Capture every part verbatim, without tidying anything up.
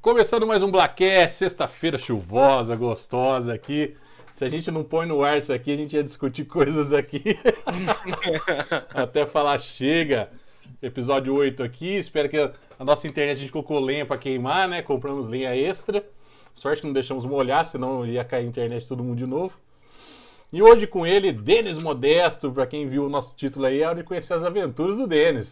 Começando mais um Blackcast, sexta-feira chuvosa, gostosa aqui. Se a gente não põe no ar isso aqui, a gente ia discutir coisas aqui. Até falar chega. Episódio oito aqui. Espero que a nossa internet, a gente colocou lenha para queimar, né? Compramos lenha extra. Sorte que não deixamos molhar, senão ia cair a internet de todo mundo de novo. E hoje com ele, Denis Modesto, para quem viu o nosso título aí, é hora de conhecer as aventuras do Denis.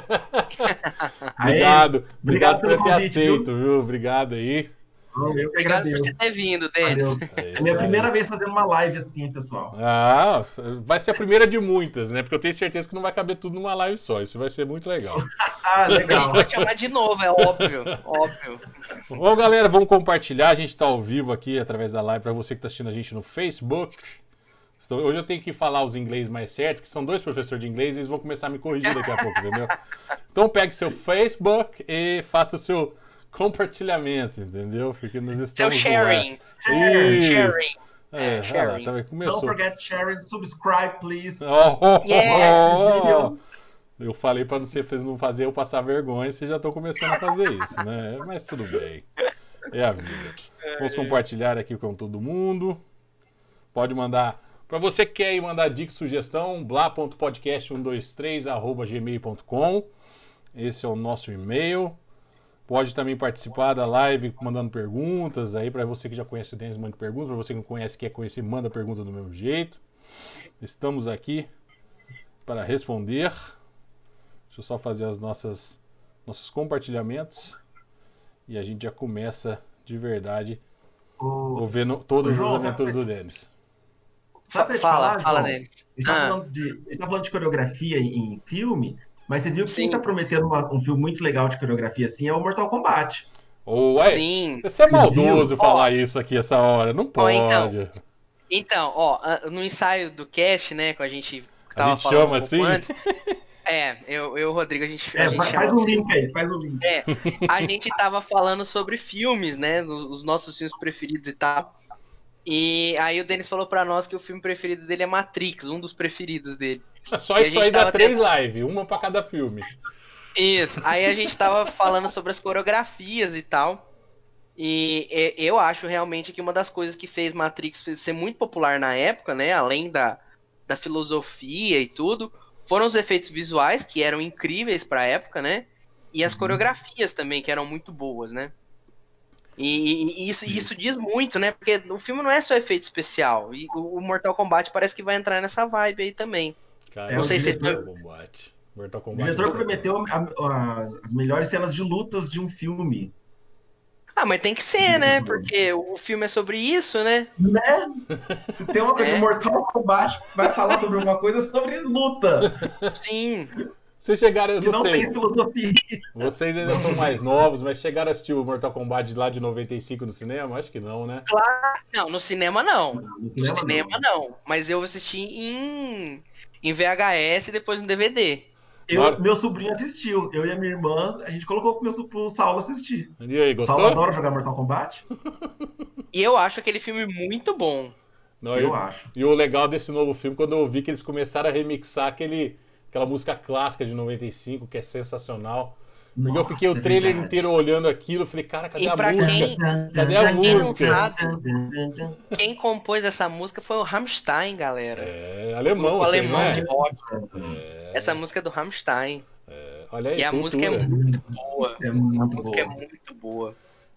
obrigado, obrigado, obrigado por ter convite, aceito, viu? viu? Obrigado aí. Eu que obrigado agradeço. por você ter vindo, Denis. É, é minha primeira vez fazendo uma live assim, pessoal. Ah, vai ser a primeira de muitas, né? Porque eu tenho certeza que não vai caber tudo numa live só. Isso vai ser muito legal. Ah, legal. Vai te chamar de novo, é óbvio, óbvio. Bom, galera, vamos compartilhar. A gente está ao vivo aqui através da live para você que está assistindo a gente no Facebook. Então, hoje eu tenho que falar os inglês mais certo, porque são dois professores de inglês e eles vão começar a me corrigir daqui a pouco, entendeu? Então pegue seu Facebook e faça o seu compartilhamento, entendeu? Porque nós estamos seu sharing. Sharing. sharing. É, É, sharing. Ah, tá, começou. Don't forget sharing, subscribe, please. Oh, oh, Yeah. oh, oh. Eu falei para você não fazer eu passar vergonha, vocês já estão começando a fazer isso, né? Mas tudo bem. É a vida. Vamos compartilhar aqui com todo mundo. Pode mandar. Para você que quer ir mandar dica e sugestão, blá ponto podcast um dois três arroba gmail ponto com. Esse é o nosso e-mail. Pode também participar da live mandando perguntas. Aí para você que já conhece o Denis, manda perguntas. Para você que não conhece, quer conhecer, manda pergunta do mesmo jeito. Estamos aqui para responder. Deixa eu só fazer as nossas nossos compartilhamentos. E a gente já começa de verdade O... vendo todas João, as aventuras sabe... do Denis. Sabe Fala, falar, fala, João? Denis. A gente tá, Ah. falando de, a gente tá falando de coreografia em, em filme, mas você viu que Sim. quem tá prometendo uma, um filme muito legal de coreografia assim é o Mortal Kombat. Oh, ué, Sim. você é maldoso Viu? falar Ó. isso aqui essa hora, não pode. então. Então, ó, no ensaio do cast, né, que a gente tava a gente falando chama um pouco assim? antes, é, eu e o Rodrigo, a gente, É, a gente faz, chama faz um assim. link aí, faz um link. É, a gente tava falando sobre filmes, né, os nossos filmes preferidos e tal. E aí o Denis falou pra nós que o filme preferido dele é Matrix, um dos preferidos dele. É só E a isso gente aí dá tava três tentando- lives, uma pra cada filme. Isso, aí a gente tava falando sobre as coreografias e tal. E e- eu acho realmente que uma das coisas que fez Matrix ser muito popular na época, né, além da, da filosofia e tudo, foram os efeitos visuais, que eram incríveis pra época, né, e as coreografias também, que eram muito boas, né. E, e isso, isso diz muito, né, porque o filme não é só efeito especial, e o o Mortal Kombat parece que vai entrar nessa vibe aí também. Cara, É, Não o sei se vocês Mortal Kombat. Mortal O Kombat. diretor vai ser prometeu a- a- as melhores cenas de lutas de um filme. Ah, mas tem que ser, né, porque o filme é sobre isso, né. Né? Se tem uma coisa É. de Mortal Kombat que vai falar sobre alguma coisa, é sobre luta. Sim. Vocês chegaram, eu Que não, não sei, tem filosofia. vocês ainda são mais novos, mas chegaram a assistir o Mortal Kombat lá de noventa e cinco no cinema? Acho que não, né? Não, no cinema não. No No cinema, cinema não. Mas eu assisti em, em V H S e depois no D V D. Eu, Claro. meu sobrinho assistiu. Eu e a minha irmã, a gente colocou pro, meu, so- pro Saulo assistir. E aí, O Saulo gostou? adora jogar Mortal Kombat? E eu acho aquele filme muito bom. Não, Eu eu- acho. E o legal desse novo filme, quando eu vi que eles começaram a remixar aquele, aquela música clássica de noventa e cinco, que é sensacional. Porque eu Nossa, fiquei o é trailer verdade. inteiro olhando aquilo, eu falei, cara, cadê E a pra música? quem- Cadê a quem não música? sabe, quem compôs essa música foi o Rammstein, galera. É alemão, O assim, alemão não é? de rock. É, Essa música é do Rammstein. é, olha aí, E a cultura. música é muito boa. É A muito música é boa. muito boa.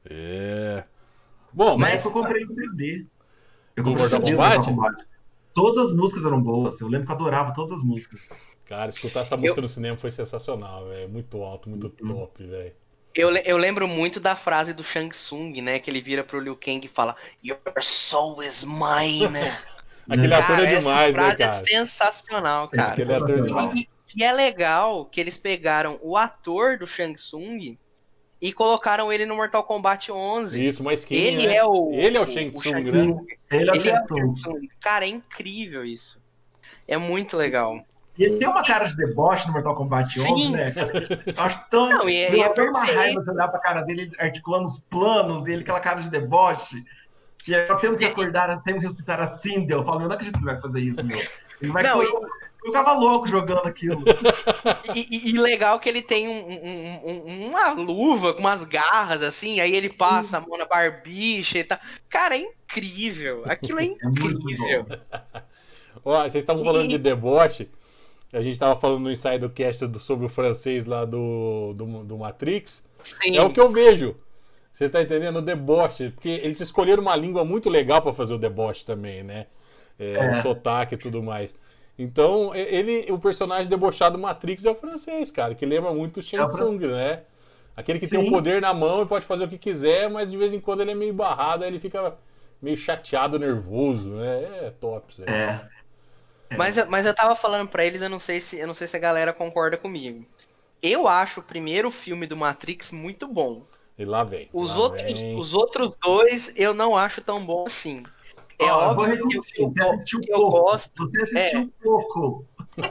É. Bom, Mas mas eu comprei um C D. Eu Do comprei um Mortal C D do Kombat? Mortal Kombat. Todas as músicas eram boas. Eu lembro que eu adorava todas as músicas. cara, escutar essa música no cinema foi sensacional, velho. Muito alto, muito top, velho. Eu, le- eu lembro muito da frase do Shang Tsung, né? Que ele vira pro Liu Kang e fala Your soul is mine. Aquele ator Cara, é essa demais, né, frase é cara? sensacional, cara. Aquele ator é demais. E, e é legal que eles pegaram o ator do Shang Tsung e colocaram ele no Mortal Kombat onze. Isso, mas quem Ele né? é o. Ele é o Shang Tsung, Shang né? Tsung. Ele é o Ele é o Shang Tsung. Shang Tsung. Cara, é incrível isso. É muito legal. E ele tem uma cara de deboche no Mortal Kombat Sim. onze, né? Eu acho tão. Não, e é- deu e é até uma perfeito. raiva você olhar pra cara dele ele articulando os planos e ele com aquela cara de deboche. E aí, temos que acordar, temos que ressuscitar a Sindel. Eu falo, eu não acredito que ele vai fazer isso, meu. Ele vai Não, co- e- Eu ficava louco jogando aquilo. E, e- e legal que ele tem um- um- um- uma luva com umas garras, assim, aí ele passa a mão na barbicha e tal. Cara, é incrível. Aquilo é É muito incrível. bom. Ó, vocês estavam falando de E- deboche. A gente tava falando no Inside do Cast do- sobre o francês lá do, do, do Matrix. Sim. É o que eu vejo. Você tá entendendo? O deboche. Porque eles escolheram uma língua muito legal pra fazer o deboche também, né? É, É. O sotaque e tudo mais. Então, e- ele, o personagem debochado do Matrix é o francês, cara, que lembra muito o Shang É o fran- Tsung, né? Aquele que tem o Sim. poder na mão e pode fazer o que quiser, mas de vez em quando ele é meio barrado, aí ele fica meio chateado, nervoso, né? É top isso aí. É. Mas, eu- mas eu tava falando pra eles, eu não sei se eu não sei se a galera concorda comigo. Eu acho o primeiro filme do Matrix muito bom. E lá vem. Os lá outros, vem. os outros dois eu não acho tão bom assim. É Ó, eu vou óbvio que eu, repetir, que eu, você assistiu que eu pouco. gosto. Você assistiu pouco.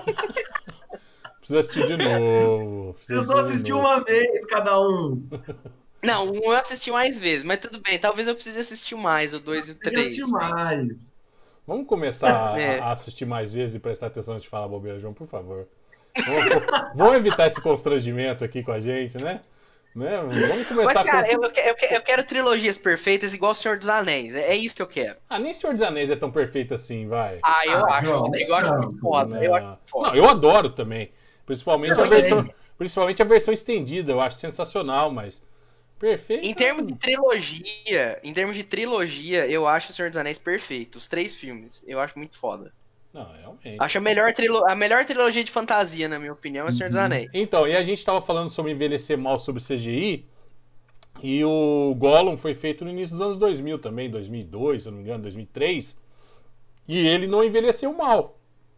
Precisa assistir de novo. Precisa Vocês não assistir de assistiu novo. uma vez cada um. Não, um eu assisti mais vezes, mas tudo bem. Talvez eu precise assistir mais, o dois e o Tem que três. assistir mais. Vamos começar a- É. a assistir mais vezes e prestar atenção antes de falar bobeira, João, por favor. Vamos, vamos evitar esse constrangimento aqui com a gente, né? né? Vamos começar Mas, cara, com... eu, eu, que- eu que- eu quero trilogias perfeitas igual o Senhor dos Anéis. É, é isso que eu quero. Ah, nem Senhor dos Anéis é tão perfeito assim, vai. Ah, eu Ah, acho. não, eu acho não, muito foda. Não. Eu acho muito foda. Não, eu adoro também. Principalmente Eu a, também. versão, principalmente a versão estendida, eu acho sensacional, mas perfeito. Em termos de trilogia, em termos de trilogia, eu acho o Senhor dos Anéis perfeito. Os três filmes. Eu acho muito foda. Não, realmente. Acho a melhor, trilo... a melhor trilogia de fantasia, na minha opinião, é o Senhor dos Uhum. Anéis. Então, e a gente tava falando sobre envelhecer mal sobre C G I, e o Gollum foi feito no início dos anos dois mil também, dois mil e dois, se eu não me engano, dois mil e três, e ele não envelheceu mal,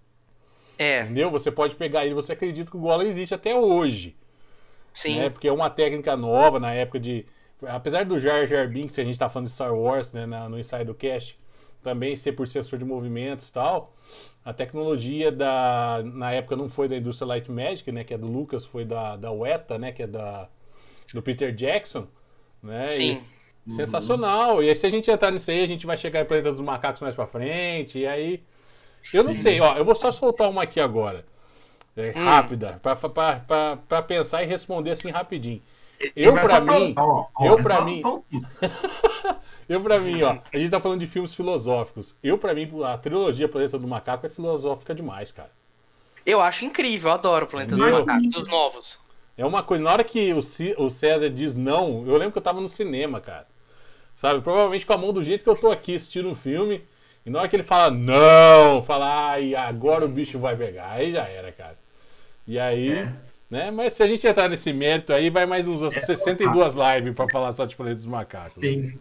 É, entendeu? Você pode pegar ele, você acredita que o Gollum existe até hoje, sim. né? Porque é uma técnica nova na época de... Apesar do Jar Jar Binks, a gente tá falando de Star Wars, né, na- no Inside do Cast, também ser por sensor de movimentos e tal, a tecnologia da... Na época não foi da indústria Light Magic, né, que é do Lucas, foi da, da Weta, né, que é da, do Peter Jackson, né? Sim. E sensacional. E aí se a gente entrar nisso aí, a gente vai chegar em Planeta dos Macacos mais pra frente, e aí... Eu não Sim. sei, ó, eu vou só soltar uma aqui agora, é, Hum. rápida, pra, pra, pra, pra pensar e responder assim rapidinho. Ele Eu, vai pra só mim, ó, ó, eu, é pra só- mim- só um susto. eu pra mim, ó, a gente tá falando de filmes filosóficos. Eu, pra mim, a trilogia Planeta do Macaco é filosófica demais, cara. Eu acho incrível, eu adoro o Planeta dos Meu. Macacos, os novos. É uma coisa, na hora que o, C- o César diz não, eu lembro que eu tava no cinema, cara. Sabe? Provavelmente com a mão do jeito que eu tô aqui assistindo o filme. E na hora que ele fala não, fala, ai, agora o bicho vai pegar. Aí já era, cara. E aí, É. né? Mas se a gente entrar nesse mérito aí, vai mais uns sessenta e duas lives pra falar só de Planeta dos Macacos. Sim.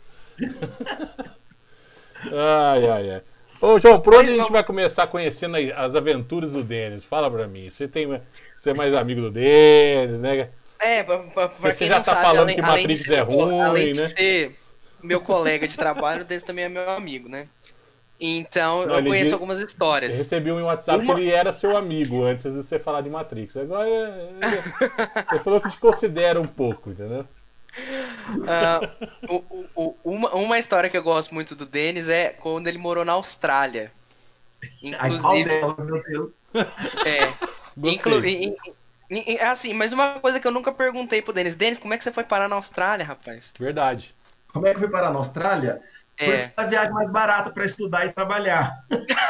Ai, ai, ai. Ô, João, por onde Mas a gente não- vai começar conhecendo aí as aventuras do Denis? Fala pra mim. Você tem, você é mais amigo do Denis, né? É, pra, pra, pra Você quem já não tá sabe, falando além, que além de Matrix ser é meu co- ruim, além de né? ser meu colega de trabalho, o Denis também é meu amigo, né? Então, Não, eu ele conheço diz- algumas Eu histórias. recebi um WhatsApp Uma- que ele era seu amigo antes de você falar de Matrix. Agora é- é- ele falou que te considera um pouco, entendeu? Ah, o- o- o- uma, uma história que eu gosto muito do Denis é quando ele morou na Austrália. Ai, qual Inclusive, dela, meu Deus. é, Gostei. inclu, em- em- em- assim, mas uma coisa que eu nunca perguntei pro Denis, Denis, como é que você foi parar na Austrália, rapaz? Verdade. Como é que foi parar na Austrália? Foi É, a viagem mais barata para estudar e trabalhar.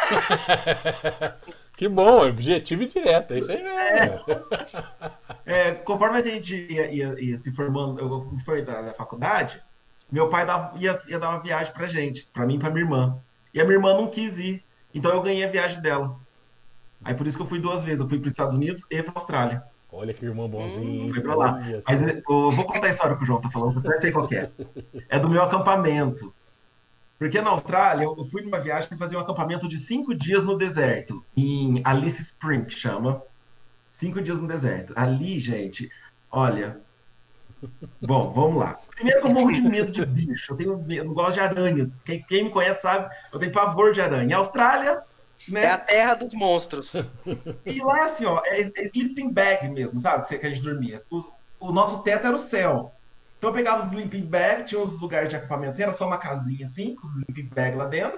Que bom, objetivo e direto. É isso aí mesmo. É, conforme a gente ia, ia- ia se formando, eu fui da, da faculdade, meu pai dava- ia, ia dar uma viagem pra gente, pra mim e pra minha irmã. E a minha irmã não quis ir, então eu ganhei a viagem dela. Aí por isso que eu fui duas vezes, eu fui para os Estados Unidos e pra Austrália. Olha que irmão bonzinho. Fui pra lá. Olha Mas só. eu vou contar a história que o João tá falando, eu até sei qual que é. É do meu acampamento. Porque na Austrália, eu fui numa viagem que fazia um acampamento de cinco dias no deserto, em Alice Spring, que chama. Cinco dias no deserto. Ali, gente, olha. Bom, vamos lá. Primeiro que eu morro de medo de bicho. Eu tenho medo, eu não gosto de aranhas. Quem, quem me conhece sabe, eu tenho pavor de aranha. A Austrália, né? é a terra dos monstros. E lá é assim, ó, é, é sleeping bag mesmo, sabe? Que a gente dormia. O, o nosso teto era o céu. Então eu pegava os sleeping bag, tinha uns lugares de acampamento assim, era só uma casinha assim, com os sleeping bag lá dentro.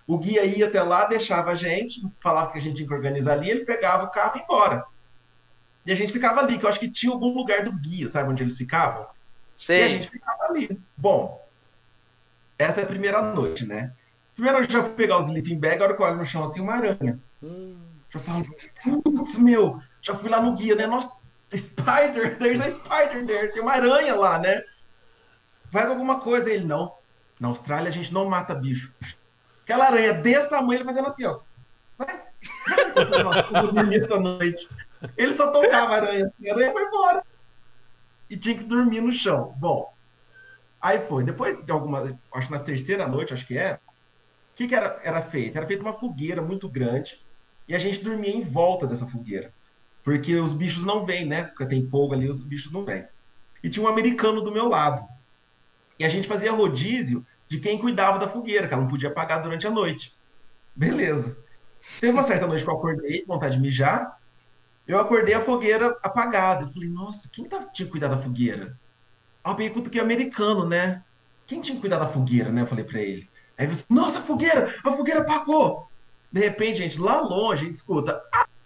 O guia ia até lá, deixava a gente, falava que a gente tinha que organizar ali, ele pegava o carro e ia embora. E a gente ficava ali, que eu acho que tinha algum lugar dos guias, sabe onde eles ficavam? E a Sei. gente ficava ali. Bom, essa é a primeira noite, né? Primeiro eu já fui pegar os sleeping bag, a hora que eu olho no chão assim, uma aranha. Hum, Já falo, putz, meu, já fui lá no guia, né? Nossa, spider, there's a spider there, tem uma aranha lá, né? Faz alguma coisa. Ele, não. Na Austrália a gente não mata bicho. Aquela aranha desse tamanho, ele fazendo assim, ó. Vai, vai. Eu falei, nossa, eu vou dormir essa noite. Ele só tocava a aranha, assim, a aranha foi embora. E tinha que dormir no chão. Bom, aí foi. Depois de algumas, acho que na terceira noite, acho que é, o que, que era, era feito? Era feita uma fogueira muito grande e a gente dormia em volta dessa fogueira. Porque os bichos não vêm, né? Porque tem fogo ali, os bichos não vêm. E tinha um americano do meu lado. E a gente fazia rodízio de quem cuidava da fogueira, que ela não podia apagar durante a noite. Beleza. Teve uma certa noite que eu acordei, com vontade de mijar, eu acordei a fogueira apagada. Eu falei, nossa, quem tá, tinha que cuidar da fogueira? Aí eu peguei cutuquei americano, né? Quem tinha que cuidar da fogueira, né? Eu falei pra ele. Aí ele falou assim, nossa, a fogueira! A fogueira apagou! De repente, gente, lá longe, a gente escuta.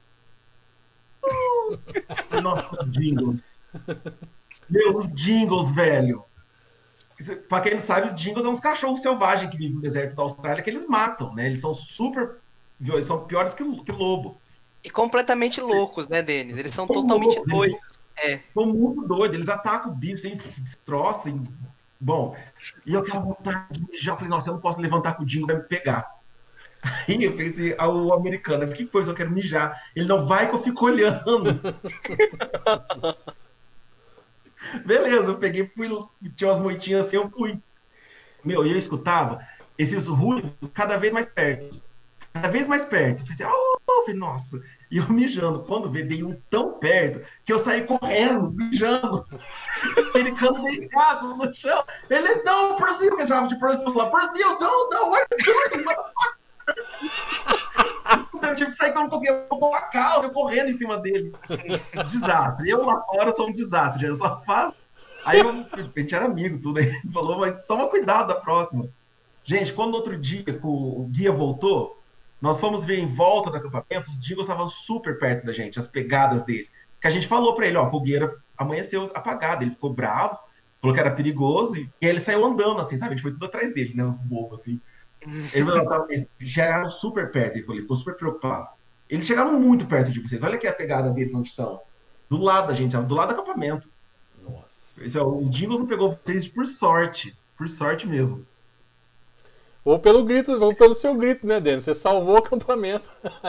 Nossa, os jingles. Meu, os jingles, velho. Pra quem não sabe, os jingles são uns cachorros selvagens que vivem no deserto da Austrália que eles matam, né? Eles são super. Eles são piores que, que lobo. E completamente loucos, né, Denis? Eles são São totalmente loucos, eles doidos. são, É. são muito doidos. Eles atacam o bicho, assim, destroçam. Bom, e eu aquela vontade de mijar. Eu falei, nossa, eu não posso levantar que o jingle vai me pegar. Aí eu pensei, ah, o americano, o que foi? Eu quero mijar. Ele não vai que eu fico olhando. Beleza, eu peguei, fui, tinha umas moitinhas assim, eu fui. Meu, e eu escutava esses ruídos cada vez mais perto. Cada vez mais perto. Eu pensei, oh, falei, nossa. E eu mijando. Quando veio, dei um tão perto que eu saí correndo, mijando. O americano deitado no chão. Ele, não, Brasil, que eu chamava de Brasil lá. Brasil, não, não, what are you doing? Eu tive que sair que eu não conseguia botar uma calça, eu correndo em cima dele. Desastre. Eu lá fora sou um desastre, eu só faço. Aí eu, a gente era amigo, tudo aí. Ele falou, mas toma cuidado da próxima. Gente, quando no outro dia que o guia voltou, nós fomos ver em volta do acampamento, os jingles estavam super perto da gente, as pegadas dele. Que a gente falou pra ele, ó, a fogueira amanheceu apagada. Ele ficou bravo, falou que era perigoso, e aí ele saiu andando, assim, sabe? A gente foi tudo atrás dele, né? Uns bobos, assim. Ele falou, eles chegaram super perto, ele falou, ele ficou super preocupado. Eles chegaram muito perto de vocês. Olha aqui a pegada deles onde estão. Do lado da gente, sabe? Do lado do acampamento. nossa. Esse, ó, o Jingles não pegou vocês por sorte. Por sorte mesmo. Ou pelo grito, ou pelo seu grito, né, Denis? Você salvou o acampamento.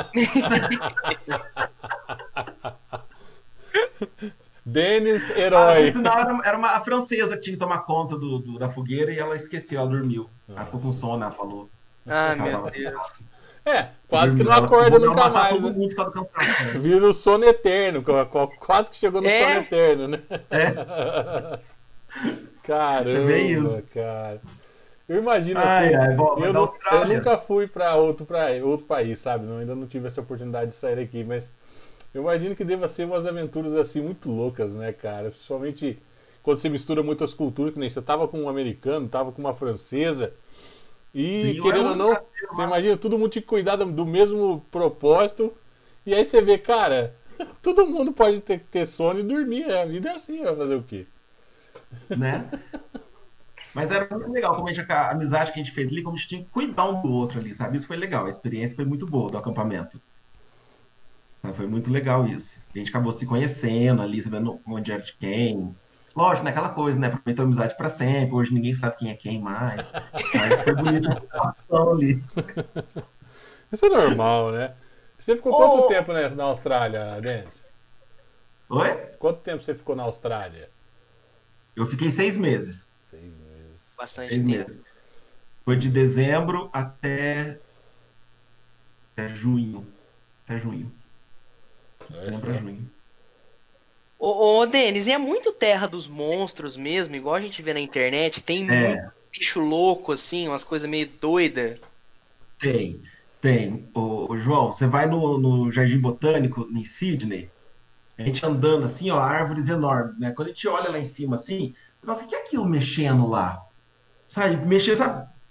Denis, Ah, herói. no final era, era uma a francesa que tinha que tomar conta do, do- da fogueira e ela esqueceu, ela dormiu. Ela ficou com sono, ela falou. Ah, Ela meu tava- Deus. É, quase que dormiu. não Ela acorda falou, "Não, nunca matar mais, todo né? mundo por causa do cansaço." Vira o sono eterno, qu- qu- quase que chegou no É. sono eterno, né? É, Caramba, é bem isso. cara. Eu imagino Ai, assim, ai, bom, mas eu, da nu- eu Austrália. nunca fui para outro, pra, outro país, sabe? Não, ainda não tive essa oportunidade de sair aqui, mas eu imagino que deva ser umas aventuras assim muito loucas, né, cara? Principalmente quando você mistura muitas culturas, que nem você tava com um americano, tava com uma francesa, e Sim, eu querendo era ou um não, brasileiro você lá. imagina todo mundo tinha que cuidar do do mesmo propósito, e aí você vê, cara, todo mundo pode ter, ter sono e dormir, a vida é assim, vai fazer o quê? Né? Mas era muito legal, como a, gente, a amizade que a gente fez ali, como a gente tinha que cuidar um do outro ali, sabe? Isso foi legal, a experiência foi muito boa do acampamento. Sabe? Foi muito legal isso. A gente acabou se conhecendo ali, sabendo onde era de quem. Lógico, né? Aquela coisa, né? Aproveitou a amizade pra sempre, hoje ninguém sabe quem é quem mais. Mas foi bonita a relação ali. Isso é normal, né? Você ficou Ô, quanto ô. tempo né, na Austrália, Denis? Oi? Quanto tempo você ficou na Austrália? Eu fiquei seis meses. Seis meses. Bastante Seis tempo. meses. Foi de dezembro até, até junho. Até junho. Olha Dezembro a só. junho. Ô, ô, Denis, e é muito terra dos monstros mesmo, igual a gente vê na internet, tem muito É, bicho louco, assim, umas coisas meio doidas. tem. Tem. Ô, ô, João, você vai no, no Jardim Botânico, em Sydney, a gente andando assim, ó, árvores enormes, né? Quando a gente olha lá em cima assim, nossa, o que é aquilo mexendo lá? Sabe, mexer, sabe?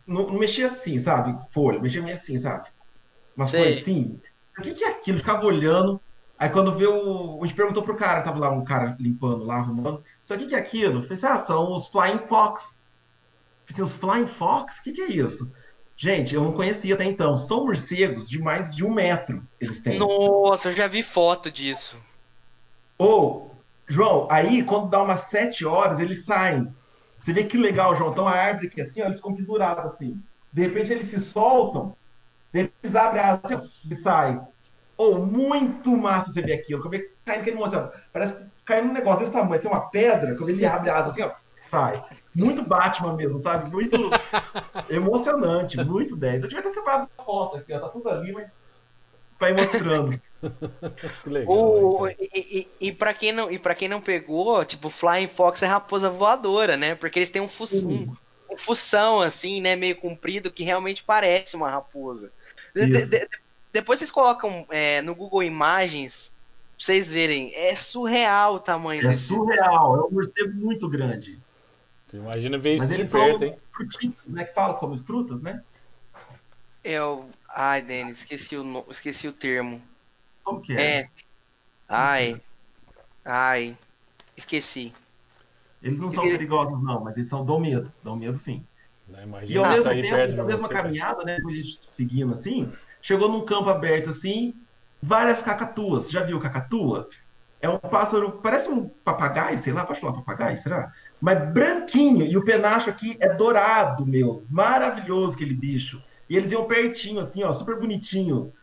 não, não mexia assim, sabe? Folha, mexia meio assim, sabe? Umas coisas Sei. assim. O que que é aquilo? Eu ficava olhando. Aí quando vê o. A gente perguntou pro cara, tava lá um cara limpando lá, arrumando. Só o que que é aquilo? Eu falei assim, ah, são os Flying Fox. Eu falei assim, os Flying Fox? O que que é isso? Gente, eu não conhecia até então. São morcegos de mais de um metro eles têm. Nossa, eu já vi foto disso. Ou, João, aí quando dá umas sete horas, eles saem. Você vê que legal, João. Então a árvore aqui assim, ó, eles ficam pendurados assim. De repente eles se soltam, de repente eles abrem a asa assim, ó, e saem. Ou muito massa você ver aquilo. Como é que cai naquele monte, assim, ó, parece que cai num negócio desse tamanho, assim, uma pedra, como ele abre a asa assim, ó, sai. Muito Batman mesmo, sabe? Muito emocionante, muito dez. Eu devia ter separado uma foto aqui, ó, tá tudo ali, mas vai mostrando. Que legal, hein, O, cara. e e, e para quem não, e para quem não pegou, tipo, Flying Fox é raposa voadora, né? Porque eles têm um, fu um, Sim, um fução, assim, né? Meio comprido, que realmente parece uma raposa. De- de- isso. de- depois vocês colocam é, no Google Imagens, pra vocês verem. É surreal o tamanho É desse. surreal, é um morcego muito grande. Tu imagina ver Mas isso de eles perto, são hein? frutíferos, né? Que fala, comem frutas, né? É o. Ai, Denis, esqueci o, no- esqueci o termo. Como que é? É. Como que é? Ai, ai, esqueci. Eles não são Esque- perigosos, não, mas eles são, dão medo, dão medo sim. Né, E ao imagina Ah, mesmo sair tempo, perto de nessa mesma você, cara. caminhada, né? Depois de seguindo assim, chegou num campo aberto assim, várias cacatuas. Já viu cacatua? É um pássaro, parece um papagaio, sei lá, pode falar papagaio, será? Mas branquinho, e o penacho aqui é dourado, meu. Maravilhoso aquele bicho. E eles iam pertinho, assim, ó, super bonitinho.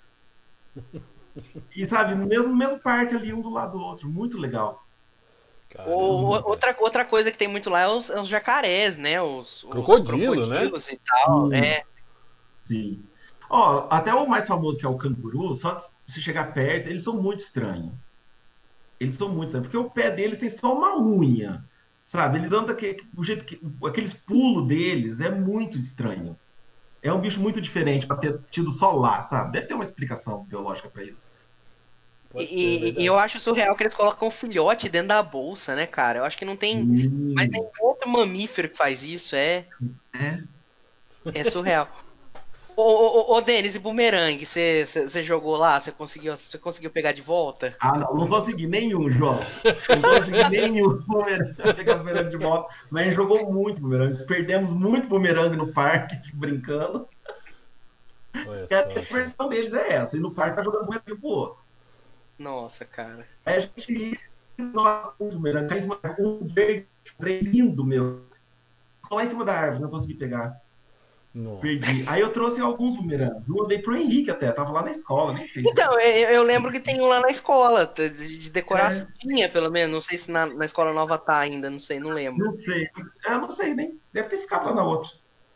E sabe, no mesmo, mesmo parque ali, um do lado do outro. Muito legal. O- Caramba, cara. outra, outra coisa que tem muito lá é os, é os jacarés, né? Os, os Crocodilo, né? crocodilos e tal. Sim, É, sim. Ó, até o mais famoso, que é o canguru, só de se chegar perto, eles são muito estranhos. Eles são muito estranhos, porque o pé deles tem só uma unha, sabe? Eles andam que, o jeito que, aqueles pulos deles é muito estranho. É um bicho muito diferente para ter tido só lá, sabe? Deve ter uma explicação biológica para isso. Pode ser, é e, e- e verdade. eu acho surreal que eles colocam o filhote dentro da bolsa, né, cara? Eu acho que não tem. Mas tem Sim, outro mamífero que faz isso, é, é. é surreal. Ô, ô, ô, ô, Denis, e bumerangue? Você você- você jogou lá? Você conseguiu, você conseguiu pegar de volta? Ah, não, não consegui nenhum, João. Não consegui nenhum bumerangue, pegar bumerangue de volta. Mas a gente jogou muito bumerangue. Perdemos muito bumerangue no parque, brincando. Olha E a só, cara. diversão deles é essa. E no parque tá jogando bumerangue pro outro. Nossa, cara. Aí a gente ia, nossa, um bumerangue, caiu em cima, um verde, lindo, meu. Ficou lá em cima da árvore, não consegui pegar. Nossa. Perdi. Aí eu trouxe alguns bumerangues. Eu dei pro Henrique até, tava lá na escola, nem sei se ele. Então, eu, eu lembro que tem um lá na escola, t- de, de decoração, É, tinha, pelo menos. Não sei se na, na escola nova tá ainda, não sei, não lembro. não sei. Eu não sei, nem. Deve ter ficado lá na outra.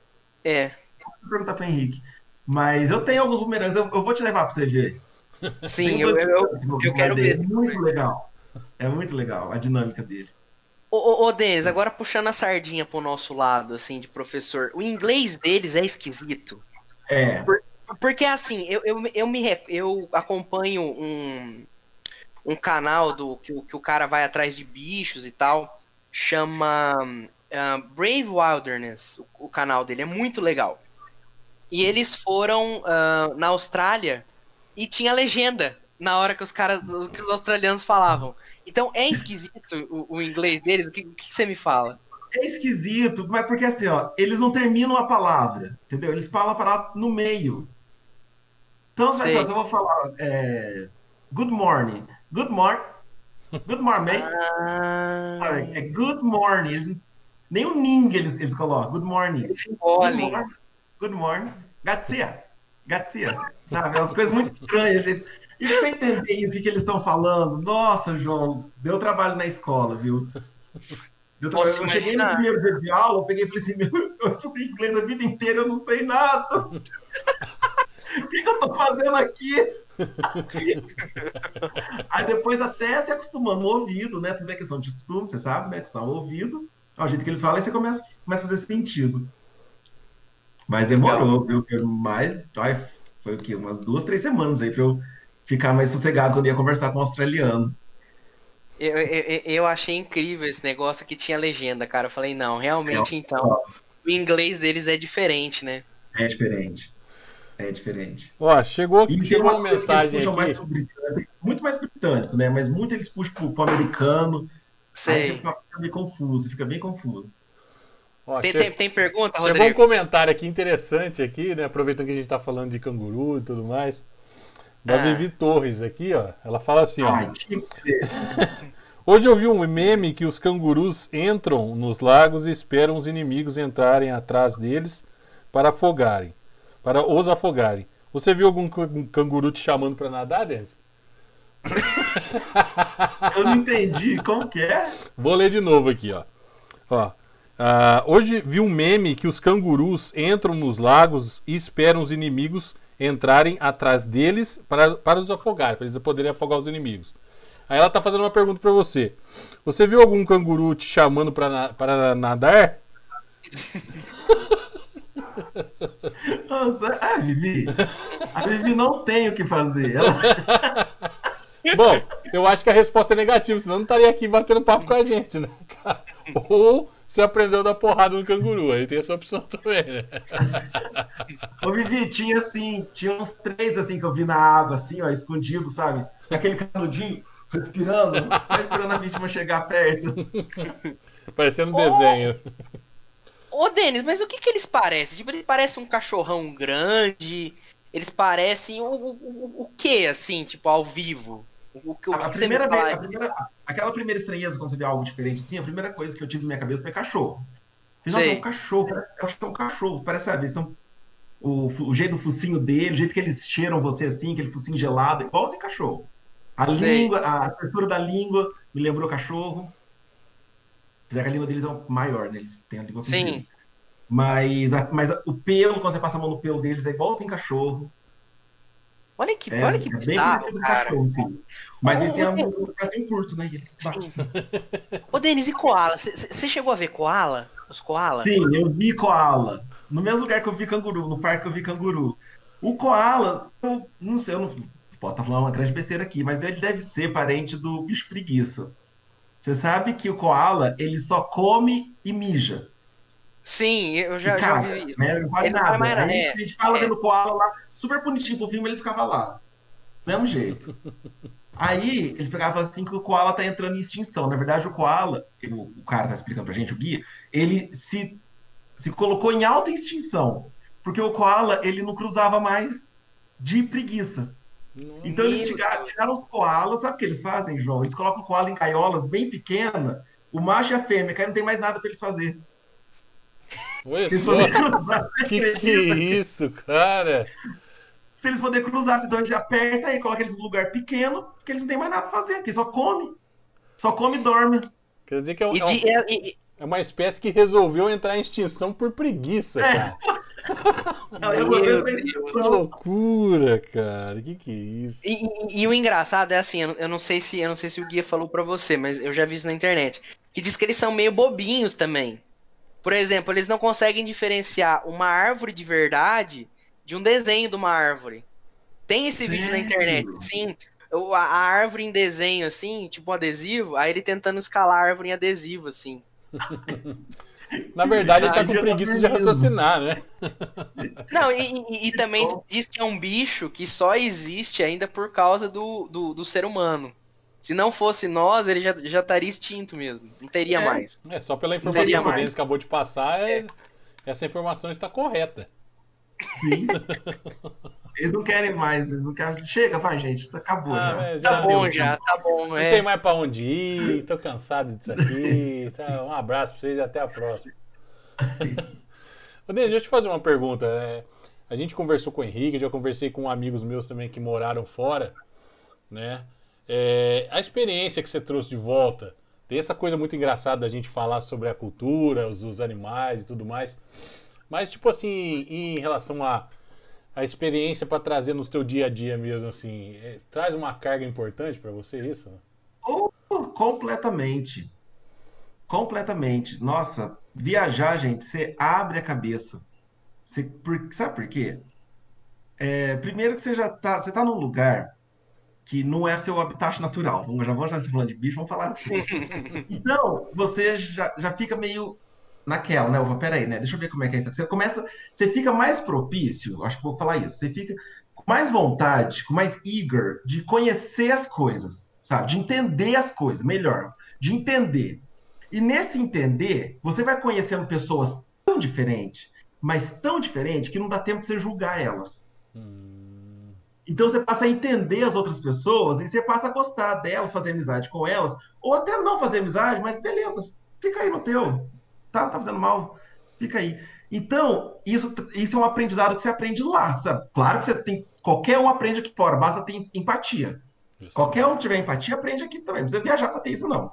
É, Vou perguntar pro Henrique. Mas eu tenho alguns bumerangues, eu, eu vou te levar pra você ver. sim, Tenho eu, dois eu, eu, bumerangues que eu eu quero guardei. É ver. muito legal. É muito legal a dinâmica dele. Ô, ô, ô, Denis, agora puxando a sardinha pro nosso lado, assim, de professor, o inglês deles é esquisito. É, Por- Porque, assim, eu, eu, eu, me, re- eu acompanho um, um canal do que, o- que o cara vai atrás de bichos e tal, chama ah, Brave Wilderness, o, o canal dele, é muito legal. E eles foram ah, na Austrália e tinha legenda na hora que os caras, que os australianos falavam. Então é esquisito o, o inglês deles. O que, o que você me fala? é esquisito, mas porque assim, ó, eles não terminam a palavra, entendeu? Eles falam a palavra no meio. Então, assim, Sei. se eu vou falar é, good morning, good morning, good morning, mate, Ah, é good morning. Eles, nem o ning eles, eles colocam, good morning, eles good engolem. morning, good morning, Gatsia, Gatsia, sabe? É umas coisas muito estranhas. E e pra você entender isso que eles estão falando, nossa, João, deu trabalho na escola, viu? Deu trabalho. Posso Eu cheguei no imaginar. primeiro dia de aula, eu peguei e falei assim, meu, eu estudei inglês a vida inteira, eu não sei nada. O que, que eu tô fazendo aqui? Aí depois até se acostumando no ouvido, né? Tudo é questão de costume, você sabe, né? Acostumar o ouvido, ao jeito que eles falam, aí você começa, começa a fazer sentido. Mas Legal. demorou, viu? Foi mais. Ai, foi o quê? Umas duas, três semanas aí pra eu ficar mais sossegado quando ia conversar com um australiano. Eu, eu, eu achei incrível esse negócio que tinha legenda, cara. Eu falei, não, É, realmente então. ó, o inglês deles é diferente, né? É diferente. É diferente. Ó, chegou, E tem chegou uma uma coisa que eles mensagem puxam mais aqui. pro britânico, muito mais britânico, né? Mas muito eles puxam pro, pro americano. Aí você Sei. fica fica meio confuso, fica bem confuso. Ó, Tem, che- tem, tem pergunta, Chegou um Rodrigo? comentário aqui interessante aqui, né? Aproveitando que a gente tá falando de canguru e tudo mais. Da Ah. Vivi Torres aqui, ó. Ela fala assim, ó. Ai, tinha que ser. Hoje eu vi um meme que os cangurus entram nos lagos e esperam os inimigos entrarem atrás deles para afogarem, para os afogarem. Você viu algum can- canguru te chamando para nadar, Denis? Eu não entendi. Como que é? Vou ler de novo aqui, ó. Ó, ah, hoje vi um meme que os cangurus entram nos lagos e esperam os inimigos entrarem atrás deles para, para os afogar, para eles poderem afogar os inimigos. Aí ela tá fazendo uma pergunta para você. Você viu algum canguru te chamando para na- para nadar? Nossa, ah, Vivi. A Vivi não tem o que fazer. Ela... Bom, eu acho que a resposta é negativa, senão não estaria aqui batendo papo com a gente, né, cara? Ou você aprendeu a dar porrada no canguru, aí tem essa opção também, né? Ô, Vivi, tinha assim, tinha uns três assim que eu vi na água, assim, ó, escondido, sabe? Aquele canudinho, respirando, só esperando a vítima chegar perto. Parecendo um Oh! desenho. Ô, Denis, mas o que que eles parecem? Tipo, eles parecem um cachorrão grande, eles parecem o, o, o, o que, assim, tipo, ao vivo? O, o, que- o A, que a que você me primeira vez, fala? a primeira, aquela primeira estranheza quando você vê algo diferente assim, a primeira coisa que eu tive na minha cabeça foi cachorro. Falei, nossa, é Sei. um cachorro, eu acho que é um cachorro, parece, sabe, eles tão, o, fu- o jeito do focinho dele, o jeito que eles cheiram você assim, aquele focinho gelado, igualzinho cachorro. A Sei. língua, a textura da língua me lembrou cachorro. Apesar que a língua deles é maior, né? Eles têm a língua comprida. Sim. Mas, a- mas a- o pelo, quando você passa a mão no pelo deles, é igualzinho cachorro. Olha que, É, olha que é bem bizarro, parecido com cara. cachorro, sim. Mas eles têm Ô, um ô, um bracinho curto, né? E eles baixam, Sim. assim. Ô, Denis, e koala? Você chegou a ver koala? Os koala? Sim, eu vi koala. No mesmo lugar que eu vi canguru, no parque que eu vi canguru. O koala, eu não sei, eu não posso estar falando uma grande besteira aqui, mas ele deve ser parente do bicho preguiça. Você sabe que o koala, ele só come e mija. Sim, eu E já, já caga, ouvi isso. né? Não faz Ele não faz nada. mais nada. Aí É, a gente fala é. vendo o koala lá, super bonitinho, fofinho, mas ele ficava lá. Do mesmo jeito. Aí eles pegavam e falavam assim que o koala tá entrando em extinção. Na verdade, o koala, o, o cara tá explicando pra gente, o guia, ele se, se colocou em alta extinção. Porque o koala, ele não cruzava mais de preguiça. Então eles Meu tiraram, Deus. tiraram os koalas, sabe o que eles fazem, João? Eles colocam o koala em gaiolas bem pequenas, o macho e a fêmea, que aí não tem mais nada pra eles fazer. Olha Eles só, podem cruzar, você que que é acredita? isso, cara? Pra eles poderem cruzar, então a gente aperta aí, coloca eles em lugar pequeno, porque eles não têm mais nada pra fazer, porque só come. Só come e dorme. Quer dizer que é, um- E é um- de, é- e- é uma espécie que resolveu entrar em extinção por preguiça, É. cara. Ela resolveu Meu a Que extinção. loucura, cara. Que que é isso? E, e- e o engraçado é assim, eu não, eu não sei se eu não sei se o guia falou pra você, mas eu já vi isso na internet, que diz que eles são meio bobinhos também. Por exemplo, eles não conseguem diferenciar uma árvore de verdade de um desenho de uma árvore. Tem esse vídeo na internet, Sério? sim. o- A a árvore em desenho, assim, tipo um adesivo, aí ele tentando escalar a árvore em adesivo, assim. Na verdade, ele tá Aí com já tá preguiça de dormindo. raciocinar, né? Não, e, e- e também bom. diz que é um bicho que só existe ainda por causa do, do, do ser humano. Se não fosse nós, ele já, já estaria extinto mesmo. Não teria É. mais. É, só pela informação teria que o mais. Denis acabou de passar, é- essa informação está correta. Sim. Eles não querem mais, eles não querem. Chega, vai, gente, isso acabou Ah, já. mas Tá já bom deu. já, tá bom, Não é. tem mais pra onde ir, tô cansado disso aqui. Tá, um abraço pra vocês e até a próxima. Ô, Denis, deixa eu te fazer uma pergunta. É, a gente conversou com o Henrique, já conversei com amigos meus também que moraram fora, né? É, a experiência que você trouxe de volta, tem essa coisa muito engraçada da gente falar sobre a cultura, os, os animais e tudo mais. Mas, tipo assim, em relação a, a experiência para trazer no teu dia a dia mesmo, assim, é, traz uma carga importante para você isso? Oh, completamente. Completamente. Nossa, viajar, gente, você abre a cabeça. Você, por- sabe por quê? É, primeiro que você já tá, você tá num lugar que não é seu habitat natural. Vamos, já vamos já falando de bicho, vamos falar assim. Então, você já, já fica meio naquela, né? Eu vou, peraí, né? Deixa eu ver como é que é isso. Você começa, você fica mais propício, acho que vou falar isso. Você fica com mais vontade, com mais eager de conhecer as coisas, sabe? De entender as coisas melhor, de entender. E nesse entender, você vai conhecendo pessoas tão diferentes, mas tão diferentes que não dá tempo de você julgar elas. Hum, Então você passa a entender as outras pessoas e você passa a gostar delas, fazer amizade com elas, ou até não fazer amizade, mas beleza, fica aí no teu. Tá, tá fazendo mal, fica aí. Então, isso, isso é um aprendizado que você aprende lá, sabe? Claro que você tem. Qualquer um aprende aqui fora, basta ter empatia. Qualquer um que tiver empatia, aprende aqui também. Não precisa viajar para ter isso, não.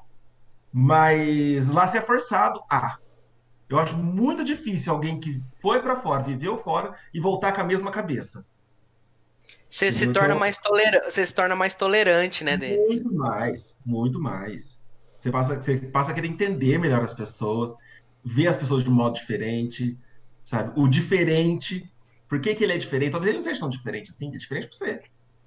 Mas lá você é forçado a. Eu acho muito difícil alguém que foi para fora, viveu fora e voltar com a mesma cabeça. Você se Entendeu? torna Então, mais tolerante, você se torna mais tolerante, né, Denis? muito mais, muito mais. Você passa, você passa a querer entender melhor as pessoas, ver as pessoas de um modo diferente, sabe? O diferente. Por que que ele é diferente? Talvez ele não seja tão diferente assim, ele é diferente para você.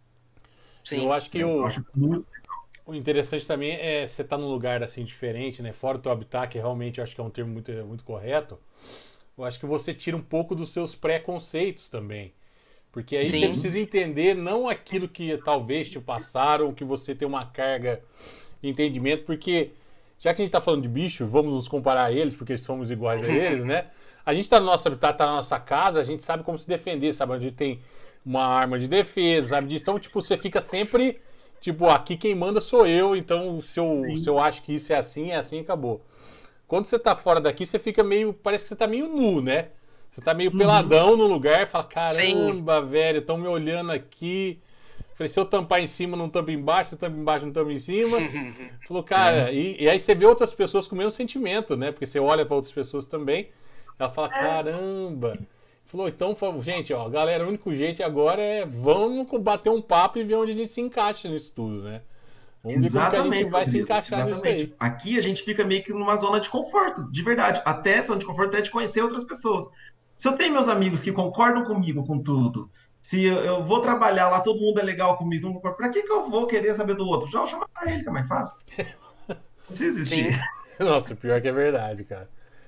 eu Sim. acho que Né? Eu o, acho muito. o interessante também é você estar num lugar assim diferente, né? Fora do teu habitat, que realmente eu acho que é um termo muito, muito correto. Eu acho que você tira um pouco dos seus preconceitos também. Porque aí você Sim. precisa entender não aquilo que talvez te passaram, que você tem uma carga de entendimento, porque já que a gente está falando de bicho, vamos nos comparar a eles, porque somos iguais a eles, né? A gente está no nosso habitat, está na nossa casa, a gente sabe como se defender, sabe? A gente tem uma arma de defesa, sabe disso? Então, tipo, você fica sempre, tipo, aqui quem manda sou eu, então se eu, se eu acho que isso é assim, é assim, acabou. Quando você tá fora daqui, você fica meio, parece que você tá meio nu, né? Você tá meio Uhum. peladão no lugar, fala, Sim. caramba, velho, estão me olhando aqui. Falei, se eu tampar em cima, não tampa embaixo, se eu tampa embaixo, não tampa em cima. Falou, cara, e, e aí você vê outras pessoas com o mesmo sentimento, né? Porque você olha para outras pessoas também, ela fala, caramba. Falou, então, gente, ó, galera, o único jeito agora é vamos bater um papo e ver onde a gente se encaixa nisso tudo, né? Vamos ver como que a gente Exatamente, vai se Rodrigo, encaixar nisso aí. exatamente. Aqui a gente fica meio que numa zona de conforto, de verdade. Até zona de conforto é de conhecer outras pessoas. Se eu tenho meus amigos que concordam comigo com tudo, se eu, eu vou trabalhar lá, todo mundo é legal comigo, todo mundo concorda, pra que que eu vou querer saber do outro? Já vou chamar pra ele, que é mais fácil. Não precisa existir. Sim. Nossa, pior que é verdade, cara.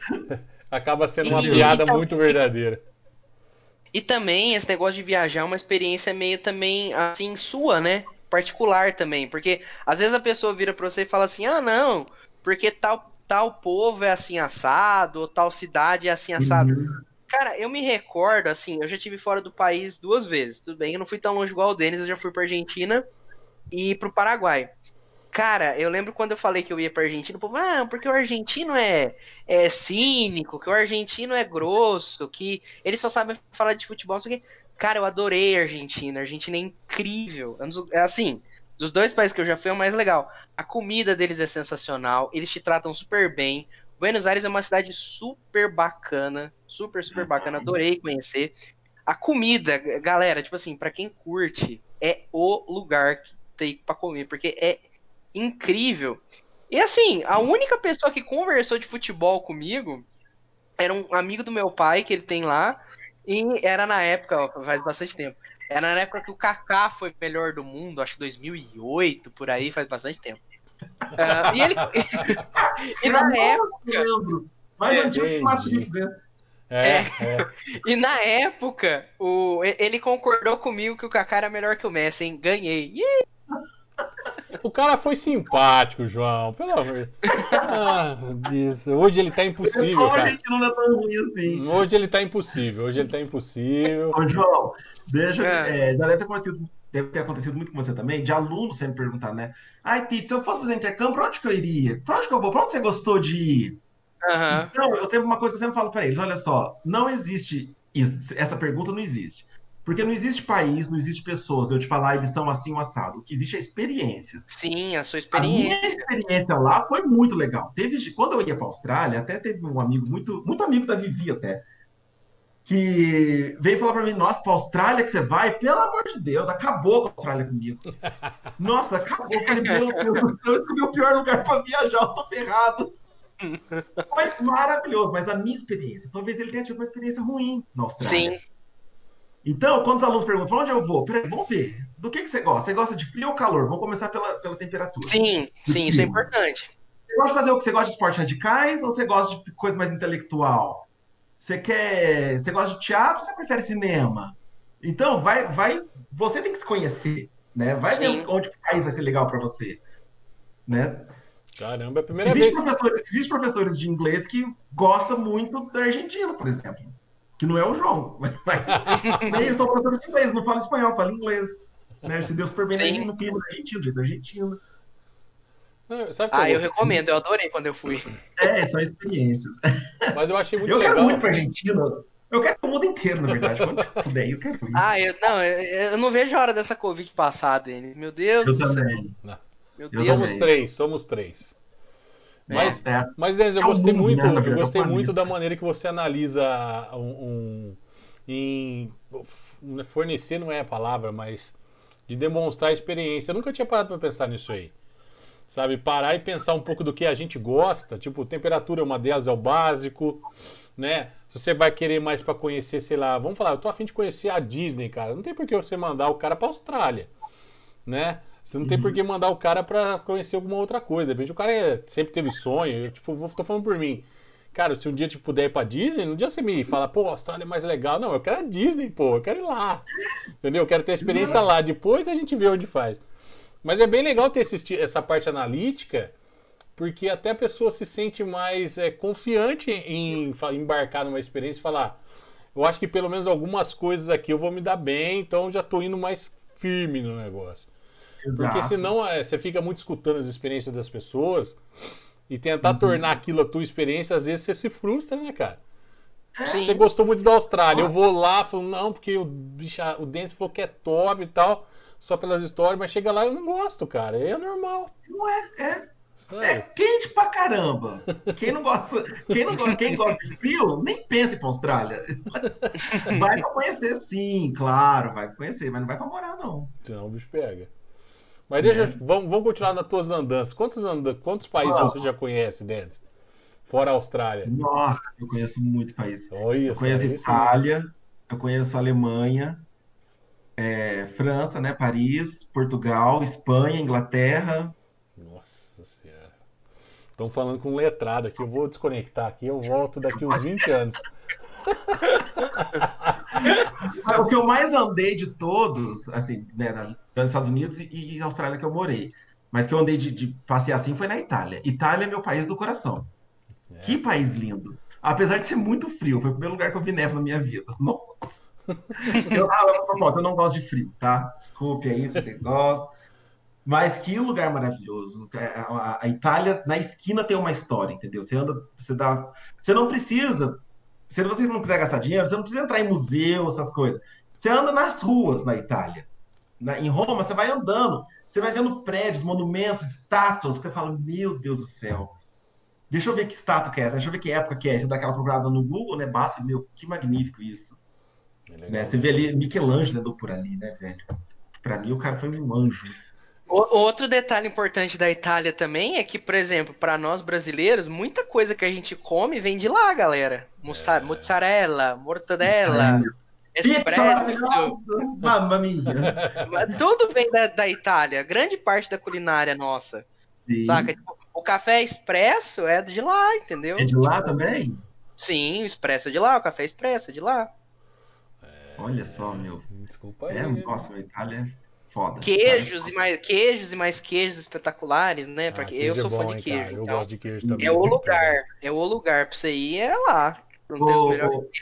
Acaba sendo uma E, piada e, tam- muito verdadeira. e também esse negócio de viajar é uma experiência meio também assim sua, né? Particular também, porque às vezes a pessoa vira pra você e fala assim: "Ah, não, porque tal tal povo é assim assado, ou tal cidade é assim assado". Uhum. Cara, eu me recordo assim, eu já tive fora do país duas vezes. Tudo bem, eu não fui tão longe igual o Denis, eu já fui pra Argentina e pro Paraguai. Cara, eu lembro quando eu falei que eu ia pra Argentina, o povo, ah, porque o argentino é, é cínico, que o argentino é grosso, que eles só sabem falar de futebol, não sei o quê. Cara, eu adorei a Argentina. A Argentina é incrível. É um dos- é assim, dos dois países que eu já fui, é o mais legal. A comida deles é sensacional, eles te tratam super bem. Buenos Aires é uma cidade super bacana, super, super bacana. Adorei conhecer. A comida, galera, tipo assim, pra quem curte, é o lugar que tem pra comer, porque é incrível. E assim, a única pessoa que conversou de futebol comigo era um amigo do meu pai, que ele tem lá, e era na época, ó, faz bastante tempo, era na época que o Kaká foi melhor do mundo, acho que dois mil e oito, por aí, faz bastante tempo. Ah, e ele e na Nossa, época, eu lembro. Mais antigo que o Matrix, esse. É, É. é. e na época, o, ele concordou comigo que o Kaká era melhor que o Messi, hein? Ganhei. Ih, O cara foi simpático, João. Pelo amor. Ah, disso. Hoje ele tá impossível, Como a cara. gente não é tão ruim assim. Hoje ele tá impossível. Hoje ele tá impossível. Ô, João, deixa eu te- É. é, já deve ter, acontecido, deve ter acontecido muito com você também, de aluno sempre perguntar, né? Ai, Tite, se eu fosse fazer intercâmbio, pra onde que eu iria? Pra onde que eu vou? Pra onde você gostou de ir? Aham. Então, eu sempre, uma coisa que eu sempre falo para eles, olha só, não existe isso, essa pergunta não existe. Porque não existe país, não existe pessoas, eu te falar, eles são assim, um assado. O que existe é experiências. Sim, a sua A minha experiência. experiência lá foi muito legal. Teve, quando eu ia para a Austrália, até teve um amigo, muito, muito amigo da Vivi até, que veio falar para mim, nossa, para a Austrália que você vai? Pelo amor de Deus, acabou com a Austrália comigo. Nossa, acabou. Eu falei, meu Deus do céu, eu escolhi o pior lugar para viajar, eu tô ferrado. Foi maravilhoso, mas a minha experiência, talvez ele tenha tido uma experiência ruim na Austrália. Sim, Então, quando os alunos perguntam, para onde eu vou? Peraí, vamos ver. Do que, que você gosta? Você gosta de frio ou calor? Vamos começar pela, pela temperatura. sim, Do sim, isso é frio. importante. Você gosta de fazer o que? Você gosta de esportes radicais ou você gosta de coisa mais intelectual? Você quer, você gosta de teatro ou você prefere cinema? Então, vai, vai, você tem que se conhecer, né? Vai ver Sim. onde que país vai ser legal para você, né? Caramba, é a primeira Existe vez. professores, existe professores de inglês que gostam muito da Argentina, por exemplo. Que não é o João, mas eu sou professor de inglês, não falo espanhol, falo inglês. Né? Se deu super bem Sim. no clima da Argentina, do jeito da Argentina. Sabe que Ah, eu eu, recomendo, eu adorei quando eu fui. É, são experiências. mas eu achei muito Eu quero legal. muito pra Argentina. Eu quero pro mundo inteiro, na verdade. Quando eu puder, eu quero ir. Ah, eu não, eu, eu não vejo a hora dessa Covid passar, Denis. Meu Deus Eu do céu. também. Não. Meu Eu Deus. Somos também. três, somos três. Mas, É, é. mas Denis, eu É o gostei mundo, muito, né, na eu verdade, gostei é o muito planeta. da maneira que você analisa um, um- em fornecer não é a palavra, mas de demonstrar a experiência. Eu nunca tinha parado para pensar nisso aí. Sabe, parar e pensar um pouco do que a gente gosta, tipo, temperatura é uma delas, é o básico, né? Se você vai querer mais para conhecer, sei lá, vamos falar, eu tô a fim de conhecer a Disney, cara. Não tem por que você mandar o cara para Austrália, né? Você não tem por que mandar o cara pra conhecer alguma outra coisa. De repente o cara é- sempre teve sonho. Eu, tipo, vou, tô falando por mim. Cara, se um dia tipo, puder ir pra Disney, não dia você me fala, pô, a Austrália é mais legal. Não, eu quero a Disney, pô, eu quero ir lá. Entendeu? Eu quero ter a experiência lá. Depois a gente vê onde faz. Mas é bem legal ter esse, essa parte analítica, porque até a pessoa se sente mais é, confiante em, em embarcar numa experiência e falar, eu acho que pelo menos algumas coisas aqui eu vou me dar bem, então já tô indo mais firme no negócio. Porque Exato. senão é, você fica muito escutando as experiências das pessoas e tentar tornar aquilo a tua experiência, às vezes você se frustra, né, cara? Sim. Você gostou muito da Austrália, eu vou lá, falo, não, porque o, bicho, o Denis falou que é top e tal, só pelas histórias, mas chega lá e eu não gosto, cara, é normal. Não é, é. É Sabe? quente pra caramba. Quem não gosta, quem não gosta, quem gosta de frio, nem pensa em ir pra Austrália. Vai pra conhecer, sim, claro, vai pra conhecer, mas não vai pra morar, não. Senão o bicho pega. Mas deixa, É. vamos, vamos continuar nas tuas andanças. Quantos, anda, quantos países Vamos. você já conhece, Denis? Fora a Austrália. Nossa, eu conheço muito país. Olha, Eu conheço só, esse- Itália, eu conheço Alemanha, é, França, né, Paris, Portugal, Espanha, Inglaterra. Nossa senhora. Estão falando com um letrado aqui. Eu vou desconectar aqui. Eu volto daqui uns vinte anos. O que eu mais andei de todos, assim, né, na- nos Estados Unidos e, e Austrália que eu morei, mas que eu andei de, de passear assim foi na Itália. Itália é meu país do coração. Que país lindo. Apesar de ser muito frio, foi o primeiro lugar que eu vi neve na minha vida. Nossa. Eu, ah, eu, eu não gosto de frio, tá? Desculpe aí se vocês gostam. Mas que lugar maravilhoso. É, A, a- a Itália, na esquina tem uma história, entendeu? Você anda, você dá. Você não precisa. Se você não quiser gastar dinheiro, você não precisa entrar em museu, essas coisas. Você anda nas ruas na Itália. Na- em Roma, você vai andando, você vai vendo prédios, monumentos, estátuas, que você fala, meu Deus do céu. Deixa eu ver que estátua que é essa, deixa eu ver que época que é. Você dá aquela procurada no Google, né? Basta, meu, que magnífico isso. É legal, Né? Você né? vê ali, Michelangelo andou por ali, né, velho? Pra mim, o cara foi um anjo. O- Outro detalhe importante da Itália também é que, por exemplo, para nós brasileiros, muita coisa que a gente come vem de lá, galera. Mussa- Mozzarella, mortadela, Pizza espresso, maravilhosa, mamma mia. mas tudo vem da, da Itália. Grande parte da culinária nossa, Sim. saca? Tipo, o café expresso é de lá, entendeu? É de lá também? Sim, o expresso é de lá, o café expresso é de lá. Olha só, meu. Desculpa aí. É, nossa, a Itália é foda. Queijos e mais queijos e mais queijos espetaculares, né? Ah, Porque queijo eu sou é bom, fã de hein, queijo. cara? Eu Então, gosto de queijo também. é o muito lugar, é o lugar pra você ir, é lá. Não tem os Ô, melhores. ô,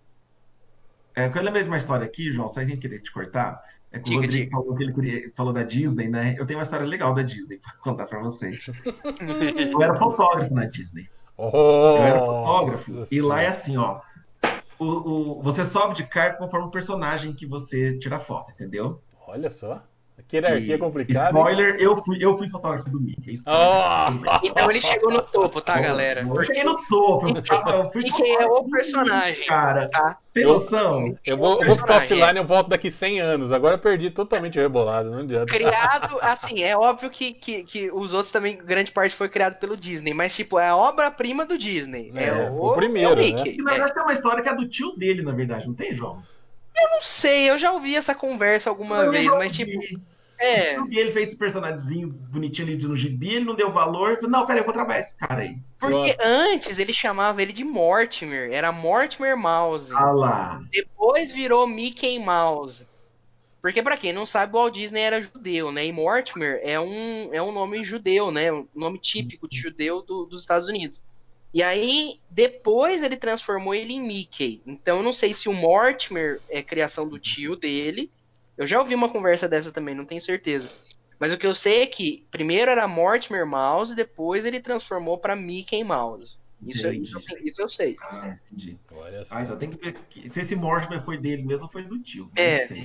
é, eu lembrei de uma história aqui, João, sem querer te cortar. É que o Diga, Rodrigo diga. falou que ele queria- falou da Disney, né? Eu tenho uma história legal da Disney pra contar pra vocês. Eu era fotógrafo na Disney. Eu era fotógrafo. Nossa E lá é Senhora. assim, ó. O, o- você sobe de cargo conforme o personagem que você tira foto, entendeu? Olha só. A hierarquia é E, complicada. hein? spoiler, eu fui, eu fui fotógrafo do Mickey. Spoiler, Oh! tudo bem. Então ele chegou no topo, tá, galera? Eu cheguei no topo. Eu, tava- eu fui Mickey é o fotógrafo do personagem, Mickey, cara. tá? Tem Eu- noção? Eu vou, eu vou ficar personagem, offline, eu volto daqui cem anos. Agora eu perdi totalmente o rebolado, não adianta. Criado, assim, é óbvio que, que, que os outros também, grande parte foi criado pelo Disney, mas, tipo, é a obra-prima do Disney. É, É, o, o primeiro, é o né? Mickey. E, na É. verdade, tem uma história que é do tio dele, na verdade, não tem, João? Eu não sei, eu já ouvi essa conversa alguma Eu vez, já mas, tipo, ouvi. É. E ele fez esse personagemzinho bonitinho ali no gibi, ele não deu valor. Eu falei, não, peraí, eu vou trabalhar esse cara aí. Porque antes ele chamava ele de Mortimer, era Mortimer Mouse. Ah lá. Depois virou Mickey Mouse. Porque pra quem não sabe, o Walt Disney era judeu, né? E Mortimer é um, é um nome judeu, né? Um nome típico de judeu do, dos Estados Unidos. E aí, depois ele transformou ele em Mickey. Então eu não sei se o Mortimer é criação do tio dele. Eu já ouvi uma conversa dessa também, não tenho certeza. Mas o que eu sei é que primeiro era Mortimer Mouse, depois ele transformou para Mickey Mouse. Isso, eu- isso, eu- isso eu sei. Ah, entendi. Olha só. Ah, então tem que ver que- se esse Mortimer foi dele mesmo ou foi do tio. É. Não sei.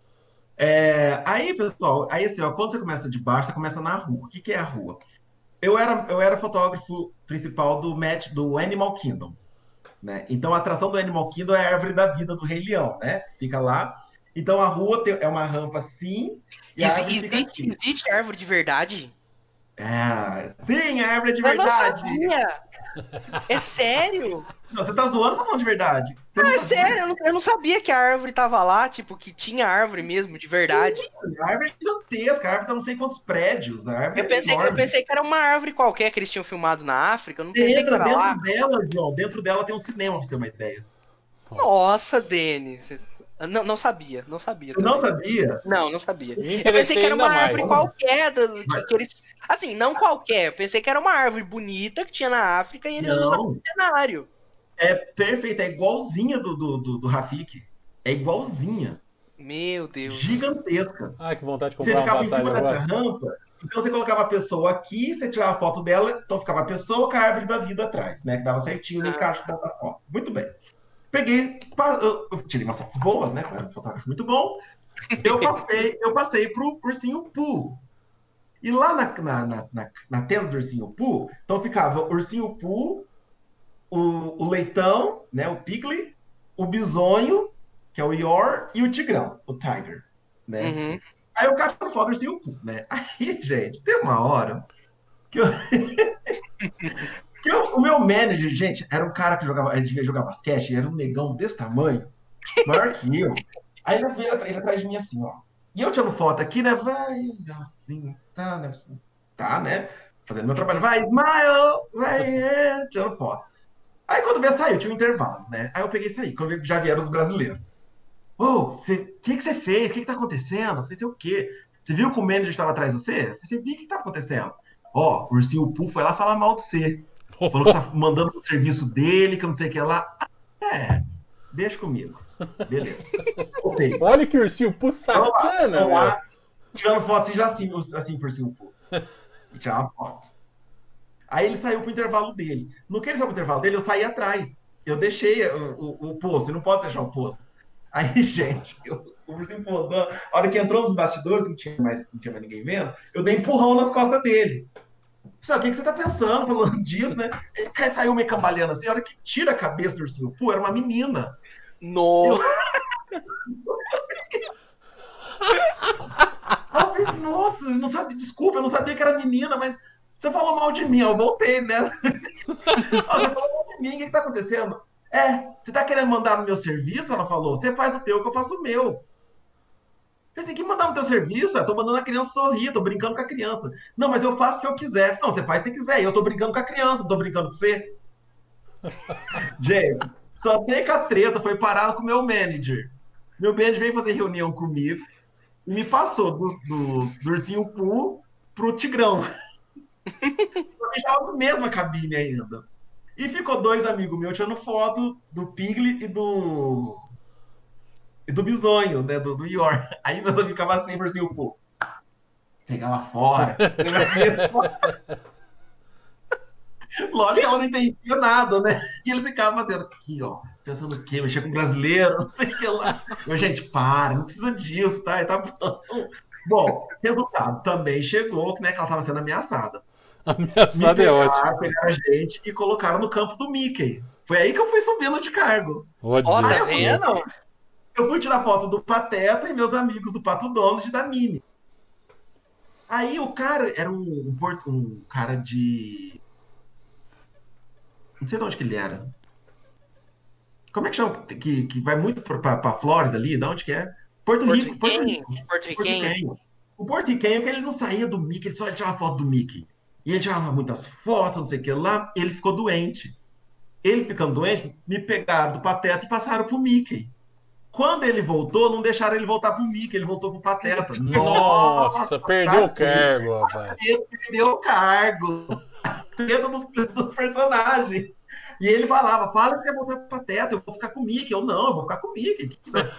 É, aí, pessoal, aí assim, ó, quando você começa de baixo, você começa na rua. O que, que é a rua? Eu era, eu era fotógrafo principal do match do Animal Kingdom, né? Então a atração do Animal Kingdom é a árvore da vida do Rei Leão, né? Fica lá. Então a rua tem- é uma rampa assim e a Exi- árvore fica existe, aqui. existe árvore de verdade? É, sim, a árvore é de Eu não verdade. sabia! É sério? Não, você tá zoando ou tá falando de verdade? Você não Não, é sabia? sério, eu não, eu não sabia que a árvore tava lá, tipo, que tinha árvore mesmo, de verdade. A árvore é gigantesca, a árvore tá não sei quantos prédios, a árvore Eu é pensei, que- eu enorme. pensei que era uma árvore qualquer que eles tinham filmado na África, eu não pensei que Entra era lá. dentro dela, João, dentro dela tem um cinema, pra você ter uma ideia. Nossa, Denis. Não, não sabia, não sabia. Você não também. sabia? Não, não sabia. Me Eu pensei que era uma ainda mais. árvore qualquer, do- que, que eles... Assim, não qualquer, eu pensei que era uma árvore bonita que tinha na África e eles usavam Não, no cenário. é perfeita, é igualzinha do, do, do, do Rafik. É igualzinha, Meu Deus. gigantesca. Ai, que vontade de Você comprar uma ficava em passagem cima dessa agora. rampa, então você colocava a pessoa aqui, você tirava a foto dela, então ficava a pessoa com a árvore da vida atrás, né? Que dava certinho no encaixe da da foto. Muito bem. Peguei, pa- eu eu tirei umas fotos boas, né? Eu era um fotógrafo muito bom. Eu passei, eu passei pro Ursinho Pooh. E lá na, na, na, na, na tenda do Ursinho Pooh, então ficava o Ursinho Pooh, o, o Leitão, né? O Piglet, o Bisonho, que é o Eeyore, e o Tigrão, o Tiger, né? Uhum. Aí eu cato foto do Ursinho Pooh, né? Aí, gente, tem uma hora que eu... que eu- o meu manager, gente, era um cara que jogava, ele devia jogar basquete, era um negão desse tamanho, maior que eu. Aí ele veio ele atrás de mim assim, ó. E eu tirando foto aqui, né? Vai, assim, tá, né? Tá, né? Fazendo meu trabalho. Vai, smile, vai, é, tirando foto. Aí quando veio sair, tinha um intervalo, né? Aí eu peguei e saí, quando já vieram os brasileiros. Ô, você, o que que você fez? O que que tá acontecendo? Eu falei, "Sei o quê? Você viu que o manager estava atrás de você? Eu falei, você viu o que que tá acontecendo? Ó, o Ursinho Pooh foi lá falar mal de você. Falou que tá mandando o serviço dele, que eu não sei o que lá. É, deixa comigo. Beleza. Voltei. Olha que ursinho Pooh Vamos lá, sacana, vamos meu. lá. Tirando foto assim, já assim, assim por Ursinho Pooh. E tirar uma foto. Aí ele saiu pro intervalo dele. No que ele saiu pro intervalo dele, eu saí atrás. Eu deixei o, o, o posto, você não pode deixar o posto. Aí, gente, eu, o Ursinho Pooh, andando, a hora que entrou nos bastidores, não tinha mais, não tinha mais ninguém vendo, eu dei empurrão nas costas dele. Sabe, o que, que você tá pensando falando disso, né? Ele saiu meio cambaleando assim, a hora que tira a cabeça do Ursinho Pooh, era uma menina. No... Eu falei, nossa, eu não sabia, desculpa, eu não sabia que era menina, mas você falou mal de mim, eu voltei, né? Você falou mal de mim, o que, que tá acontecendo? É, você tá querendo mandar no meu serviço? Ela falou, você faz o teu que eu faço o meu. Eu pensei, que mandar no teu serviço? Eu tô mandando a criança sorrir, tô brincando com a criança. Não, mas eu faço o que eu quiser. Não, você faz o que você quiser, eu tô brincando com a criança, tô brincando com você. Gente, só sei que a treta foi parada com o meu manager. Meu manager veio fazer reunião comigo e me passou do, do, do Ursinho Pooh pro Tigrão. Só que estava na mesma cabine ainda. E ficou dois amigos meus tirando foto do Piglet e do. E do Bisonho, né? Do, do Eeyore. Aí meus amigos ficavam assim, Ursinho Pooh. Pegar lá fora. Lógico que ela não entendia nada, né? E eles ficavam fazendo aqui, ó, pensando o quê? Mexer com brasileiro, não sei o que lá. Eu, gente, para, não precisa disso, tá? Tá bom. Bom, resultado, também chegou, né, que ela estava sendo ameaçada. Ameaçada é ótimo. Pegaram a gente e colocaram no campo do Mickey. Foi aí que eu fui subindo de cargo. Ó, tá vendo? Eu fui tirar foto do Pateta e meus amigos do Pato Donald e da Minnie. Aí o cara era um, um, um cara de... Não sei de onde que ele era. Como é que chama? Que, que vai muito pra, pra, pra Flórida ali? De onde que é? Porto Rico. Porto Rico. Porto Riquenho. O porto-riquenho, que ele não saía do Mickey, ele só tirava foto do Mickey. E ele tirava muitas fotos, não sei o que lá, ele ficou doente. Ele ficando doente, me pegaram do Pateta e passaram pro Mickey. Quando ele voltou, não deixaram ele voltar pro Mickey, ele voltou pro Pateta. Nossa, perdeu o cargo, rapaz. Ele perdeu o cargo. A treta dos, dos personagens. E ele falava, fala que quer voltar pro Pateta, eu vou ficar com o Mickey. Eu não, eu vou ficar com o Mickey.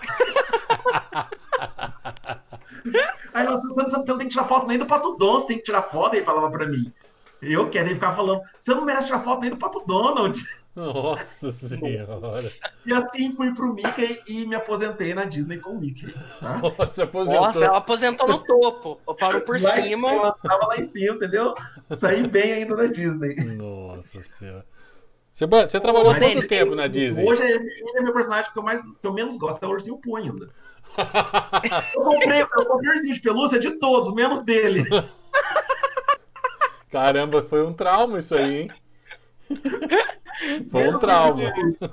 Aí nós, você não tem que tirar foto nem do Pato Donald, você tem que tirar foto, ele falava pra mim. Eu quero, ele ficava falando, você não merece tirar foto nem do Pato Donald. Nossa senhora. E assim fui pro Mickey e me aposentei na Disney com o Mickey. Tá? Nossa, aposentou. Nossa, ela aposentou no topo. Parou por lá cima. Em, eu tava lá em cima, entendeu? Saí bem ainda da Disney. Nossa senhora. Você, você trabalhou quanto Denis, tempo na Disney? Hoje é, ele é meu personagem que eu, mais, que eu menos gosto, é o Ursinho Poo ainda. eu, comprei, eu comprei o ursinho de pelúcia de todos, menos dele. Caramba, foi um trauma isso aí, hein? Foi um trauma.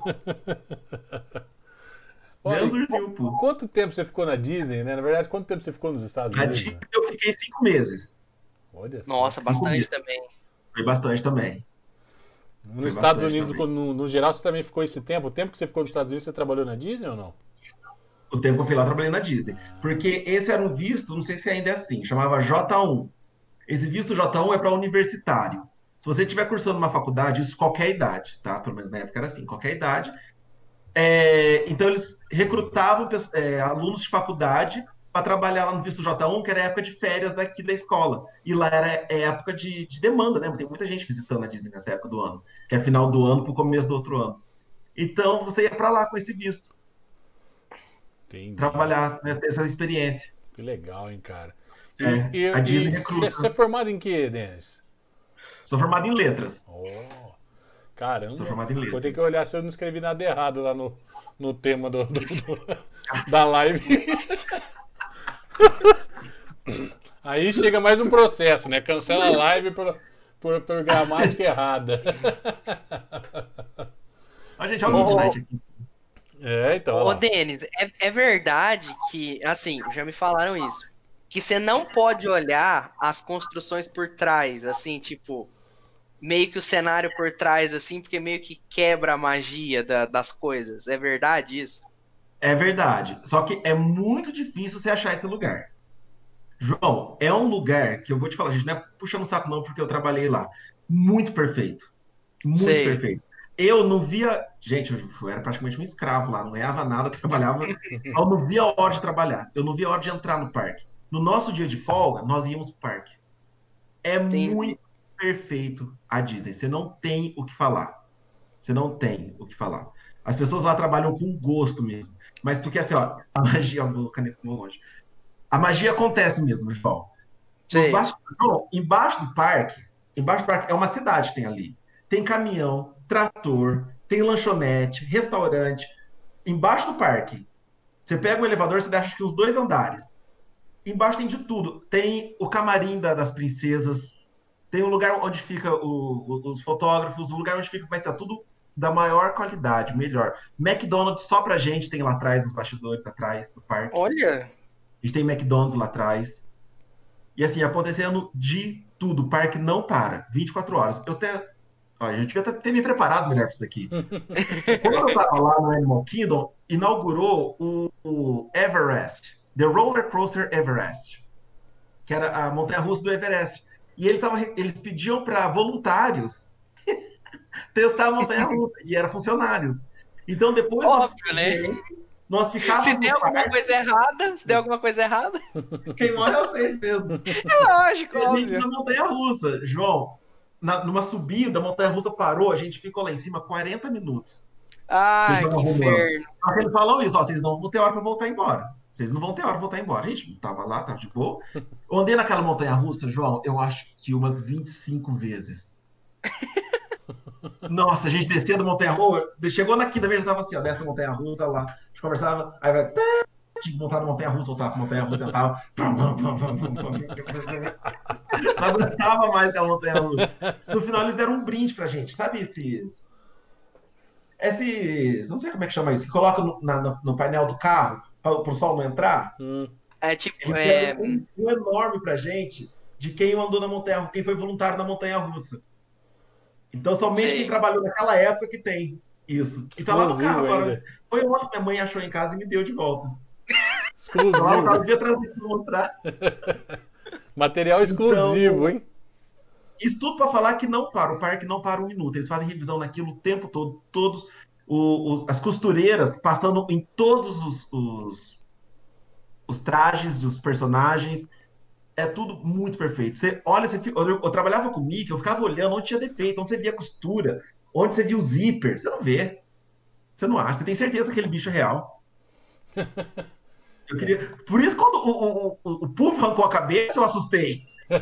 Menos Ursinho Poo. Quanto tempo você ficou na Disney, né? Na verdade, quanto tempo você ficou nos Estados Na Unidos? Disney né? Eu fiquei cinco meses. Olha só. Nossa, bastante meses. também. Foi bastante também. Nos Foi Estados bastante Unidos, também. no, no geral, você também ficou esse tempo? O tempo que você ficou nos Estados Unidos, você trabalhou na Disney ou não? O tempo que eu fui lá, eu trabalhei na Disney. Porque esse era um visto, não sei se ainda é assim, chamava J um. Esse visto J um é para universitário. Se você estiver cursando uma faculdade, isso qualquer idade, tá? Pelo menos na época era assim, qualquer idade. É, então eles recrutavam é, alunos de faculdade para trabalhar lá no visto J um, que era a época de férias daqui da escola. E lá era é, época de, de demanda, né? Tem muita gente visitando a Disney nessa época do ano, que é final do ano para o começo do outro ano. Então você ia para lá com esse visto. Entendi. Trabalhar, né, ter essa experiência. Que legal, hein, cara. E, É, e, a Disney e recruta. Você é formado em quê, Denis? Sou formado em letras. Oh, caramba. Sou formado em letras. Vou ter que olhar se eu não escrevi nada errado lá no, no tema do, do, do, da live. Aí chega mais um processo, né? Cancela a live por, por, por gramática errada. A gente olha o Midnight aqui. É, então. Ô, Denis, é, é verdade que, assim, já me falaram isso, que você não pode olhar as construções por trás, assim, tipo, meio que o cenário por trás, assim, porque meio que quebra a magia da, das coisas. É verdade isso? É verdade. Só que é muito difícil você achar esse lugar. João, é um lugar que eu vou te falar, gente, não é puxando o saco não, porque eu trabalhei lá. Muito perfeito. Muito Sei. perfeito. Eu não via... Gente, eu era praticamente um escravo lá, não ganhava nada, trabalhava... Eu não via a hora de trabalhar. Eu não via a hora de entrar no parque. No nosso dia de folga, nós íamos pro parque. É Entendi. muito perfeito a Disney. Você não tem o que falar. Você não tem o que falar. As pessoas lá trabalham com gosto mesmo. Mas porque assim, ó, a magia... A caneta ficou longe. A magia acontece mesmo, João. Sei. Embaixo, não, embaixo do parque, embaixo do parque é uma cidade que tem ali. Tem caminhão, trator, tem lanchonete, restaurante. Embaixo do parque, você pega um elevador, você deixa acho que uns dois andares. Embaixo tem de tudo. Tem o camarim da, das princesas, tem o lugar onde fica o, o, os fotógrafos, o lugar onde fica, vai ser tudo da maior qualidade, melhor. McDonald's só pra gente tem lá atrás, os bastidores atrás do parque. Olha, A gente tem McDonald's lá atrás. E assim, acontecendo de tudo. O parque não para. vinte e quatro horas. Eu até... Olha, eu devia ter me preparado melhor para isso daqui. Quando eu estava lá no Animal Kingdom, inaugurou o, o Everest. The Roller Coaster Everest. Que era a montanha-russa do Everest. E ele tava, eles pediam para voluntários testar a montanha-russa. E eram funcionários. Então, depois... óbvio, né? Nós ficávamos Se der no alguma parque. coisa errada, se der alguma coisa errada, Quem morre é vocês mesmo. é lógico, A gente óbvio. na montanha-russa, João, na, numa subida, a montanha-russa parou, a gente ficou lá em cima quarenta minutos. Ai, Eles que estavam inferno. Só que eles falam isso, ó, vocês não vão ter hora para voltar embora. Vocês não vão ter hora para voltar embora. A gente tava lá, tava de boa. Eu andei naquela montanha-russa, João, eu acho que umas vinte e cinco vezes. Nossa, a gente descia da montanha-russa, chegou na quinta vez, já tava assim, ó, desce da montanha-russa lá, a gente conversava, aí vai... Tinha que montar na montanha-russa, voltava pra montanha-russa, sentava. Não aguentava mais aquela montanha-russa. No final, eles deram um brinde pra gente. Sabe esses... Esses... Não sei como é que chama isso. Que coloca no, na- no- no painel do carro para o sol não entrar. Hum. É tipo, Eles é, fizeram um, um enorme pra gente de quem andou na montanha, quem foi voluntário na montanha-russa. Então, somente quem sei. trabalhou naquela época que tem isso. E tá lá no carro Exclusivo agora. ainda. Foi ontem, minha mãe achou em casa e me deu de volta. Tá lá no Exclusivo. carro, devia trazer pra mostrar. Material exclusivo, Então, hein? isso tudo para falar que não para, o parque não para um minuto. Eles fazem revisão naquilo o tempo todo, todos o- os- as costureiras passando em todos os, os, os trajes dos personagens. É tudo muito perfeito. Você olha, você fica- eu, eu trabalhava com o Mickey, eu ficava olhando onde tinha defeito, onde você via costura, onde você via o zíper. Você não vê, você não acha. Você tem certeza que aquele bicho é real. Eu queria. Por isso, quando o, o, o, o Puff arrancou a cabeça, eu assustei.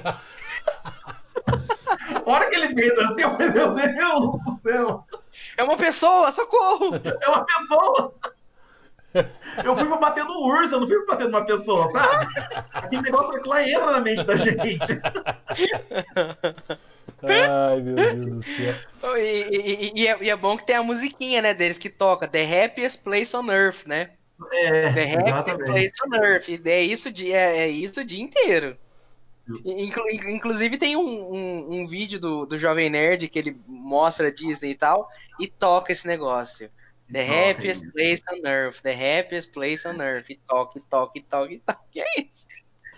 A hora que ele fez assim, eu falei, meu Deus do céu, É uma pessoa, socorro! é uma pessoa. Eu fui pra bater no urso, eu não fui pra bater numa pessoa, sabe? Aquele negócio que lá entra na mente da gente. Ai, meu Deus do céu. E, e- e- e é, e é bom que tem a musiquinha, né, deles que toca The Happiest Place on Earth, né? É, The Happiest exatamente. Place on Earth. E é isso, de, é, é isso o dia inteiro. Inclu- inclusive tem um, um, um vídeo do, do Jovem Nerd que ele mostra a Disney e tal, e toca esse negócio. The Toca Happiest aí. Place on Earth, The Happiest Place on Earth. E toca, e toca, e toca, e toca. E é isso.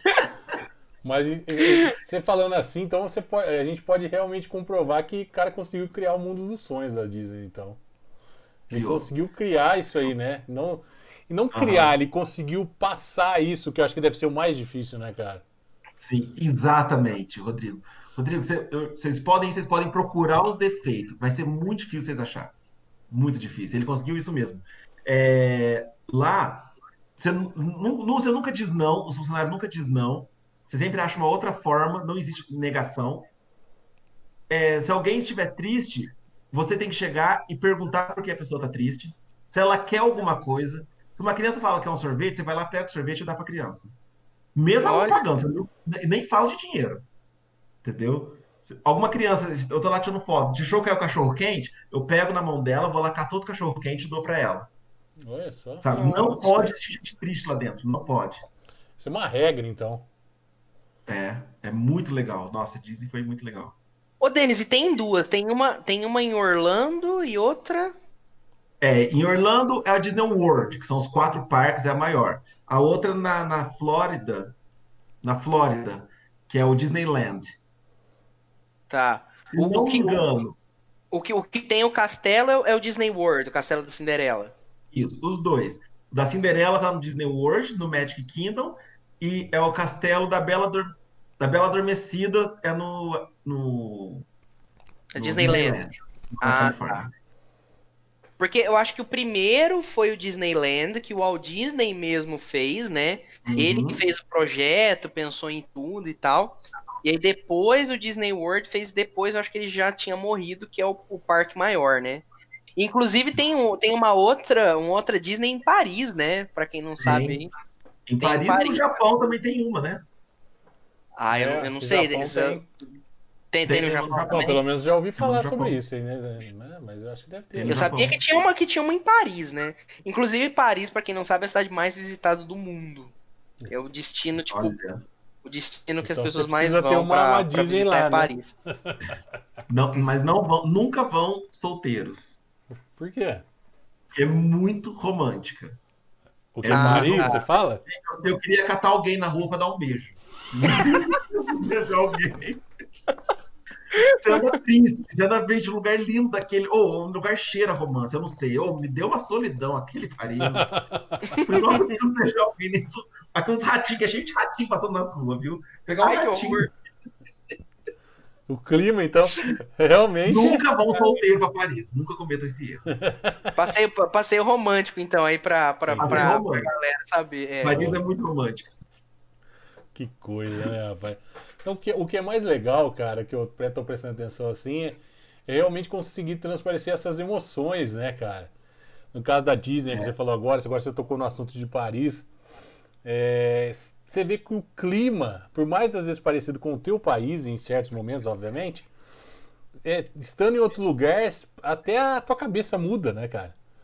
Mas e- e- você falando assim, então você pode, a gente pode realmente comprovar que o cara conseguiu criar o mundo dos sonhos da Disney, então. Ele Criou. conseguiu criar isso aí, né? Não, e não Aham. criar, ele conseguiu passar isso, que eu acho que deve ser o mais difícil, né, cara? Sim, exatamente, Rodrigo. Rodrigo, cê- eu- vocês podem, vocês podem procurar os defeitos. Vai ser muito difícil vocês acharem. Muito difícil. Ele conseguiu isso mesmo. É, lá, você, nu- nu- nu- você nunca diz não, os funcionários nunca diz não. Você sempre acha uma outra forma, não existe negação. É, se alguém estiver triste, você tem que chegar e perguntar por que a pessoa está triste. Se ela quer alguma coisa. Se uma criança fala que quer um sorvete, você vai lá, pega o sorvete e dá para a criança. Mesmo ela não Olha, pagando, você não- nem fala de dinheiro, entendeu? Se alguma criança, eu tô lá tirando foto, deixou cair o cachorro quente, eu pego na mão dela, vou lá catar outro cachorro quente e dou para ela, Olha só. sabe? Não nossa. pode existir gente triste lá dentro, não pode. Isso é uma regra, então. É, é muito legal. Nossa, Disney foi muito legal. Ô, Denis, e tem duas. Tem uma, tem uma em Orlando e outra. É, em Orlando é a Disney World, que são os quatro parques, é a maior. A outra na, na Flórida, na Flórida, que é o Disneyland. Tá. Se O, o não me que, o, engano, o que, o que tem o castelo é o- é o Disney World, o castelo da Cinderela. isso, os dois. O da Cinderela tá no Disney World, no Magic Kingdom, e é o castelo da Bela, Ador- da Bela Adormecida, é no, no, A no Disneyland. Disneyland, na Ah, Califórnia. porque eu acho que o primeiro foi o Disneyland, que o Walt Disney mesmo fez, né? Ele que Uhum. fez o projeto, pensou em tudo e tal. E aí depois o Disney World fez depois, eu acho que ele já tinha morrido, que é o, o parque maior, né? Inclusive tem, um, tem uma outra, uma outra Disney em Paris, né? Pra quem não sabe Tem. aí. Em Tem em Paris e no Paris. Japão também tem uma, né? Ah, eu, É, não- eu não no sei, Japão Denis. tem. eu- Tem, tem Tem no no Japão Japão. Bom, também? pelo menos já ouvi Tem uma falar no sobre Japão. isso aí, né? Né? Mas eu acho que deve ter. Tem né? no Eu sabia Japão. que tinha uma que tinha uma em Paris, né? Inclusive, Paris, pra quem não sabe, é a cidade mais visitada do mundo. É o destino, tipo, Olha. o destino que as Então você pessoas mais precisa ter vão uma- pra, uma pra Disney visitar lá, é né? Paris. Não, mas não vão, nunca vão solteiros. Por quê? É muito romântica. O que É é Ah, Paris, muito. você fala? Eu queria catar alguém na rua para dar um beijo. Beijar alguém. Você anda triste, você anda vendo um lugar lindo daquele. Ou um lugar cheira a romance, eu não sei. Ou me deu uma solidão aquele Paris. Falei, nossa, eu preciso beijar alguém nisso. Aqui uns ratinhos, que é cheio de ratinho passando nas ruas, viu? Pegar um Ai, que ratinho. horror. O clima, então, realmente. Nunca vão solteiro para Paris. Nunca cometam esse erro. Passeio, passeio romântico, então, aí pra, pra, Paris pra, é pra romântico. galera saber. É. Paris é muito romântico. Que coisa, né, rapaz? Então, o que, o que é mais legal, cara, que eu pre- tô prestando atenção assim, é, é realmente conseguir transparecer essas emoções, né, cara? No caso da Disney, que você falou agora, agora você tocou no assunto de Paris, é, você vê que o clima, por mais às vezes parecido com o teu país, em certos momentos, obviamente, é, estando em outro lugar, até a tua cabeça muda, né, cara?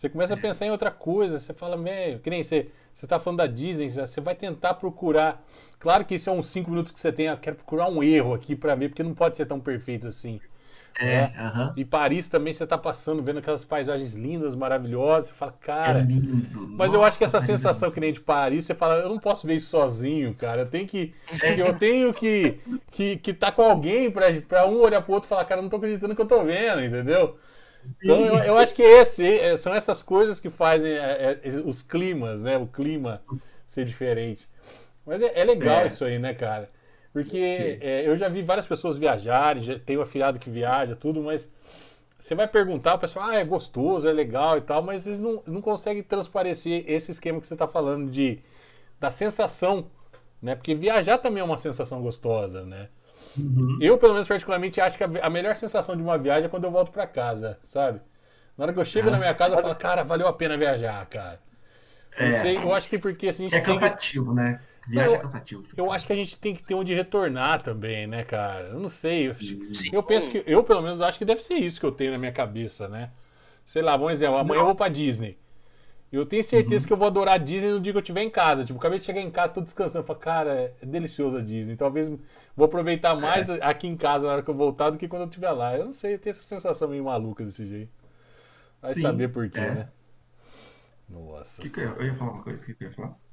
Você começa a pensar em outra coisa, você fala, velho, que nem você, você tá falando da Disney, você vai tentar procurar. Claro que isso é uns cinco minutos que você tem, eu quero procurar um erro aqui pra ver, porque não pode ser tão perfeito assim. É, Né? aham. E Paris também você tá passando, vendo aquelas paisagens lindas, maravilhosas, você fala, É cara. lindo. Mas eu acho que Nossa, essa Paris é sensação lindo. que nem de Paris, você fala, eu não posso ver isso sozinho, cara. Eu tenho que. Eu tenho que, que, que tá com alguém pra, pra um olhar pro outro e falar, cara, eu não tô acreditando que eu tô vendo, entendeu? Então eu, Sim. eu acho que esse, é- são essas coisas que fazem é, é, os climas, né? O clima ser diferente. Mas é, é legal É, isso aí, né, cara? Porque sim. é, eu já vi várias pessoas viajarem, já tenho afilhado que viaja, tudo, mas você vai perguntar, o pessoal, ah, é gostoso, é legal e tal, mas eles não, não conseguem transparecer esse esquema que você está falando de da sensação, né? Porque viajar também é uma sensação gostosa, né? Uhum. Eu, pelo menos, particularmente, acho que a, a melhor sensação de uma viagem é quando eu volto para casa, sabe? Na hora que eu chego na minha Ah, casa, eu falo, cara, valeu a pena viajar, cara. Eu não é, sei, eu acho que porque assim, a é gente tem que. cansativo, né? Não, Viagem é eu, cansativo. eu acho que a gente tem que ter onde retornar também, né, cara? Eu não sei. Eu, acho- Sim. eu penso Sim. que. Eu, pelo menos, acho que deve ser isso que eu tenho na minha cabeça, né? Sei lá, vamos exemplo, amanhã eu Não. vou pra Disney. Eu tenho certeza que Uhum. eu vou adorar a Disney no dia que eu estiver em casa. Tipo, acabei de chegar em casa, tô descansando. Eu falo, cara, é delicioso a Disney. Talvez vou aproveitar mais É, aqui em casa na hora que eu voltar do que quando eu estiver lá. Eu não sei, eu tenho essa sensação meio maluca desse jeito. Vai saber sim. por quê, É. né? Nossa Que que eu, senhora. eu ia falar uma coisa, o que que eu ia falar?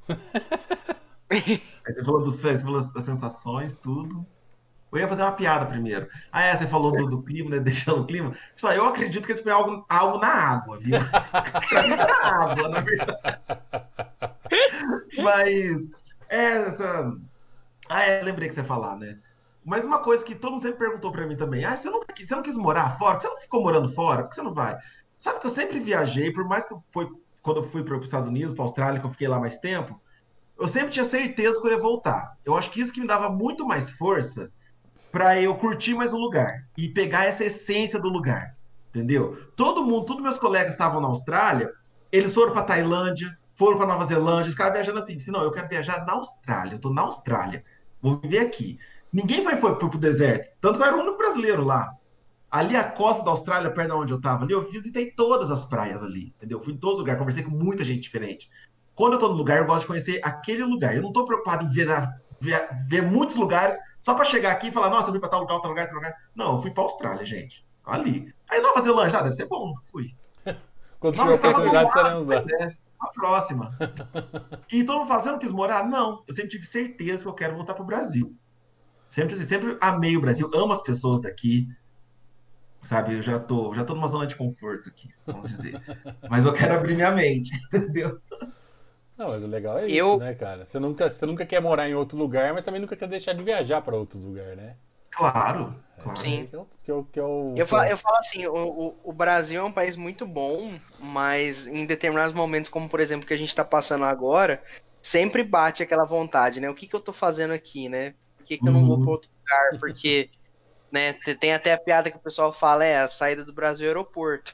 Aí você falou, dos, você falou das sensações, tudo. Eu ia fazer uma piada primeiro. Ah, é, você falou do, do clima, né? Deixando o clima. Só eu acredito que isso foi algo, algo na água, viu? Pra mim foi na água, na verdade. Mas, é, essa. Ah, é, lembrei que você ia falar, né? Mas uma coisa que todo mundo sempre perguntou pra mim também. Ah, você, nunca, quis- você não quis morar fora? Por que você não ficou morando fora? Por que você não vai? Sabe que eu sempre viajei, por mais que eu fui, quando eu fui para os Estados Unidos, para a Austrália, que eu fiquei lá mais tempo, eu sempre tinha certeza que eu ia voltar. Eu acho que isso que me dava muito mais força para eu curtir mais o lugar e pegar essa essência do lugar, entendeu? Todo mundo, todos meus colegas estavam na Austrália, eles foram para Tailândia, foram para Nova Zelândia, os caras viajando assim, disse, não, eu quero viajar na Austrália, eu tô na Austrália, vou viver aqui. Ninguém foi, foi pro deserto, tanto que eu era o único brasileiro lá. Ali a costa da Austrália, perto de onde eu estava ali, eu visitei todas as praias ali, entendeu? Fui em todos os lugares, conversei com muita gente diferente. Quando eu estou no lugar, eu gosto de conhecer aquele lugar. Eu não estou preocupado em ver, ver, ver muitos lugares só para chegar aqui e falar, nossa, eu fui para tal lugar, tal lugar, tal lugar. Não, eu fui para a Austrália, gente. Só ali. Aí Nova Zelândia, ah, deve ser bom. Fui. Quando Não, tiver mas estava oportunidade, bombado. estaremos Pois lá. é, a próxima. E todo mundo fala, você não quis morar? Não. Eu sempre tive certeza que eu quero voltar para o Brasil. Sempre, assim, sempre amei o Brasil, amo as pessoas daqui, sabe? Eu já tô, já tô numa zona de conforto aqui, vamos dizer. Mas eu quero abrir minha mente, entendeu? Não, mas o legal é isso, Eu, né, cara? Você nunca, você nunca quer morar em outro lugar, mas também nunca quer deixar de viajar para outro lugar, né? Claro, Isso claro. aí sim. que é o que é o, que é o, Eu que é falo, o- eu falo assim, o, o, o Brasil é um país muito bom, mas em determinados momentos, como por exemplo que a gente tá passando agora, sempre bate aquela vontade, né? O que que eu tô fazendo aqui, né? Por que que eu não vou para Uhum. outro lugar? Porque, né, te- tem até a piada que o pessoal fala, é, a saída do Brasil é o aeroporto.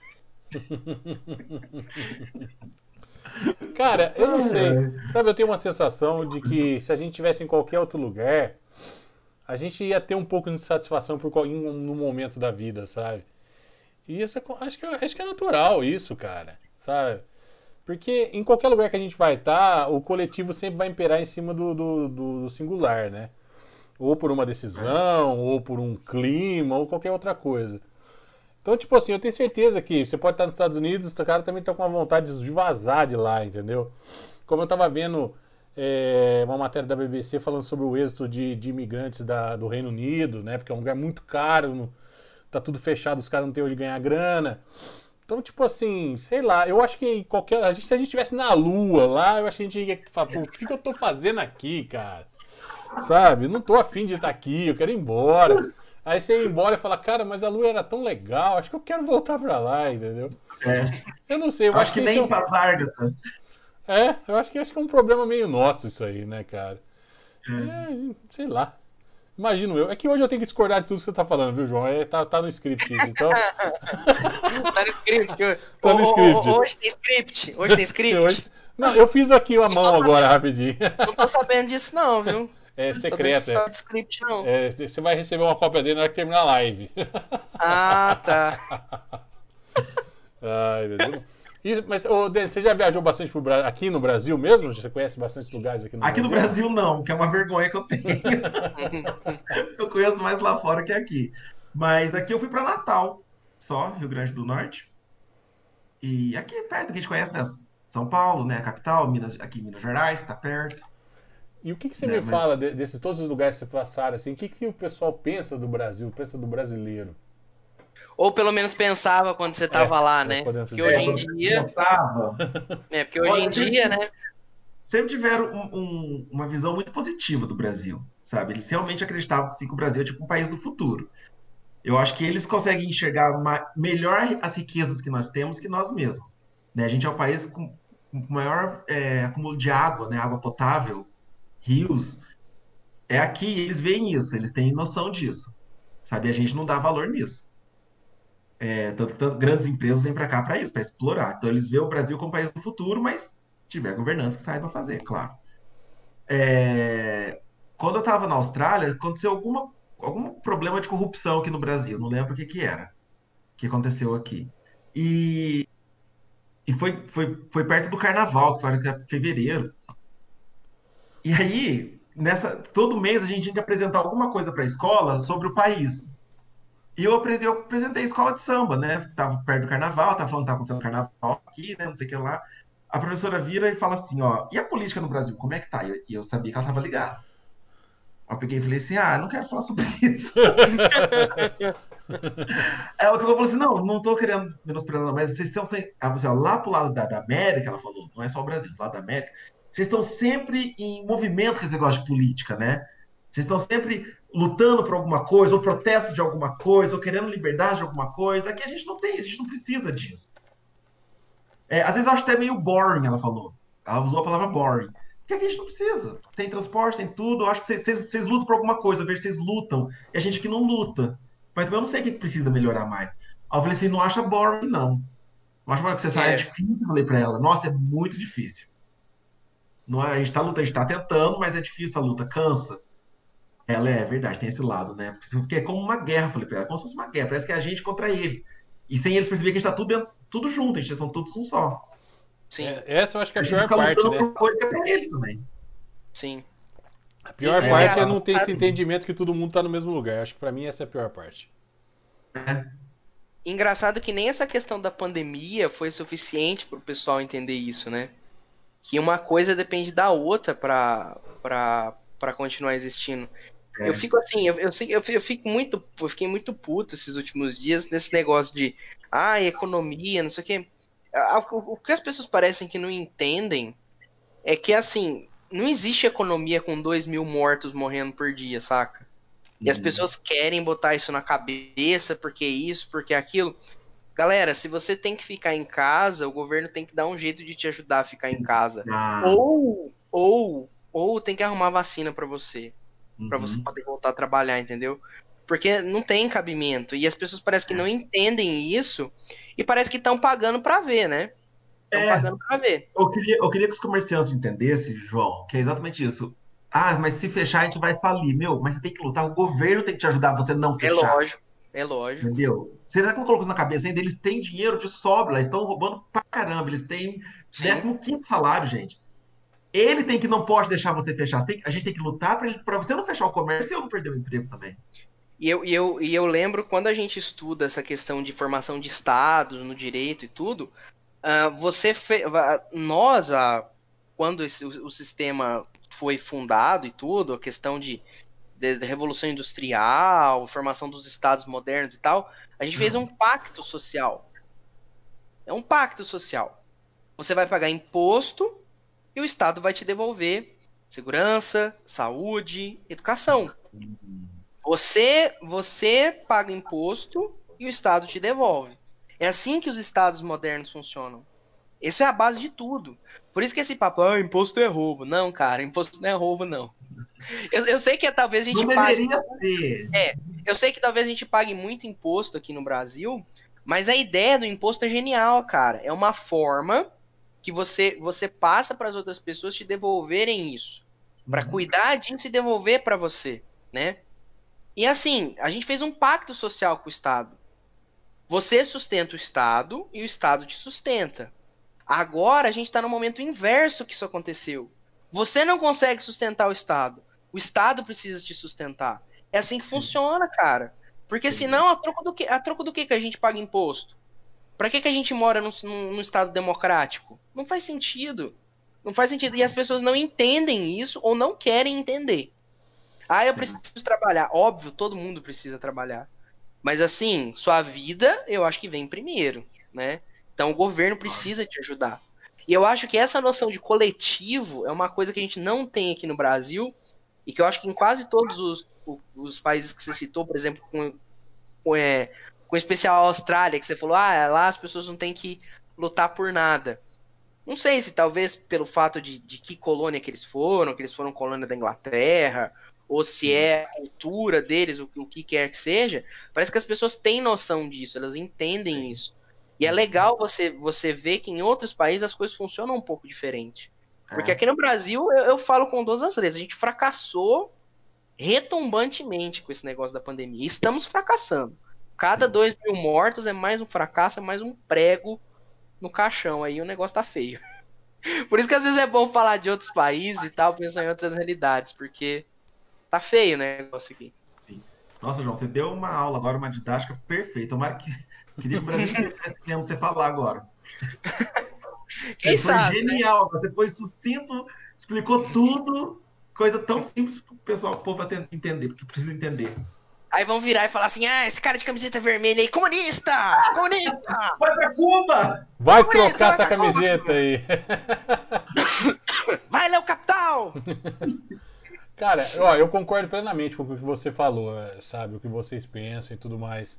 Cara, eu não Ai, sei. ai. Sabe, eu tenho uma sensação de que se a gente tivesse em qualquer outro lugar, a gente ia ter um pouco de satisfação por qual- em um, num momento da vida, sabe? E isso é, co- acho que, é- acho que é natural isso, cara, sabe? Porque em qualquer lugar que a gente vai estar, o coletivo sempre vai imperar em cima do, do, do- do singular, né? Ou por uma decisão, ou por um clima, ou qualquer outra coisa. Então, tipo assim, eu tenho certeza que você pode estar nos Estados Unidos, o cara também tá com a vontade de vazar de lá, entendeu? Como eu tava vendo é, uma matéria da B B C falando sobre o êxito de, de imigrantes da- do Reino Unido, né? Porque é um lugar muito caro, não- tá tudo fechado, os caras não têm onde ganhar grana. Então, tipo assim, sei lá, eu acho que em qualquer. A gente, se a gente estivesse na Lua lá, eu acho que a gente ia falar, pô, o que, que eu tô fazendo aqui, cara? Sabe? Não tô afim de estar aqui, eu quero ir embora. Aí você ia embora e fala, cara, mas a Lua era tão legal, acho que eu quero voltar pra lá, entendeu? É. Eu não sei, eu Acho acho que que isso é nem um. para Zargata. É, eu acho que acho que é um problema meio nosso isso aí, né, cara? É. É, sei lá. Imagino eu. É que hoje eu tenho que discordar de tudo que você tá falando, viu, João? É, tá, tá no script isso, então. Tá no script. Ho- Tá no ho- ho- script. Hoje tem script. Hoje tem Hoje... script. Não, eu fiz aqui a mão agora, rapidinho. Não tô sabendo disso não, viu? É Não tô sabendo desse secreto, é. tal de script não. É, você vai receber uma cópia dele na hora que terminar a live. Ah, tá. Ai, meu Deus. E, mas, ô, Denis, você já viajou bastante pro Bra... aqui no Brasil mesmo? Você conhece bastante lugares aqui no Aqui no Brasil? Brasil não, que é uma vergonha que eu tenho. Eu conheço mais lá fora que aqui. Mas aqui eu fui para Natal, só, Rio Grande do Norte. E aqui perto, que a gente conhece, né? São Paulo, né? A capital, Minas, aqui em Minas Gerais, tá perto. E o que, que você Né? me Mas fala de- desses todos os lugares que você passaram, assim? O que, que o pessoal pensa do Brasil, pensa do brasileiro? Ou pelo menos pensava quando você É, tava lá, é, né? podemos Porque dizer hoje é, em isso. você dia. pensava. É, porque hoje em Olha, sempre, dia, né? sempre tiveram um- um- uma visão muito positiva do Brasil, sabe? Eles realmente acreditavam que, sim, que o Brasil é tipo um país do futuro. Eu acho que eles conseguem enxergar ma- melhor as riquezas que nós temos que nós mesmos. Né? A gente é o país com com maior é, acúmulo de água, né? Água potável, rios. É aqui, eles veem isso, eles têm noção disso. Sabe? E a gente não dá valor nisso. É, tanto, tanto grandes empresas vêm para cá para isso, para explorar. Então eles veem o Brasil como país do futuro, mas tiver governantes que saibam fazer, claro. É, quando eu estava na Austrália, aconteceu alguma, algum problema de corrupção aqui no Brasil, não lembro o que que era, que aconteceu aqui. E, e foi, foi, foi perto do carnaval, que foi em fevereiro. E aí, nessa, todo mês a gente tinha que apresentar alguma coisa para a escola sobre o país. E eu apresentei, eu apresentei a escola de samba, né? Tava perto do carnaval, tava falando que tava acontecendo carnaval aqui, né? Não sei o que lá. A professora vira e fala assim, ó, e a política no Brasil, como é que tá? E eu, e eu sabia que ela tava ligada. Aí eu peguei e falei assim, ah, não quero falar sobre isso. Aí ela pegou e falou assim, não, não tô querendo menosprezar, não, mas vocês estão sem... Ela falou assim, ó, lá pro lado da, da América, ela falou, não é só o Brasil, do lado da América, vocês estão sempre em movimento com esse negócio de política, né? Vocês estão sempre lutando por alguma coisa, ou protesto de alguma coisa, ou querendo liberdade de alguma coisa. Aqui a gente não tem, a gente não precisa disso. É, às vezes eu acho até meio boring, ela falou. Ela usou a palavra boring. Porque aqui a gente não precisa. Tem transporte, tem tudo. Eu acho que vocês, vocês, vocês lutam por alguma coisa, eu vejo que vocês lutam. E a gente aqui não luta. Mas também eu não sei o que que precisa melhorar mais. Aí eu falei assim, não acha boring, não. Não acha boring que você saia É, difícil, eu falei pra ela. Nossa, é muito difícil. Não é, a gente tá lutando, a gente tá tentando, mas é difícil a luta, cansa. Ela é verdade, tem esse lado, né? Porque é como uma guerra, eu falei pra ela, é como se fosse uma guerra, parece que é a gente contra eles. E sem eles perceber que a gente tá tudo, dentro, tudo junto, a gente são todos um só. sim, É, essa eu acho que é A a gente pior fica parte, lutando né? por coisa que é pra eles também. sim. A E, pior e parte é É, não ter esse engraçado, entendimento que todo mundo tá no mesmo lugar. Acho que pra mim essa é a pior parte. engraçado que nem essa questão da pandemia foi suficiente pro pessoal entender isso, né? Que uma coisa depende da outra pra, pra, pra continuar existindo. Eu é, fico assim, eu, eu, sei- eu, fi- eu fico muito, eu fiquei muito puto esses últimos dias nesse negócio de, ah, economia, não sei o quê. Ah, O, o que as pessoas parecem que não entendem é que, assim, não existe economia com dois mil mortos morrendo por dia, saca? E as uhum. pessoas querem botar isso na cabeça, porque isso, porque aquilo. Galera, se você tem que ficar em casa, o governo tem que dar um jeito de te ajudar a ficar em casa. Ah, Ou, ou, ou tem que arrumar vacina pra você, pra você uhum. poder voltar a trabalhar, entendeu? Porque não tem cabimento. E as pessoas parecem que não entendem isso e parece que estão pagando pra ver, né? Estão É, pagando pra ver. eu queria, eu queria que os comerciantes entendessem, João, que é exatamente isso. Ah, mas se fechar a gente vai falir. Meu, mas você tem que lutar, o governo tem que te ajudar a você não É fechar. lógico, é lógico. Entendeu? Você já colocou isso na cabeça ainda? Eles têm dinheiro de sobra, eles estão roubando pra caramba, eles têm Sim. décimo quinto salário, gente. Ele tem que não pode deixar você fechar. Você tem- a gente tem que lutar para você não fechar o comércio e eu não perder o emprego também. E eu, e, eu, e eu lembro quando a gente estuda essa questão de formação de estados no direito e tudo, ah, você fe... va- nós, ah, quando esse- o, o sistema foi fundado e tudo, a questão de, de, de Revolução Industrial, formação dos estados modernos e tal, a gente fez um pacto social. É um pacto social. Você vai pagar imposto e o Estado vai te devolver segurança, saúde, educação. Você, você paga imposto e o Estado te devolve. É assim que os Estados modernos funcionam. Isso é a base de tudo. Por isso que esse papo, ah, imposto é roubo. Não, cara, imposto não é roubo, não. Eu, eu sei que talvez a Não gente pague. deveria ser. É, eu sei que talvez a gente pague muito imposto aqui no Brasil, mas a ideia do imposto é genial, cara. É uma forma que você, você passa para as outras pessoas te devolverem isso. Para Uhum. cuidar disso e devolver para você, né? E assim, a gente fez um pacto social com o Estado. Você sustenta o Estado e o Estado te sustenta. Agora a gente está no momento inverso que isso aconteceu. Você não consegue sustentar o Estado. O Estado precisa te sustentar. É assim que funciona, cara. Porque senão, a troco do que, a troco do que, que a gente paga imposto? Pra que, que a gente mora num, num Estado democrático? Não faz sentido. Não faz sentido. E as pessoas não entendem isso ou não querem entender. Ah, eu Sim. preciso trabalhar. Óbvio, todo mundo precisa trabalhar. Mas assim, sua vida, eu acho que vem primeiro, né? Então o governo precisa te ajudar. E eu acho que essa noção de coletivo é uma coisa que a gente não tem aqui no Brasil e que eu acho que em quase todos os, os países que você citou, por exemplo, com, com, é, com especial a Austrália, que você falou, ah, lá as pessoas não têm que lutar por nada. Não sei se talvez pelo fato de, de que colônia que eles foram, que eles foram colônia da Inglaterra, ou se é a cultura deles, o, o que quer que seja, parece que as pessoas têm noção disso, elas entendem isso. E é legal você, você ver que em outros países as coisas funcionam um pouco diferente. Porque É. aqui no Brasil, eu, eu falo com todas as letras, a gente fracassou retumbantemente com esse negócio da pandemia. E estamos fracassando. Cada dois mil mortos é mais um fracasso, é mais um prego no caixão. Aí o negócio tá feio. Por isso que às vezes é bom falar de outros países e tal, pensar em outras realidades, porque tá feio o negócio aqui. Sim. Nossa, João, você deu uma aula agora, uma didática perfeita. Tomara que queria que o Brasil inteiro tivesse tempo de você falar agora. Quem Você foi sabe, né? genial, você foi sucinto, explicou tudo, coisa tão simples para o pessoal, o povo entender, porque precisa entender. Aí vão virar e falar assim, ah, esse cara de camiseta vermelha aí, comunista! Comunista! Vai pra Cuba! Vai Comunista, trocar essa vai pra Cuba, camiseta aí. Vai, Léo Capital! Cara, ó, eu concordo plenamente com o que você falou, é, sabe? O que vocês pensam e tudo mais.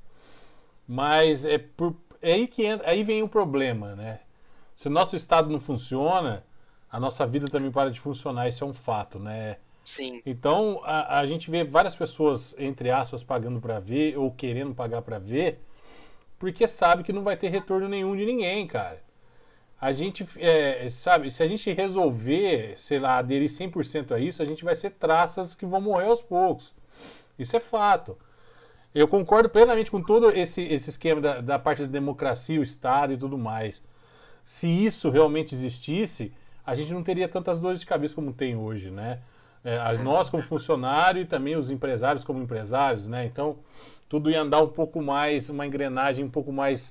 Mas é, por, é aí que entra, aí vem o problema, né? Se o nosso Estado não funciona, a nossa vida também para de funcionar, isso é um fato, né? Sim. Então, a, a gente vê várias pessoas, entre aspas, pagando para ver ou querendo pagar para ver, porque sabe que não vai ter retorno nenhum de ninguém, cara. A gente, é, sabe, se a gente resolver, sei lá, aderir cem por cento a isso, a gente vai ser traças que vão morrer aos poucos. Isso é fato. Eu concordo plenamente com todo esse, esse esquema da, da parte da democracia, o Estado e tudo mais. Se isso realmente existisse, a gente não teria tantas dores de cabeça como tem hoje, né? É, nós como funcionário e também os empresários como empresários, né? Então, tudo ia andar um pouco mais, uma engrenagem um pouco mais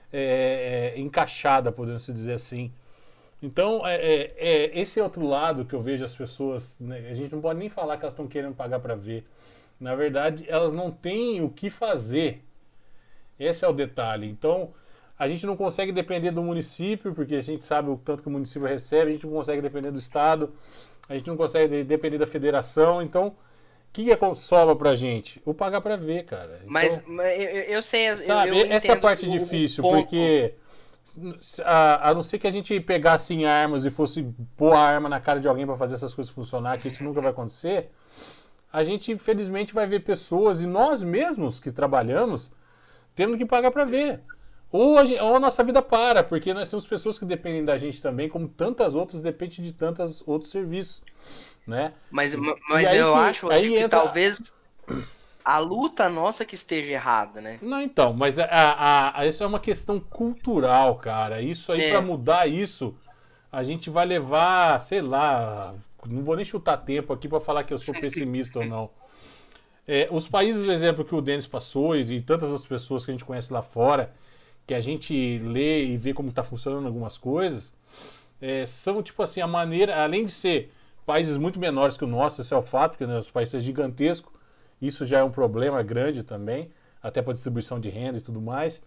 é, é, encaixada, podemos dizer assim. Então, é, é, é esse outro lado que eu vejo as pessoas, né? A gente não pode nem falar que elas estão querendo pagar para ver. Na verdade, elas não têm o que fazer. Esse é o detalhe. Então, a gente não consegue depender do município, porque a gente sabe o tanto que o município recebe, a gente não consegue depender do Estado, a gente não consegue depender da federação. Então, o que, que sobra pra gente? O pagar pra ver, cara. Então, Mas, mas eu, eu sei, sabe, eu, eu essa é a entendo parte o difícil, ponto. porque a, a não ser que a gente pegasse em armas e fosse pôr a arma na cara de alguém pra fazer essas coisas funcionar, que isso nunca vai acontecer, a gente, infelizmente, vai ver pessoas, e nós mesmos que trabalhamos, tendo que pagar pra ver. Ou a, gente, ou a nossa vida para, porque nós temos pessoas que dependem da gente também, como tantas outras dependem de tantos outros serviços, né? Mas, E mas aí eu que- acho aí que entra- talvez a luta nossa que esteja errada, né? Não, então, mas a, a, a- isso é uma questão cultural, cara. Isso aí, É. pra mudar isso, a gente vai levar, sei lá, não vou nem chutar tempo aqui pra falar que eu sou pessimista ou não. É, os países, por exemplo, que o Denis passou e, e tantas outras pessoas que a gente conhece lá fora, que a gente lê e vê como está funcionando algumas coisas, é, são tipo assim, a maneira, além de ser países muito menores que o nosso, esse é o fato, porque né, os países são gigantescos, isso já é um problema grande também, até para distribuição de renda e tudo mais.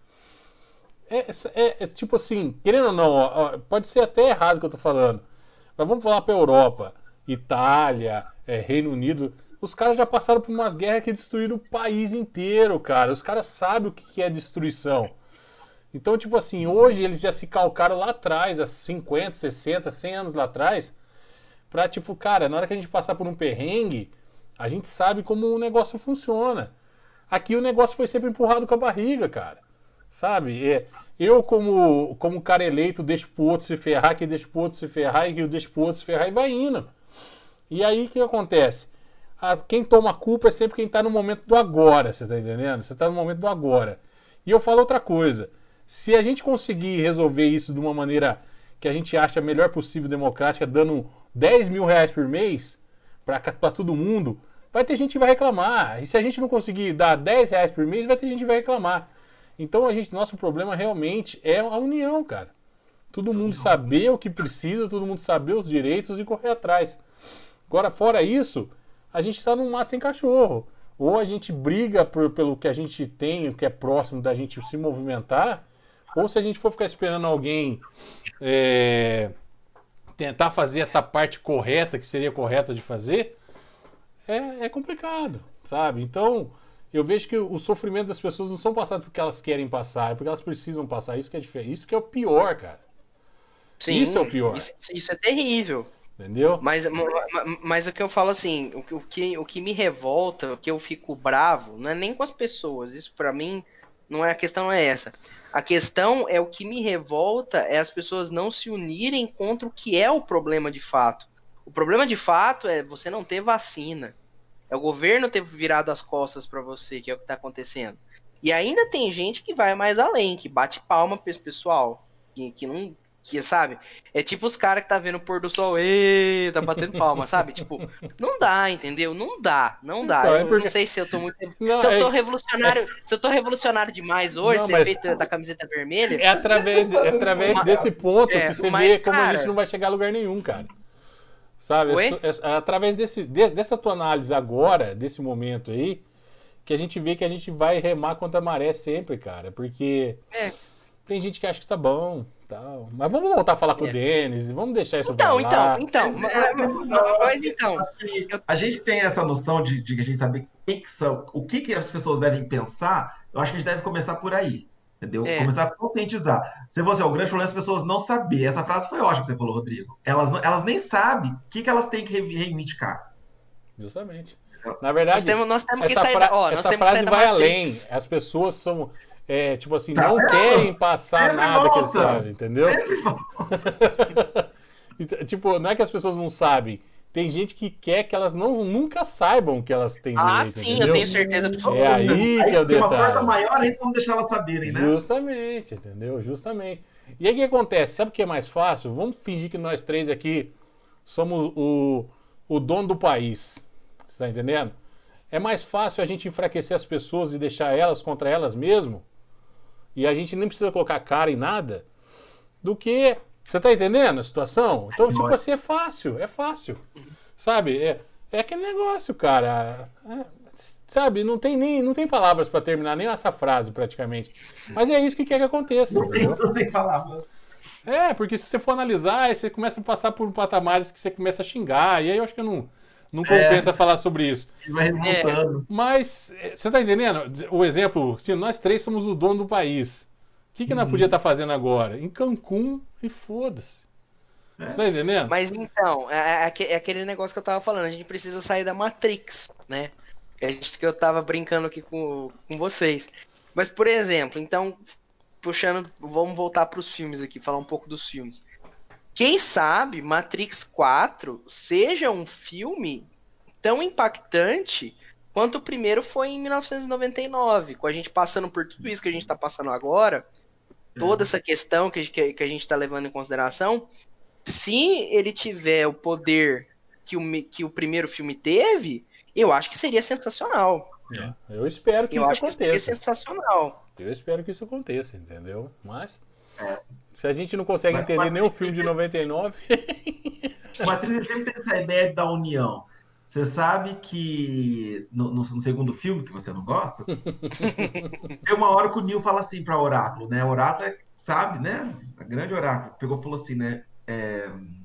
É, é- é tipo assim, querendo ou não, ó, ó, pode ser até errado o que eu tô falando, mas vamos falar para Europa, Itália, é, Reino Unido, os caras já passaram por umas guerras que destruíram o país inteiro, cara. Os caras sabem o que que é destruição. Então, tipo assim, hoje eles já se calcaram lá atrás, há cinquenta, sessenta, cem anos lá atrás, pra tipo, cara, na hora que a gente passar por um perrengue, a gente sabe como o negócio funciona. Aqui o negócio foi sempre empurrado com a barriga, cara. Sabe? É, eu, como, como cara eleito, deixo pro outro se ferrar, que deixo pro outro se ferrar, e que eu deixo pro outro se ferrar, e vai indo. E aí o que acontece? A- quem toma a culpa é sempre quem tá no momento do agora, você tá entendendo? Você tá no momento do agora. E eu falo outra coisa. Se a gente conseguir resolver isso de uma maneira que a gente acha melhor possível democrática, dando dez mil reais por mês para todo mundo, vai ter gente que vai reclamar. E se a gente não conseguir dar dez reais por mês, vai ter gente que vai reclamar. Então, a gente, nosso problema realmente é a união, cara. Todo mundo saber o que precisa, todo mundo saber os direitos e correr atrás. Agora, fora isso, a gente está num mato sem cachorro. Ou a gente briga por, pelo que a gente tem, o que é próximo da gente se movimentar, ou se a gente for ficar esperando alguém é, tentar fazer essa parte correta, que seria correta de fazer, é, é complicado, sabe? Então, eu vejo que o sofrimento das pessoas não são passados porque elas querem passar, é porque elas precisam passar. Isso que é diferente. Isso que é o pior, cara. Sim, isso é o pior. Isso, isso é terrível. Entendeu? Mas, mas o que eu falo assim, o que, o que me revolta, o que eu fico bravo, não é nem com as pessoas. Isso pra mim, não é, a questão não é essa. A questão é o que me revolta é as pessoas não se unirem contra o que é o problema de fato. O problema de fato é você não ter vacina. É o governo ter virado as costas pra você, que é o que tá acontecendo. E ainda tem gente que vai mais além, que bate palma pra esse pessoal, que, que não... Que, sabe? É tipo os caras que tá vendo o pôr do sol, e tá batendo palma, sabe? Tipo, não dá, entendeu? Não dá, não dá. Então, é eu porque... não sei se eu tô muito. Não, se eu tô é... revolucionário. Se eu tô revolucionário demais hoje, não, ser mas... feito da camiseta vermelha. É através, é através Uma... desse ponto é, que você mas, vê como cara... a gente não vai chegar a lugar nenhum, cara. Sabe? É, é, é através desse, de, dessa tua análise agora, desse momento aí, que a gente vê que a gente vai remar contra a maré sempre, cara. Porque é. tem gente que acha que tá bom. Tal. Mas vamos voltar a falar com é. o Denis, vamos deixar isso então, pra lá. Então, então, mas, mas então... A gente tem essa noção de, de a gente saber quem que são, o que, que as pessoas devem pensar, eu acho que a gente deve começar por aí, entendeu? É. Começar a conscientizar. Você falou assim, o grande problema é as pessoas não saber. Essa frase foi ótima que você falou, Rodrigo. Elas, não, elas nem sabem o que, que elas têm que reivindicar. Justamente. Na verdade, nós temos, nós temos que essa, sair fra da, ó, essa nós temos frase que sair vai da além. As pessoas são... É, tipo assim, tá, não é, querem passar sempre nada volta. que eles sabem, entendeu? Tipo, não é que as pessoas não sabem. Tem gente que quer que elas não, nunca saibam que elas têm ah, direito, Ah, sim, entendeu? eu tenho certeza absoluta. É aí, aí que é o tem detalhe. uma força maior ainda não deixar elas saberem, né? Justamente, entendeu? Justamente. E aí o que acontece? Sabe o que é mais fácil? Vamos fingir que nós três aqui somos o, o dono do país. Você tá entendendo? É mais fácil a gente enfraquecer as pessoas e deixar elas contra elas mesmo, e a gente nem precisa colocar cara em nada, do que... Você tá entendendo a situação? Então, tipo assim, é fácil, é fácil. Sabe? É, é aquele negócio, cara. É, sabe? Não tem, nem, não tem palavras para terminar nem essa frase, praticamente. Mas é isso que quer que aconteça. Não tem, não tem palavras. É, porque se você for analisar, aí você começa a passar por patamares que você começa a xingar, e aí eu acho que eu não... Não compensa é, falar sobre isso. Vai revoltando. É, mas, você tá entendendo? O exemplo, se nós três somos os donos do país. O que, que nós uhum. podíamos estar fazendo agora? Em Cancún e foda-se. É. Você tá entendendo? Mas então, é, é aquele negócio que eu tava falando, a gente precisa sair da Matrix, né? Que, a gente, que eu tava brincando aqui com, com vocês. Mas, por exemplo, então, puxando, vamos voltar pros filmes aqui, falar um pouco dos filmes. Quem sabe Matrix quatro seja um filme tão impactante quanto o primeiro foi em mil novecentos e noventa e nove, com a gente passando por tudo isso que a gente está passando agora, toda essa questão que, que, que a gente está levando em consideração, se ele tiver o poder que o, que o primeiro filme teve, eu acho que seria sensacional. É, eu espero que eu isso acho aconteça. Que seria sensacional. Eu espero que isso aconteça, entendeu? Mas... se a gente não consegue Mas, entender nem o filme de noventa e nove... Matrix sempre tem essa ideia da união. Você sabe que no, no, no segundo filme, que você não gosta, tem uma hora que o Neo fala assim para Oráculo, né? O Oráculo é, sabe, né? A grande Oráculo. Pegou e falou assim, né? É...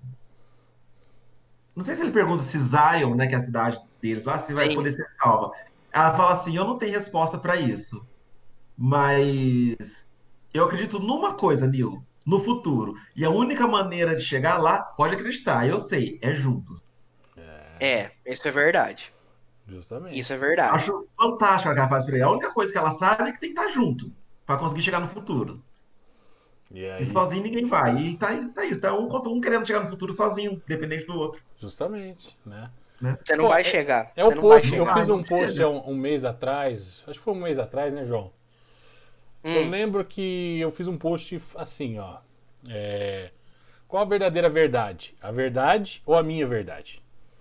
Não sei se ele pergunta se Zion, né, que é a cidade deles lá, se vai Sim. poder ser salva. Ela fala assim, eu não tenho resposta para isso. Mas... eu acredito numa coisa, Neo, no futuro. E a única maneira de chegar lá, pode acreditar, eu sei, é juntos. É, isso é verdade. Justamente. Isso é verdade. Acho fantástico a que ela faz por aí. A única coisa que ela sabe é que tem que estar junto, para conseguir chegar no futuro. E, aí... e sozinho ninguém vai. E tá, tá isso, tá um contra um querendo chegar no futuro sozinho, dependente do outro. Justamente, né? né? Você não Pô, vai é, chegar. É, é o post, eu fiz um post há um, um mês atrás, acho que foi um mês atrás, né, João? Hum. Eu lembro que eu fiz um post assim, ó. É, Qual a verdadeira verdade? A verdade ou a minha verdade?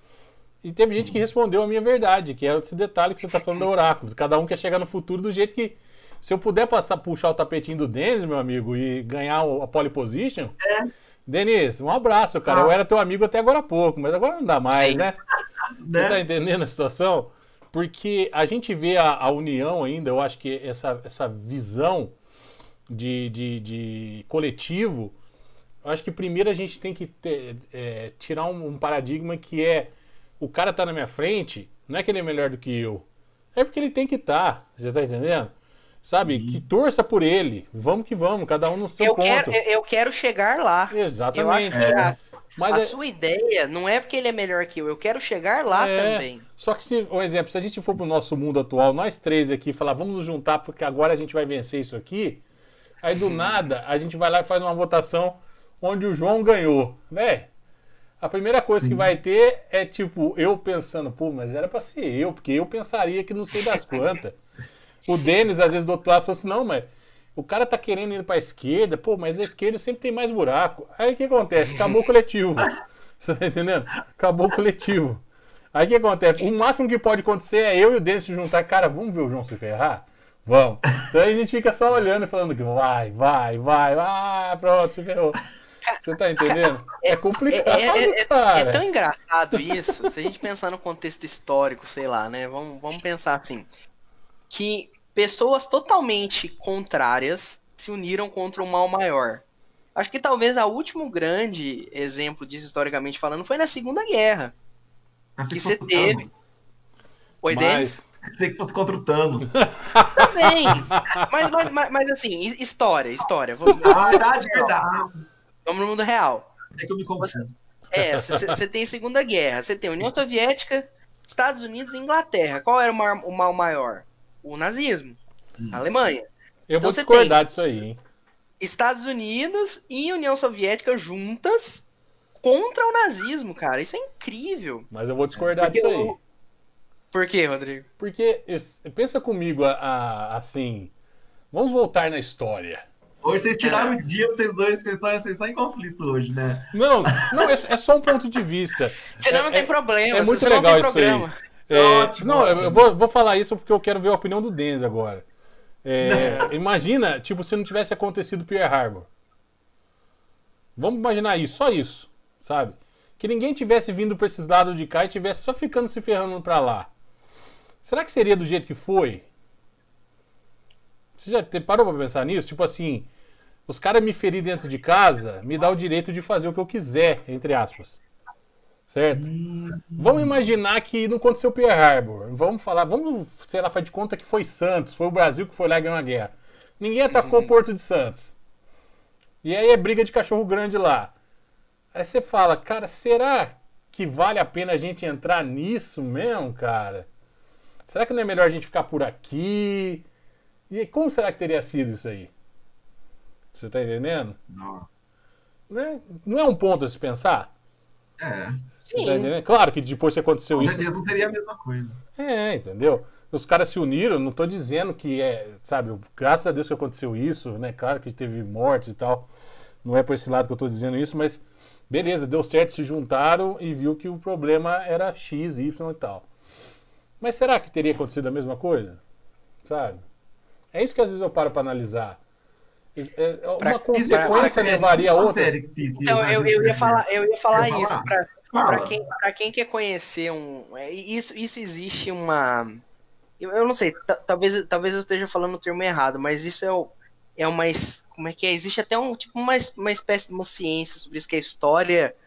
E teve gente que respondeu a minha verdade, que é esse detalhe que você está falando do oráculo. Cada um quer chegar no futuro do jeito que... Se eu puder passar, puxar o tapetinho do Denis, meu amigo, e ganhar a pole position... É. Denis, um abraço, cara. Ah. Eu era teu amigo até agora há pouco, mas agora não dá mais, Sim. né? né? Você tá entendendo a situação? Porque a gente vê a, a união ainda, eu acho que essa, essa visão de, de, de coletivo, eu acho que primeiro a gente tem que ter, é, tirar um, um paradigma que é o cara tá na minha frente, não é que ele é melhor do que eu, é porque ele tem que estar, tá, você tá entendendo? Sabe, uhum. que torça por ele, vamos que vamos, cada um no seu eu ponto. Quero, eu quero chegar lá. Exatamente. Eu acho que a, Mas a é... sua ideia não é porque ele é melhor que eu, eu quero chegar lá é... também. Só que, se, um exemplo, se a gente for pro nosso mundo atual, nós três aqui, falar, vamos nos juntar porque agora a gente vai vencer isso aqui, aí do nada a gente vai lá e faz uma votação onde o João ganhou, né? A primeira coisa Sim. que vai ter é tipo, eu pensando, pô, mas era pra ser eu, porque eu pensaria que não sei das quantas. O Denis, às vezes, do outro lado, falou assim, não, mas o cara tá querendo ir pra esquerda, pô, mas a esquerda sempre tem mais buraco. Aí o que acontece? Acabou o coletivo. Você tá entendendo? Acabou o coletivo. Aí o que acontece? O máximo que pode acontecer é eu e o Denis se juntar. Cara, vamos ver o João se ferrar? Vamos. Então a gente fica só olhando e falando que vai, vai, vai, vai, pronto, se ferrou. Você tá entendendo? É, é complicado, é, é, cara. É, é tão engraçado isso, se a gente pensar no contexto histórico, sei lá, né? Vamos, vamos pensar assim, que pessoas totalmente contrárias se uniram contra um mal maior. Acho que talvez o último grande exemplo disso, historicamente falando, foi na Segunda Guerra. Ah, que você teve... Oi, Denis? Pensei que fosse contra o Thanos. Também. Mas, mas, mas, mas assim, história, história. Vamos, ah, verdade, verdade. Vamos no mundo real. É que eu me confundo. É, você tem Segunda Guerra, você tem União Soviética, Estados Unidos e Inglaterra. Qual era o mal, o mal maior? O nazismo. Hum. A Alemanha. Eu então, vou discordar disso aí, hein? Estados Unidos e União Soviética juntas contra o nazismo, cara. Isso é incrível. Mas eu vou discordar Porque disso aí. Eu... Por quê, Rodrigo? Porque, pensa comigo, a, a, assim, vamos voltar na história. Hoje vocês tiraram o dia pra vocês dois, vocês estão, vocês estão em conflito hoje, né? Não, não, é, é só um ponto de vista. Senão é, não tem é, problema. É muito legal isso aí. É, ótimo, não, ótimo. eu vou, vou falar isso porque eu quero ver a opinião do Denis agora. É, imagina, tipo, se não tivesse acontecido Pearl Harbor. Vamos imaginar isso, só isso, sabe? Que ninguém tivesse vindo pra esses lados de cá e tivesse só ficando se ferrando pra lá. Será que seria do jeito que foi? Você já parou pra pensar nisso? Tipo assim, os caras me ferir dentro de casa, me dá o direito de fazer o que eu quiser, entre aspas. Certo? Hum, vamos imaginar que não aconteceu Pearl Harbor. Vamos falar, vamos, sei lá, faz de conta que foi Santos, foi o Brasil que foi lá e ganhou a guerra. Ninguém atacou o Porto de Santos. E aí é briga de cachorro grande lá. Aí você fala, cara, será que vale a pena a gente entrar nisso mesmo, cara? Será que não é melhor a gente ficar por aqui? E como será que teria sido isso aí? Você tá entendendo? Não. Não é, não é um ponto a se pensar? É. Sim. Tá, claro que depois que aconteceu isso... Não seria a mesma coisa. É, entendeu? Os caras se uniram, não tô dizendo que é, sabe, graças a Deus que aconteceu isso, né? Claro que teve mortes e tal. Não é por esse lado que eu tô dizendo isso, mas beleza, deu certo, se juntaram e viu que o problema era X, Y e tal. Mas será que teria acontecido a mesma coisa? Sabe? É isso que às vezes eu paro para analisar. É, uma pra, consequência pra, levaria a outra. Série que se, se então, eu, eu ia falar, eu ia falar eu isso. Para quem, pra quem quer conhecer um. Isso, isso existe uma. Eu, eu não sei, talvez, talvez eu esteja falando o termo errado, mas isso é, o, é uma. Como é que é? Existe até um, tipo, uma, uma espécie de uma ciência sobre isso, que é história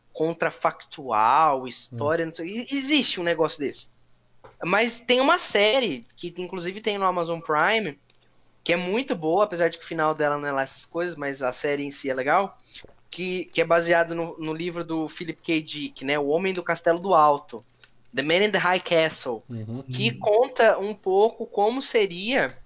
contrafactual, história. Hum. Não sei, existe um negócio desse. Mas tem uma série, que inclusive tem no Amazon Prime, que é muito boa, apesar de que o final dela não é lá essas coisas, mas a série em si é legal, que, que é baseado no, no livro do Philip K. Dick, né, O Homem do Castelo do Alto, The Man in the High Castle, uhum. que conta um pouco como seria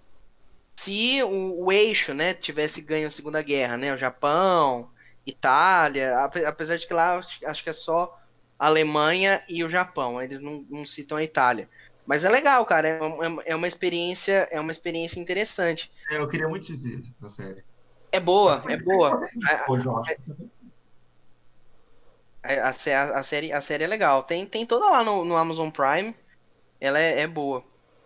se o, o eixo, né, tivesse ganho a Segunda Guerra, né, o Japão, Itália, apesar de que lá acho que é só a Alemanha e o Japão, eles não, não citam a Itália. Mas é legal, cara, é uma, é uma experiência, é uma experiência interessante. É, eu queria muito dizer essa série. É boa, é boa. O Jorge. A, a, sé- a série, a série é legal. Tem, tem toda lá no, no Amazon Prime. Ela é, é boa.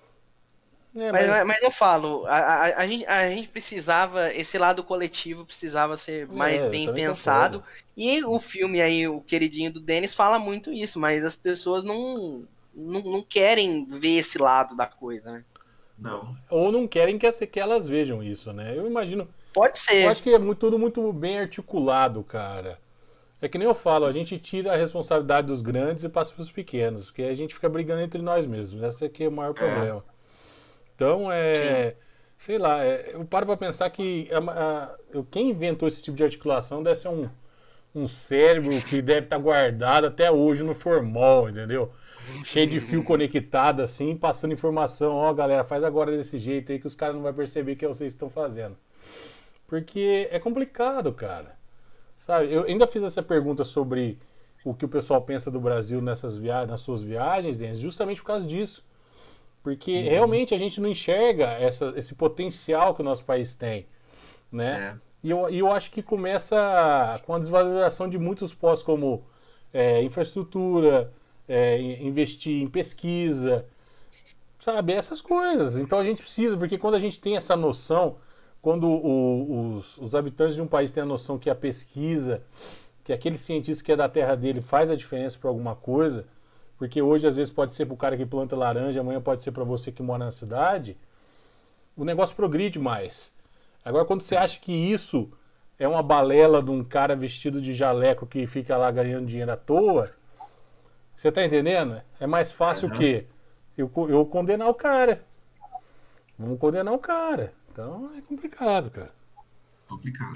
É, Mas, mas mas mas eu falo, a, a, a gente, a gente precisava, esse lado coletivo precisava ser mais é, eu bem também concordo. pensado. E o filme aí, o queridinho do Denis, fala muito isso, mas as pessoas não, não, não querem ver esse lado da coisa, né? Não. Ou não querem que, que elas vejam isso, né? Eu imagino. Pode Eu ser. acho que é muito- tudo muito bem articulado, cara. É que nem eu falo, a gente tira a responsabilidade dos grandes e passa para os pequenos, que a gente fica brigando entre nós mesmos. Esse aqui é o maior É. problema. Então, Sim. é. Sei lá, é- eu paro pra pensar que a- a- eu- quem inventou esse tipo de articulação deve ser um, um cérebro que deve estar guardado até hoje no formol, entendeu? Cheio de fio conectado assim, passando informação. Ó, galera, faz agora desse jeito aí que os caras não vão perceber que é vocês que estão fazendo. Porque é complicado, cara. Sabe? Eu ainda fiz essa pergunta sobre o que o pessoal pensa do Brasil nessas via nas suas viagens, Denis, justamente por causa disso. Porque Uhum. realmente a gente não enxerga essa, esse potencial que o nosso país tem, né? É. E eu, e eu acho que começa com a desvalorização de muitos postos como é, infraestrutura, é, investir em pesquisa, sabe? Essas coisas. Então a gente precisa, porque quando a gente tem essa noção, quando o- os, os habitantes de um país têm a noção que a pesquisa, que aquele cientista que é da terra dele faz a diferença para alguma coisa, porque hoje às vezes pode ser para o cara que planta laranja, amanhã pode ser para você que mora na cidade, o negócio progride mais. Agora, quando você acha que isso é uma balela de um cara vestido de jaleco que fica lá ganhando dinheiro à toa, você tá entendendo? É mais fácil o Aham. quê? Eu, co- eu condenar o cara. Vamos condenar o cara. Então é complicado, cara. Complicado.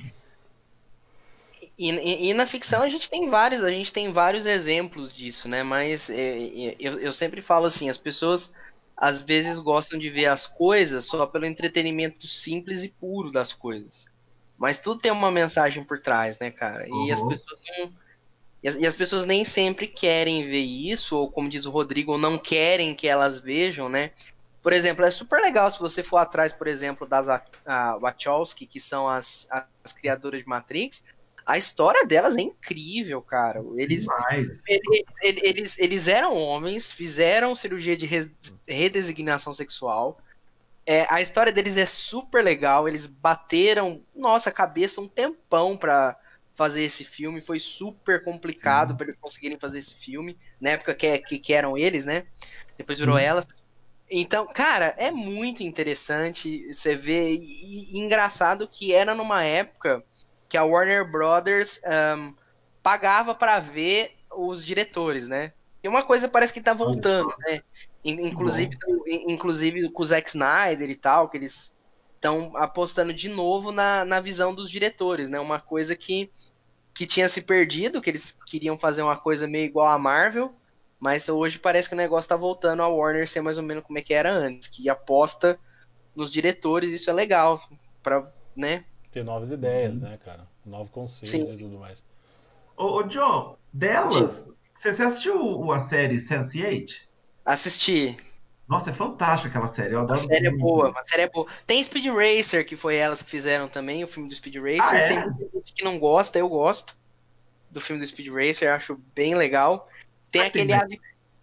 E, e- e na ficção a gente tem vários, a gente tem vários exemplos disso, né? Mas é, é, eu, eu sempre falo assim, as pessoas às vezes gostam de ver as coisas só pelo entretenimento simples e puro das coisas. Mas tudo tem uma mensagem por trás, né, cara? E as Uhum. pessoas não, e as, e as pessoas nem sempre querem ver isso, ou como diz o Rodrigo, não querem que elas vejam, né? Por exemplo, é super legal se você for atrás, por exemplo, das a, a Wachowski, que são as, as criadoras de Matrix. A história delas é incrível, cara. Eles, Demais. eles, eles, eles eram homens, fizeram cirurgia de re- redesignação sexual. É, a história deles é super legal. Eles bateram, nossa, cabeça um tempão pra fazer esse filme. Foi super complicado Sim. pra eles conseguirem fazer esse filme. Na época que, que, que eram eles, né? Depois virou Sim. elas. Então, cara, é muito interessante você ver. E, e engraçado que era numa época que a Warner Brothers ahn, pagava pra ver os diretores, né? E uma coisa parece que tá Olha voltando, só, né? In- que bom. Inclusive, in- inclusive com o Zack Snyder e tal, que eles estão apostando de novo na, na visão dos diretores, né? Uma coisa que, que tinha se perdido, que eles queriam fazer uma coisa meio igual a Marvel, mas hoje parece que o negócio tá voltando a Warner ser mais ou menos como é que era antes, que aposta nos diretores, isso é legal, pra, né? Ter novas ideias, Uhum. né, cara? Novos conceitos Sim, e tudo mais. Ô, ô, John, de delas, você, você assistiu o- a série sense eight? assistir. Nossa, é fantástica aquela série, eu A adoro série é muito. boa, a série é boa. Tem Speed Racer, que foi elas que fizeram também, o filme do Speed Ah, Racer. Tem é? muita gente que não gosta, eu gosto do filme do Speed Racer, acho bem legal. Tem Será que tem aquele. avi-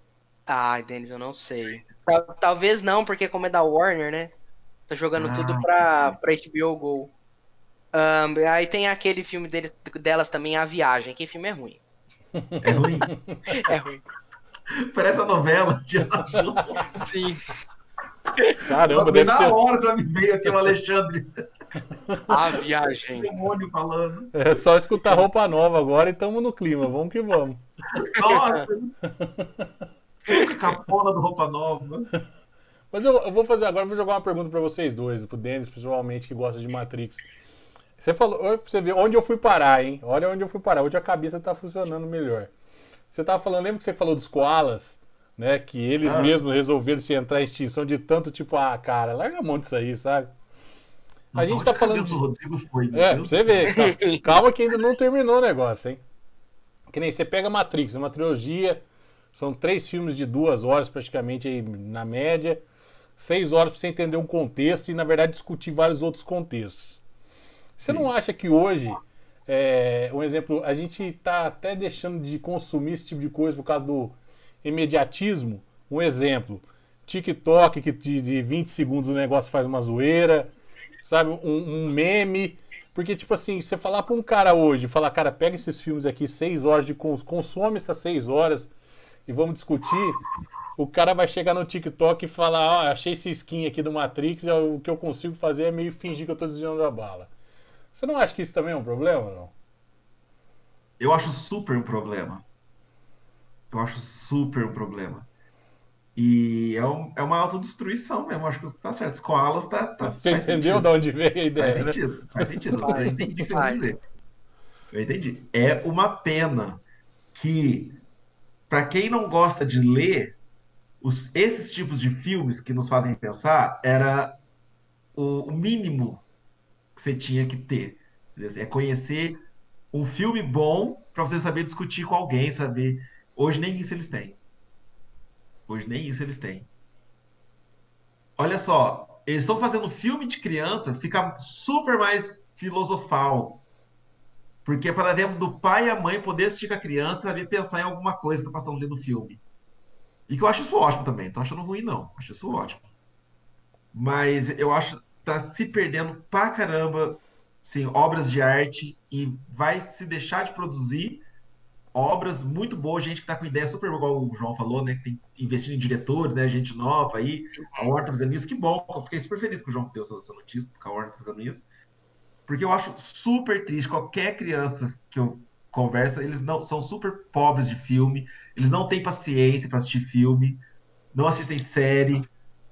Ai, Denis, eu não sei. Tal- Talvez não, porque como é da Warner, né? Tá jogando tudo Ah, pra, pra H B O Go. Ahn, aí tem aquele filme deles, delas também, A Viagem. Que filme é ruim. é ruim. É ruim. Parece a novela de Atlanta. Sim. Caramba, Bem deve na ser. hora que me veio aquele Alexandre, A o Viagem. demônio falando. É só escutar roupa nova agora e tamo no clima. Vamos que vamos. Nossa, que capona do Roupa Nova. Mas eu, eu vou fazer agora, eu vou jogar uma pergunta pra vocês dois, pro Denis, principalmente, que gosta de Matrix. Você falou, olha pra você ver onde eu fui parar, hein? Olha onde eu fui parar. Hoje a cabeça tá funcionando melhor. Você tava falando, lembra que você falou dos koalas, né? Que eles Ah, mesmos resolveram se entrar em extinção de tanto tipo, ah, cara, larga a mão disso aí, sabe? A nossa, gente onde tá a falando cabeça do de. Rodrigo foi, meu É, pra Deus do você céu. ver. Calma, calma que ainda não terminou o negócio, hein? Que nem você pega Matrix, é uma trilogia, são três filmes de duas horas praticamente aí na média, seis horas pra você entender um contexto e na verdade discutir vários outros contextos. Você não Sim. acha que hoje É, um exemplo, a gente tá até deixando de consumir esse tipo de coisa por causa do imediatismo. Um exemplo, TikTok, que de, de vinte segundos o negócio faz uma zoeira, sabe? Um, um meme. Porque, tipo assim, você falar pra um cara hoje, falar, cara, pega esses filmes aqui, seis horas de cons consome essas seis horas e vamos discutir. O cara vai chegar no TikTok e falar, ó, achei esse skin aqui do Matrix, o que eu consigo fazer é meio fingir que eu tô desviando da bala. Você não acha que isso também é um problema, não? Eu acho super um problema. Eu acho super um problema. E é, um, é uma autodestruição mesmo. Acho que tá certo. Os koalas tá, tá, Você faz entendeu de sentido. onde veio a Faz ideia, né? sentido. Faz sentido. Eu Faz, entendi o que você quis faz. dizer. Eu entendi. É uma pena que, para quem não gosta de ler, os, esses tipos de filmes que nos fazem pensar era o, o mínimo que você tinha que ter. Entendeu? É conhecer um filme bom para você saber discutir com alguém, saber. Hoje nem isso eles têm. Hoje nem isso eles têm. Olha só, eles estão fazendo filme de criança, fica super mais filosofal. Porque é para dentro do pai e a mãe poder assistir com a criança e saber pensar em alguma coisa que está passando ali no filme. E que eu acho isso ótimo também. Não tô achando ruim, não. Acho isso ótimo. Mas eu acho que tá se perdendo pra caramba, sim, obras de arte e vai se deixar de produzir obras muito boas, gente que tá com ideia super boa, igual o João falou, né? Que tem investindo em diretores, né? Gente nova aí. A Warner tá fazendo isso, que bom. Eu fiquei super feliz que o João deu essa essa notícia, que a Warner tá fazendo isso. Porque eu acho super triste. Qualquer criança que eu converso, eles não são super pobres de filme, eles não têm paciência para assistir filme, não assistem série,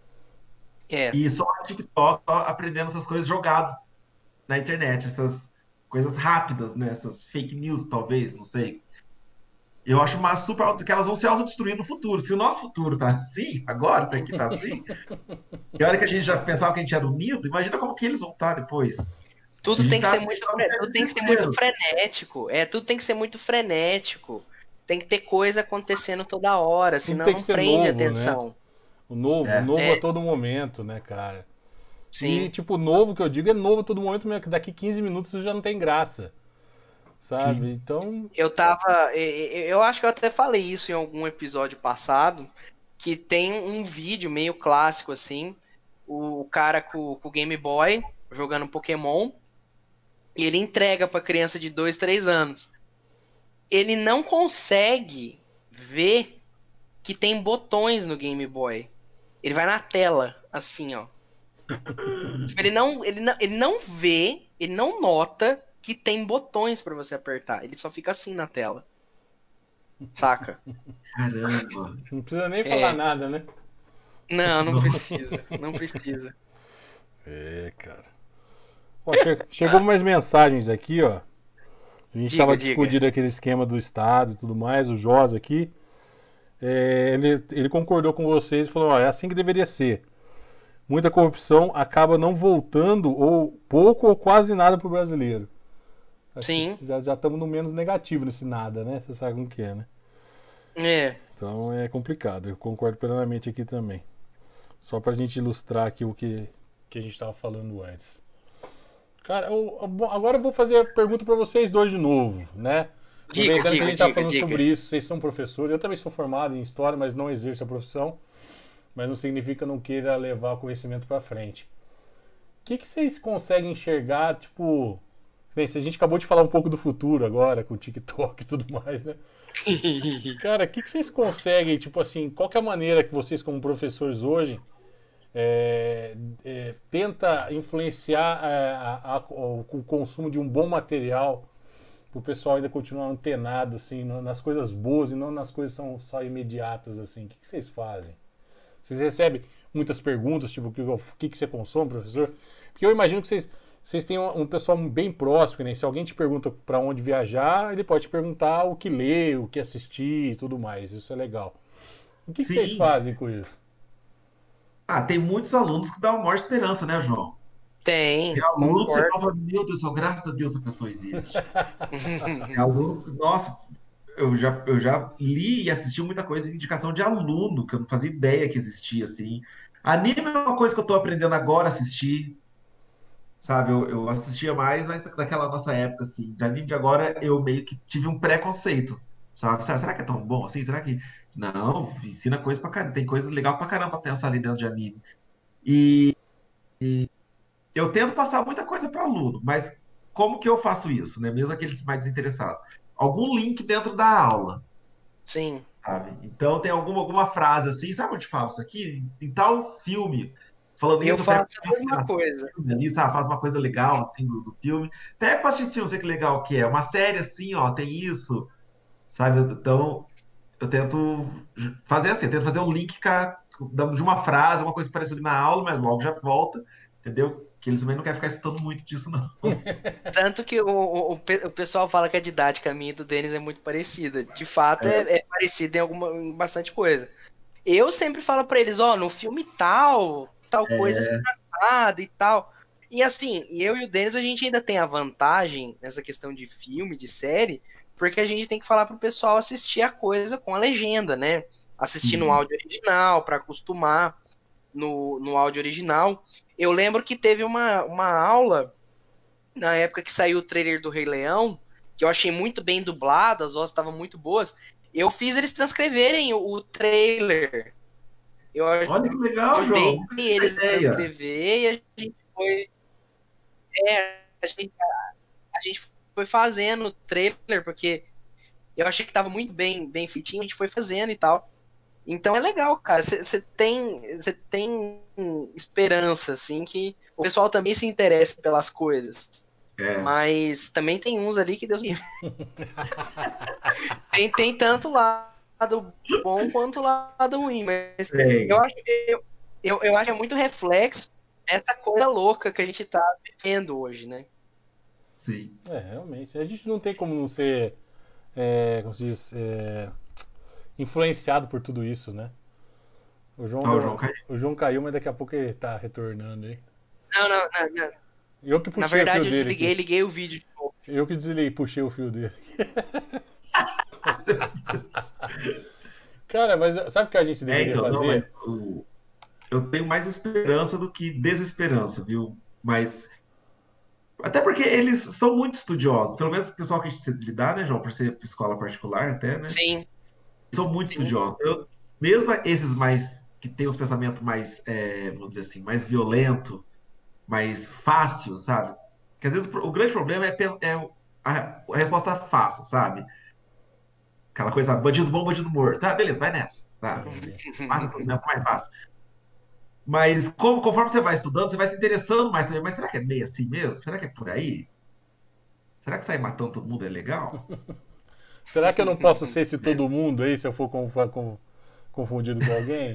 É, e só no TikTok só aprendendo essas coisas jogadas na internet, essas coisas rápidas, né? Essas fake news, talvez, não sei. Eu acho uma super alto que elas vão se autodestruir no futuro. Se o nosso futuro tá assim, agora, isso aqui tá assim, e a hora que a gente já pensava que a gente era unido, imagina como que eles vão estar depois. A tudo gente tem que tá, ser a gente muito, tá num fre- certo tudo tem que ser muito desespero. frenético. É, tudo tem que ser muito frenético. Tem que ter coisa acontecendo toda hora, Tudo senão tem que não ser prende novo, né? atenção. O novo, É. novo a É, todo momento, né, cara? E, sim. tipo, novo que eu digo é novo a todo momento, mesmo que daqui quinze minutos já não tem graça, sabe? Sim. Então, Eu tava. e- e- Eu acho que eu até falei isso em algum episódio passado. Que tem um vídeo meio clássico, assim. O, o cara com, com o Game Boy jogando Pokémon. E ele entrega pra criança de dois, três anos. Ele não consegue ver que tem botões no Game Boy. Ele vai na tela, assim, ó. Tipo, ele não, ele não, ele não vê, ele não nota que tem botões pra você apertar. Ele só fica assim na tela. Saca? Caramba. não precisa nem falar É. nada, né? Não, não Nossa. precisa. Não precisa. É, cara. Ó, che- chegou mais mensagens aqui, ó. A gente Diga, estava diga. discutindo aquele esquema do Estado e tudo mais, o Josa aqui. É, ele, ele concordou com vocês e falou: ó, é assim que deveria ser. Muita corrupção acaba não voltando, ou pouco ou quase nada pro brasileiro. Acho que Sim. já, já estamos no menos negativo nesse nada, né? Você sabe como que é, né? É. Então é complicado, eu concordo plenamente aqui também. Só pra gente ilustrar aqui o que, que a gente estava falando antes. Cara, eu- eu- bom, agora eu vou fazer a pergunta para vocês dois de novo, né? Diga, Aproveitando que a diga, gente tá diga, falando diga. sobre isso, vocês são professores, eu também sou formado em história, mas não exerço a profissão, mas não significa que eu não queira levar o conhecimento para frente. O que, que vocês conseguem enxergar, tipo, bem, se a gente acabou de falar um pouco do futuro agora, com o TikTok e tudo mais, né? Cara, o que, que vocês conseguem, tipo assim, qual que é a maneira que vocês como professores hoje é, é, tenta influenciar é, a- a- o, o consumo de um bom material para o pessoal ainda continuar antenado assim, no- nas coisas boas e não nas coisas que são só imediatas assim. O que, que vocês fazem? Vocês recebem muitas perguntas, tipo, o que, o que, que você consome, professor? Porque eu imagino que vocês, vocês têm um, um pessoal bem próximo, né? Se alguém te pergunta para onde viajar, ele pode te perguntar o que ler, o que assistir e tudo mais. Isso é legal. O que, que vocês Sim. fazem com isso? Ah, tem muitos alunos que dão a maior esperança, né, João? Tem Tem, aluno que você concordo. fala, meu Deus do céu, graças a Deus a pessoa existe. Tem aluno que, nossa, eu já, eu já li e assisti muita coisa de indicação de aluno, que eu não fazia ideia que existia, assim. Anime é uma coisa que eu tô aprendendo agora a assistir, sabe? Eu, eu assistia mais, mas daquela nossa época, assim. De anime de agora, eu meio que tive um preconceito, sabe? Sabe, será que é tão bom assim? Será que... Não, ensina coisa pra caramba. Tem coisa legal pra caramba pra pensar ali dentro de anime. E eu tento passar muita coisa para aluno, mas como que eu faço isso, né? Mesmo aqueles mais desinteressados. Algum link dentro da aula, Sim. sabe? Então tem alguma, alguma frase assim, sabe onde fala isso aqui? Em tal filme. Falando Eu isso, eu pego faço a mesma coisa. ali, sabe? Faz uma coisa legal assim do, do filme. Até para assistir, não sei que legal que é. Uma série assim, ó, tem isso, sabe? Então eu tento fazer assim, eu tento fazer um link com a- de uma frase, uma coisa que apareceu ali na aula, mas logo já volta, entendeu? Que eles também não querem ficar escutando muito disso, não. Tanto que o, o, o pe- o pessoal fala que a didática minha e do Denis é muito parecida. De fato, é, é parecida em, alguma, em bastante coisa. Eu sempre falo pra eles, ó, no filme tal, tal coisa é engraçada e tal. E assim, eu e o Denis, a gente ainda tem a vantagem nessa questão de filme, de série, porque a gente tem que falar pro pessoal assistir a coisa com a legenda, né? Assistir no Sim. áudio original, pra acostumar no, no áudio original. Eu lembro que teve uma, uma aula na época que saiu o trailer do Rei Leão, que eu achei muito bem dublado, as vozes estavam muito boas. Eu fiz eles transcreverem o, o trailer. Eu Olha que legal, João. ajudei Nunca tive essa eles a ideia. transcrever e a gente foi. É, a gente, a gente foi fazendo o trailer, porque eu achei que tava muito bem, bem feitinho, a gente foi fazendo e tal. Então é legal, cara. Você tem, você tem esperança, assim, que o pessoal também se interessa pelas coisas. É, Mas também tem uns ali que Deus me livre. tem, tem tanto lado bom quanto lado ruim, mas eu tem. acho, eu, eu, eu acho que é muito reflexo dessa coisa louca que a gente tá vivendo hoje, né? Sim. É, realmente. A gente não tem como não ser, é, como se diz, é, influenciado por tudo isso, né? O João, Ó, o deu- João caiu. o João caiu, mas daqui a pouco ele tá retornando aí. Não, não, não, não. Eu que Na puxei o fio verdade eu dele desliguei, aqui. liguei o vídeo de novo. Eu que desliguei, puxei o fio dele. Cara, mas sabe o que a gente É, deveria então, não, mas fazer? o- eu tenho mais esperança do que desesperança, viu? Mas até porque eles são muito estudiosos, pelo menos o pessoal que a gente se lidar, né, João, por ser escola particular até, né? Sim, São muito sim. estudiosos. Eu, mesmo esses mais que têm os pensamentos mais, é, vamos dizer assim, mais violento, mais fácil, sabe? Que às vezes o, pro- o grande problema é, pen- é o- a, a resposta fácil, sabe? Aquela coisa, bandido bom, bandido morto. Tá, beleza, vai nessa, sabe? Entendi. Mata todo mundo, é mais fácil. Mas como, conforme você vai estudando, você vai se interessando mais também. Mas será que é meio assim mesmo? Será que é por aí? Será que sair matando todo mundo é legal? Será que eu não posso ser esse Né? todo mundo aí se eu for conf- com- confundido com alguém?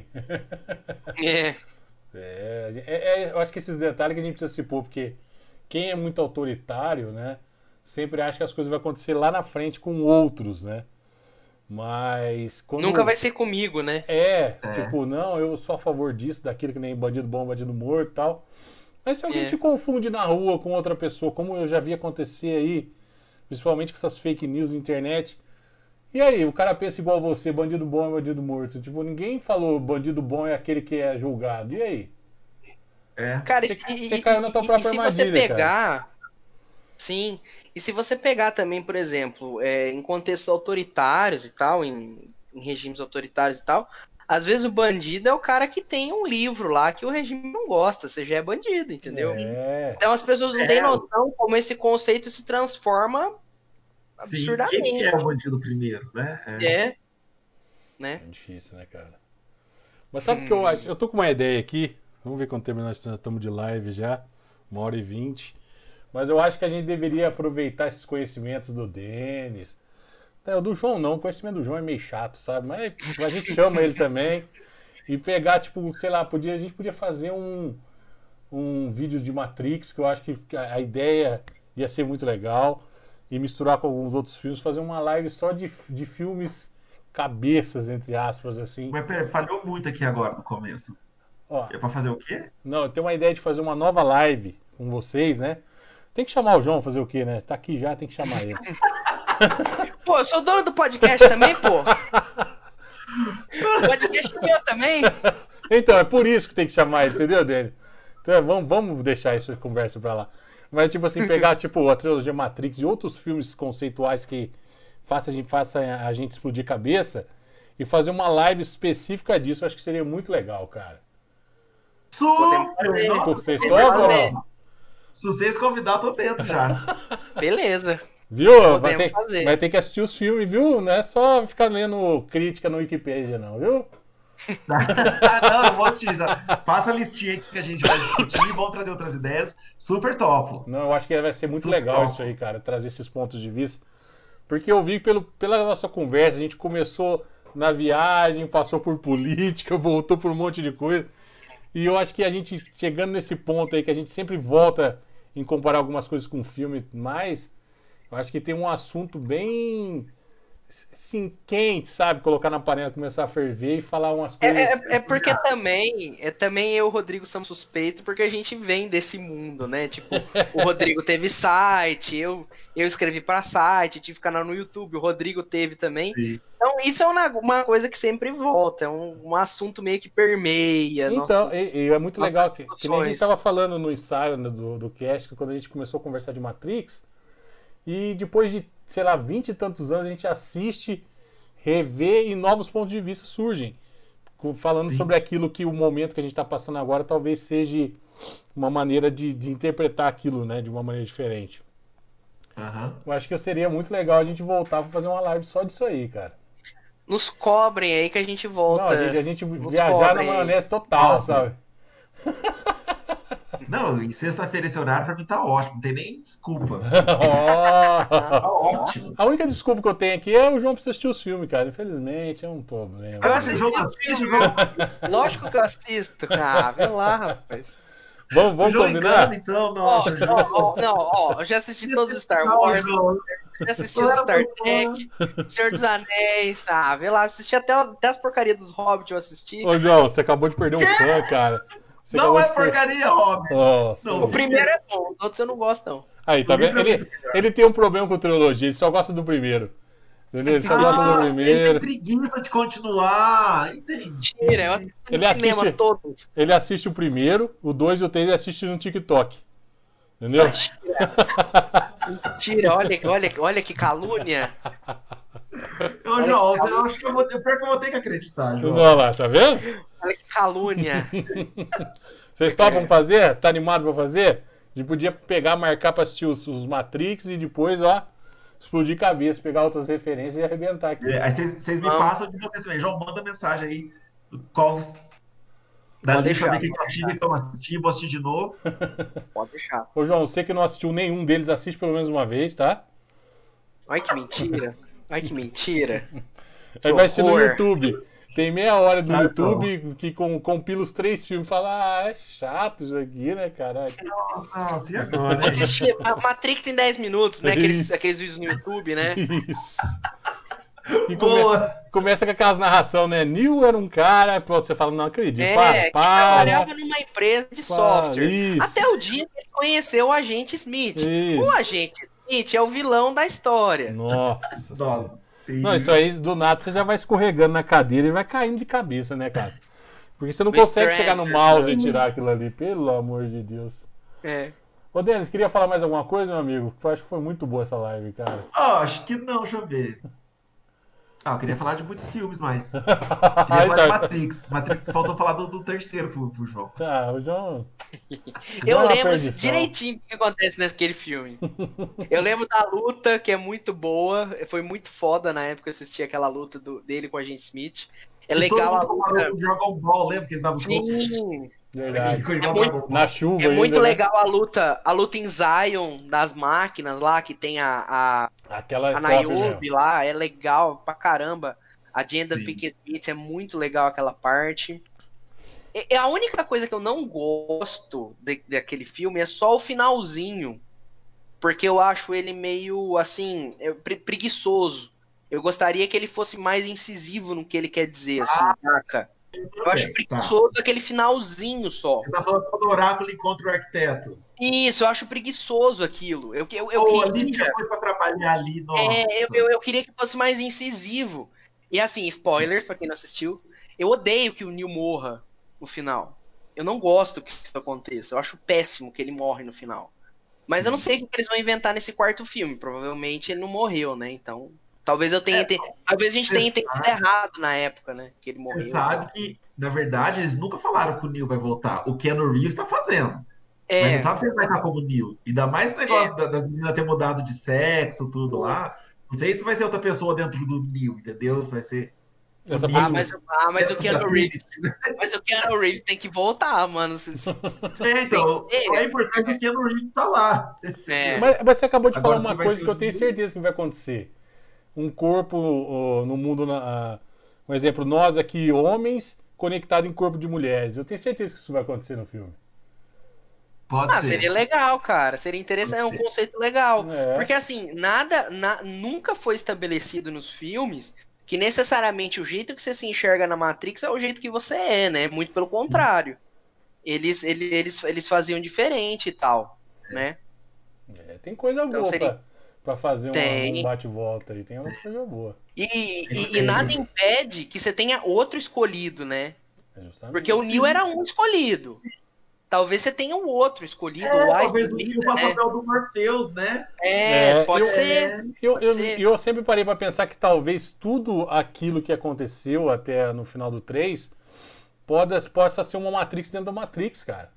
É, É, é- é- eu acho que esses detalhes que a gente precisa se pôr, porque quem é muito autoritário, né, sempre acha que as coisas vão acontecer lá na frente com outros, né? Mas nunca quando vai ser comigo, né? é, É, tipo, não, eu sou a favor disso, daquilo que nem bandido bom, bandido morto e tal. Mas se alguém te É. confunde na rua com outra pessoa, como eu já vi acontecer aí, principalmente com essas fake news na internet, e aí, o cara pensa igual você, bandido bom é bandido morto. Tipo, ninguém falou bandido bom é aquele que é julgado. E aí? é. Cara, e, Você, você e- caiu na tua e- e própria se você armadilha, cara. pegar, sim, e se você pegar também, por exemplo, é, em contextos autoritários e tal, em, em regimes autoritários e tal, às vezes o bandido é o cara que tem um livro lá que o regime não gosta, você já é bandido, entendeu? É. Então as pessoas não têm É, noção como esse conceito se transforma sim. Quem que absurdamente, é o bandido primeiro, né? É. é, né? É difícil, né, cara? Mas sabe o que eu acho? Eu tô com uma ideia aqui. Vamos ver quando terminar. Nós estamos de live já. Uma hora e vinte. Mas eu acho que a gente deveria aproveitar esses conhecimentos do Denis. Até o do João não. O conhecimento do João é meio chato, sabe? Mas a gente chama ele também. E pegar, tipo, sei lá, podia, a gente podia fazer um, um vídeo de Matrix, que eu acho que a a ideia ia ser muito legal. E misturar com alguns outros filmes, fazer uma live só de, de filmes cabeças, entre aspas, assim. Mas pera, falhou muito aqui agora no começo. Ó, É pra fazer o quê? não, eu tenho uma ideia de fazer uma nova live com vocês, né? Tem que chamar o João, fazer o quê, né? Tá aqui já, tem que chamar ele. Pô, eu sou dono do podcast também, pô. O podcast é meu também. Então, é por isso que tem que chamar ele, entendeu, Dani? Então, vamos, vamos deixar essa conversa pra lá. Mas, tipo assim, pegar tipo, a trilogia Matrix e outros filmes conceituais que faça a gente, faça a gente explodir cabeça e fazer uma live específica disso, acho que seria muito legal, cara. Super! Nossa, Vocês topam ou não? se vocês convidar, eu tô dentro já. Beleza. Viu? Vai ter, fazer. vai ter que assistir os filmes, viu? Não é só ficar lendo crítica no Wikipedia, não, viu? Não, eu vou assistir já. Passa a listinha aí que a gente vai discutir e vamos trazer outras ideias. Super topo. Não, eu acho que vai ser muito Super legal top. isso aí, cara, trazer esses pontos de vista. Porque eu vi pelo, pela nossa conversa, a gente começou na viagem, passou por política, voltou por um monte de coisa. E eu acho que a gente, chegando nesse ponto aí, que a gente sempre volta em comparar algumas coisas com o filme, mas eu acho que tem um assunto bem, assim, quente, sabe? Colocar na panela, começar a ferver e falar umas É, coisas... é, é porque também, é também eu e o Rodrigo somos suspeitos porque a gente vem desse mundo, né? Tipo, o Rodrigo teve site, eu, eu escrevi pra site, tive canal no YouTube, o Rodrigo teve também. Sim. Então isso é uma, uma coisa que sempre volta, é um, um assunto meio que permeia. Então, nossos, e, e é muito nossas legal, que, que nem a gente discussões. estava falando no ensaio, né, do, do cast, que quando a gente começou a conversar de Matrix, e depois de, sei lá, vinte e tantos anos, a gente assiste, revê e novos pontos de vista surgem. Com- Falando Sim. sobre aquilo que o momento que a gente está passando agora talvez seja uma maneira de, de interpretar aquilo, né, de uma maneira diferente. Aham. Eu acho que seria muito legal a gente voltar para fazer uma live só disso aí, cara. Nos cobrem aí que a gente volta. Não, a gente, a gente Nos viajar na cobrem aí. maionese total, Nossa. sabe? Não, e sexta-feira esse horário pra mim tá ótimo, não tem nem desculpa. Ó. Tá ótimo. A única desculpa que eu tenho aqui é o João precisa assistir os filmes, cara. Infelizmente é um problema. Eu Ah, assisti o João assiste, o João, Lógico que eu assisto. Ah, vê lá, rapaz. Vamos, o vamos João combinar? engana, então, Ó, nossa. ó, ó, não, ó, eu já assisti todos os Star Não, Wars, João. já assisti os Star Trek, Senhor dos Anéis, ah, vê lá, assisti até, até as porcarias dos Hobbits, eu assisti. Ô, João, você acabou de perder um fã, cara. Você Não acabou é de per- porcaria, Robert. Nossa. Não, O primeiro é bom, os outros eu não gosto, não. Aí, tá O vendo? livro é Ele, muito melhor. ele tem um problema com trilogia, ele só gosta do primeiro. Entendeu? Ele só gosta do Ah, ele tem primeiro. preguiça de continuar. Entendi. Mentira, eu assisti Ele no cinema assiste- todos. Ele assiste o primeiro, o dois e o três ele assiste no TikTok. Entendeu? Mentira, olha, olha, olha que calúnia. Ô, João, eu acho que eu vou, eu pior que eu vou ter que acreditar, João. Olha lá, tá vendo? Olha que calúnia. Vocês topam fazer? Tá animado pra fazer? A gente podia pegar, marcar pra assistir os, os Matrix e depois, ó, explodir cabeça, pegar outras referências e arrebentar aqui. É, aí vocês vocês me Vamos. passam de vocês também. João, manda mensagem aí. Qual da Pode lista, deixar, ver o que que eu assisti, o que que eu não assisti, vou assistir de novo. Pode deixar. Ô, João, você que não assistiu nenhum deles, assiste pelo menos uma vez, tá? Olha que mentira. Olha que mentira. Aí vai assistir no horror. YouTube. Tem meia hora do Ah, YouTube que com, compila os três filmes e fala, ah, é chato isso aqui, né, caralho? Nossa, e agora? Vou assistir Ma- Matrix em dez minutos, né? Aqueles, Isso. aqueles vídeos no YouTube, né? Isso. E come- Boa. começa com aquelas narração, né? Neil era um cara, pronto, você fala, não acredito, É, para, que para. trabalhava numa empresa de para, software. isso. Até o dia que ele conheceu o agente Smith. Isso. O agente Smith é o vilão da história. Nossa. Nossa. Não, isso aí, do nada, você já vai escorregando na cadeira e vai caindo de cabeça, né, cara? Porque você não mister consegue chegar no Anderson. mouse e tirar aquilo ali, pelo amor de Deus. É. Ô, Denis, queria falar mais alguma coisa, meu amigo? Eu acho que foi muito boa essa live, cara. Ó, acho que não, deixa eu ver. Ah, eu queria falar de muitos filmes, mas. Queria Aí falar de tá. Matrix. Matrix, faltou falar do, do terceiro pro, pro João. Tá, o João. Eu Não é uma lembro perdição. direitinho o que acontece naquele filme. Eu lembro da luta, que é muito boa. Foi muito foda na época que eu assisti aquela luta do- dele com a agente Smith. É E legal a todo mundo comparou luta. com o Dragon Ball, lembra que eles davam soco? Sim, Verdade. Com o É Dragon muito- Ball. Na chuva é muito ainda, né? legal a luta, a luta em Zion das máquinas lá, que tem a, a, Aquela é a top mesmo. Niobe lá, é legal pra caramba. A Jada Sim. Pinkett Smith é muito legal aquela parte. E, e a única coisa que eu não gosto de- daquele filme é só o finalzinho. Porque eu acho ele meio, assim, é pre- preguiçoso. Eu gostaria que ele fosse mais incisivo no que ele quer dizer, assim, saca? Eu acho Tá. preguiçoso aquele finalzinho só. Você tá falando quando o Oráculo encontra o arquiteto. Isso, eu acho preguiçoso aquilo. Eu, eu, eu Pô, ali queria... tinha coisa pra atrapalhar ali, nossa. É, eu, eu, eu queria que fosse mais incisivo. E assim, spoilers pra quem não assistiu, eu odeio que o Neil morra no final. Eu não gosto que isso aconteça. Eu acho péssimo que ele morre no final. Mas eu não sei o que eles vão inventar nesse quarto filme. Provavelmente ele não morreu, né? Então, talvez eu tenha... É, ente... Talvez a gente tenha entendido errado na época, né? Que ele morreu. Você sabe que, na verdade, eles nunca falaram que o Neo vai voltar. O Keanu Reeves tá fazendo. É. Mas não sabe se ele vai estar como Neo. E ainda mais esse negócio é. das meninas ter mudado de sexo, tudo lá. Não sei se vai ser outra pessoa dentro do Neo, entendeu? Se vai ser... Ah, mas, ah, mas o Keanu Reeves, mas o Keanu Reeves tem que voltar, mano. É, então, é importante que o Keanu Reeves tá lá. É. Mas, mas você acabou de Agora, falar uma coisa que eu tenho certeza que vai acontecer. Um corpo oh, no mundo, uh, um exemplo, nós aqui, homens, conectados em corpo de mulheres. Eu tenho certeza que isso vai acontecer no filme. Pode ah, ser. Seria legal, cara. Seria interessante, é um conceito legal. É. Porque assim, nada, na, nunca foi estabelecido nos filmes que necessariamente o jeito que você se enxerga na Matrix é o jeito que você é, né? Muito pelo contrário. Eles, eles, eles, eles faziam diferente e tal, né? É, tem coisa então, boa seria... pra, pra fazer um, um bate-volta aí. Tem umas coisas boas. E, e, e nada impede que você tenha outro escolhido, né? É Porque o Neo era um escolhido. Talvez você tenha um outro escolhido. É, o talvez o Neo faça o papel do Morpheus, né? É, é pode eu, ser. Eu, pode eu, ser. eu sempre parei pra pensar que talvez tudo aquilo que aconteceu até no final do três pode, possa ser uma Matrix dentro da Matrix, cara.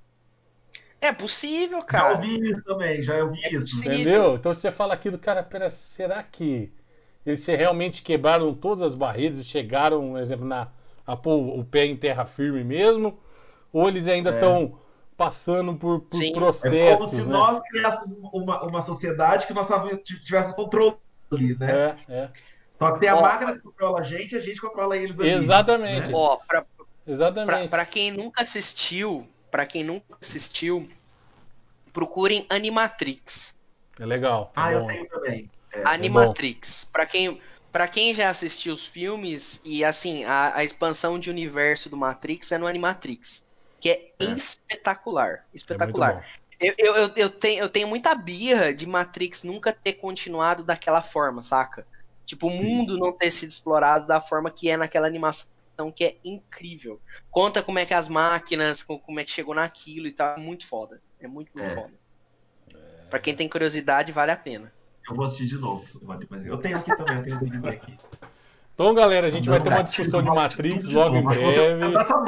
É possível, cara. Já ouvi isso também, já ouvi é isso. Entendeu? Então você fala aquilo, cara, pera, será que eles realmente quebraram todas as barreiras e chegaram, por exemplo, na, a pôr o pé em terra firme mesmo? Ou eles ainda estão... É. Passando por, por processos. É como se né? nós criássemos uma, uma sociedade que nós tivéssemos controle ali, né? É, é. Só que tem a Ó, máquina que controla a gente e a gente controla eles ali. Exatamente. Né? Ó, pra, exatamente. Pra, pra quem nunca assistiu, pra quem nunca assistiu, procurem Animatrix. É legal. Ah, é eu tenho também. É, Animatrix. É pra, quem, pra quem já assistiu os filmes, e assim, a, a expansão de universo do Matrix é no Animatrix. Que é, é espetacular. Espetacular. É eu, eu, eu, eu, tenho, eu tenho muita birra de Matrix nunca ter continuado daquela forma, saca? Tipo, o Sim. mundo não ter sido explorado da forma que é naquela animação, que é incrível. Conta como é que as máquinas, como é que chegou naquilo e tal. É muito foda. É muito, muito é. foda. É. Pra quem tem curiosidade, vale a pena. Eu vou assistir de novo. Eu tenho aqui também, eu tenho o D V D aqui. Então, galera, a gente não, vai ter uma discussão de Matrix logo em breve.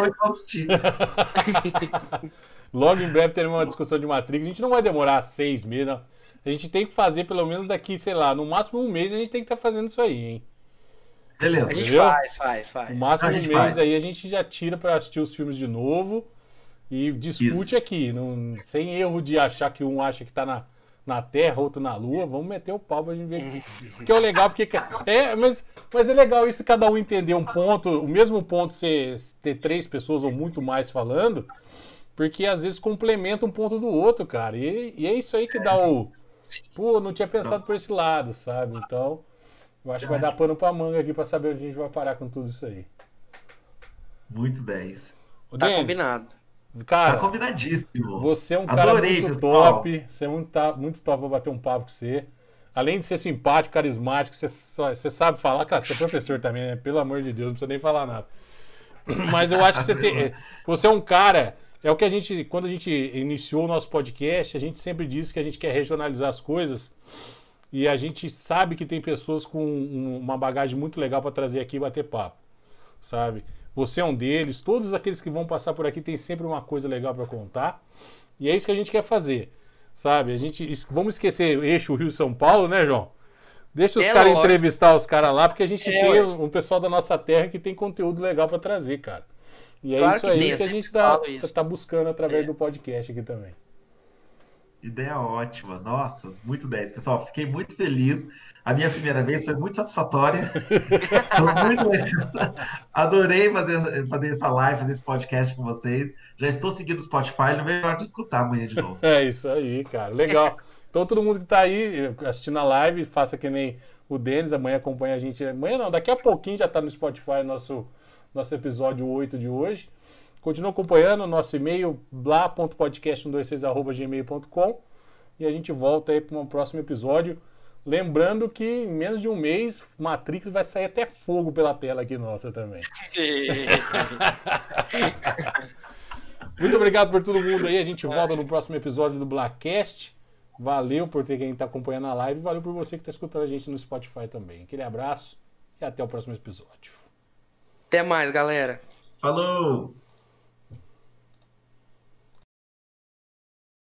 Logo em breve teremos uma discussão de Matrix. A gente não vai demorar seis meses. Não. A gente tem que fazer pelo menos daqui, sei lá, no máximo um mês a gente tem que estar tá fazendo isso aí, hein? Beleza. A gente Entendeu? faz, faz, faz. No máximo um mês faz. Aí a gente já tira para assistir os filmes de novo e discute isso. aqui. Não, sem erro de achar que um acha que tá na... na Terra, outro na Lua, vamos meter o pau pra gente ver que é o legal, porque é, mas, mas é legal isso, cada um entender um ponto, o mesmo ponto ser, ter três pessoas ou muito mais falando, porque às vezes complementa um ponto do outro, cara, e, e é isso aí que dá o pô, não tinha pensado por esse lado, sabe, então eu acho que vai dar pano pra manga aqui pra saber onde a gente vai parar com tudo isso aí. Muito dez. Tá Dennis, combinado. Cara, tá combinadíssimo. Você é um cara Adorei, muito pessoal. top. Você é muito, muito top pra bater um papo com você. Além de ser simpático, carismático, você, você sabe falar. Cara, você é professor também, né? Pelo amor de Deus, não precisa nem falar nada. Mas eu acho que você tem. Você é um cara. É o que a gente. Quando a gente iniciou o nosso podcast, a gente sempre disse que a gente quer regionalizar as coisas. E a gente sabe que tem pessoas com uma bagagem muito legal para trazer aqui e bater papo. Sabe? Você é um deles, todos aqueles que vão passar por aqui tem sempre uma coisa legal para contar. E é isso que a gente quer fazer, sabe? A gente, vamos esquecer o eixo Rio-São Paulo, né, João? Deixa os é caras entrevistar os caras lá, porque a gente é tem um pessoal da nossa terra que tem conteúdo legal para trazer, cara. E é claro isso que aí tem, que a gente tá, tá buscando através é. do podcast aqui também. Ideia ótima, nossa, muito dez. Pessoal, fiquei muito feliz. A minha primeira vez foi muito satisfatória. Foi muito legal. Adorei fazer, fazer essa live, fazer esse podcast com vocês. Já estou seguindo o Spotify, não vejo a hora de escutar amanhã de novo. É isso aí, cara. Legal. Então, todo mundo que está aí assistindo a live, faça que nem o Denis. Amanhã acompanha a gente. Amanhã não, daqui a pouquinho já está no Spotify nosso, nosso episódio oito de hoje. Continua acompanhando o nosso e-mail, blá ponto podcast um dois seis arroba gmail ponto com, e a gente volta aí para um próximo episódio. Lembrando que em menos de um mês, Matrix vai sair até fogo pela tela aqui nossa também. Muito Muito obrigado por todo mundo aí. A gente volta no próximo episódio do Blackcast. Valeu por ter quem tá acompanhando a live. Valeu por você que tá escutando a gente no Spotify também. Aquele abraço e até o próximo episódio. Até mais, galera. Falou!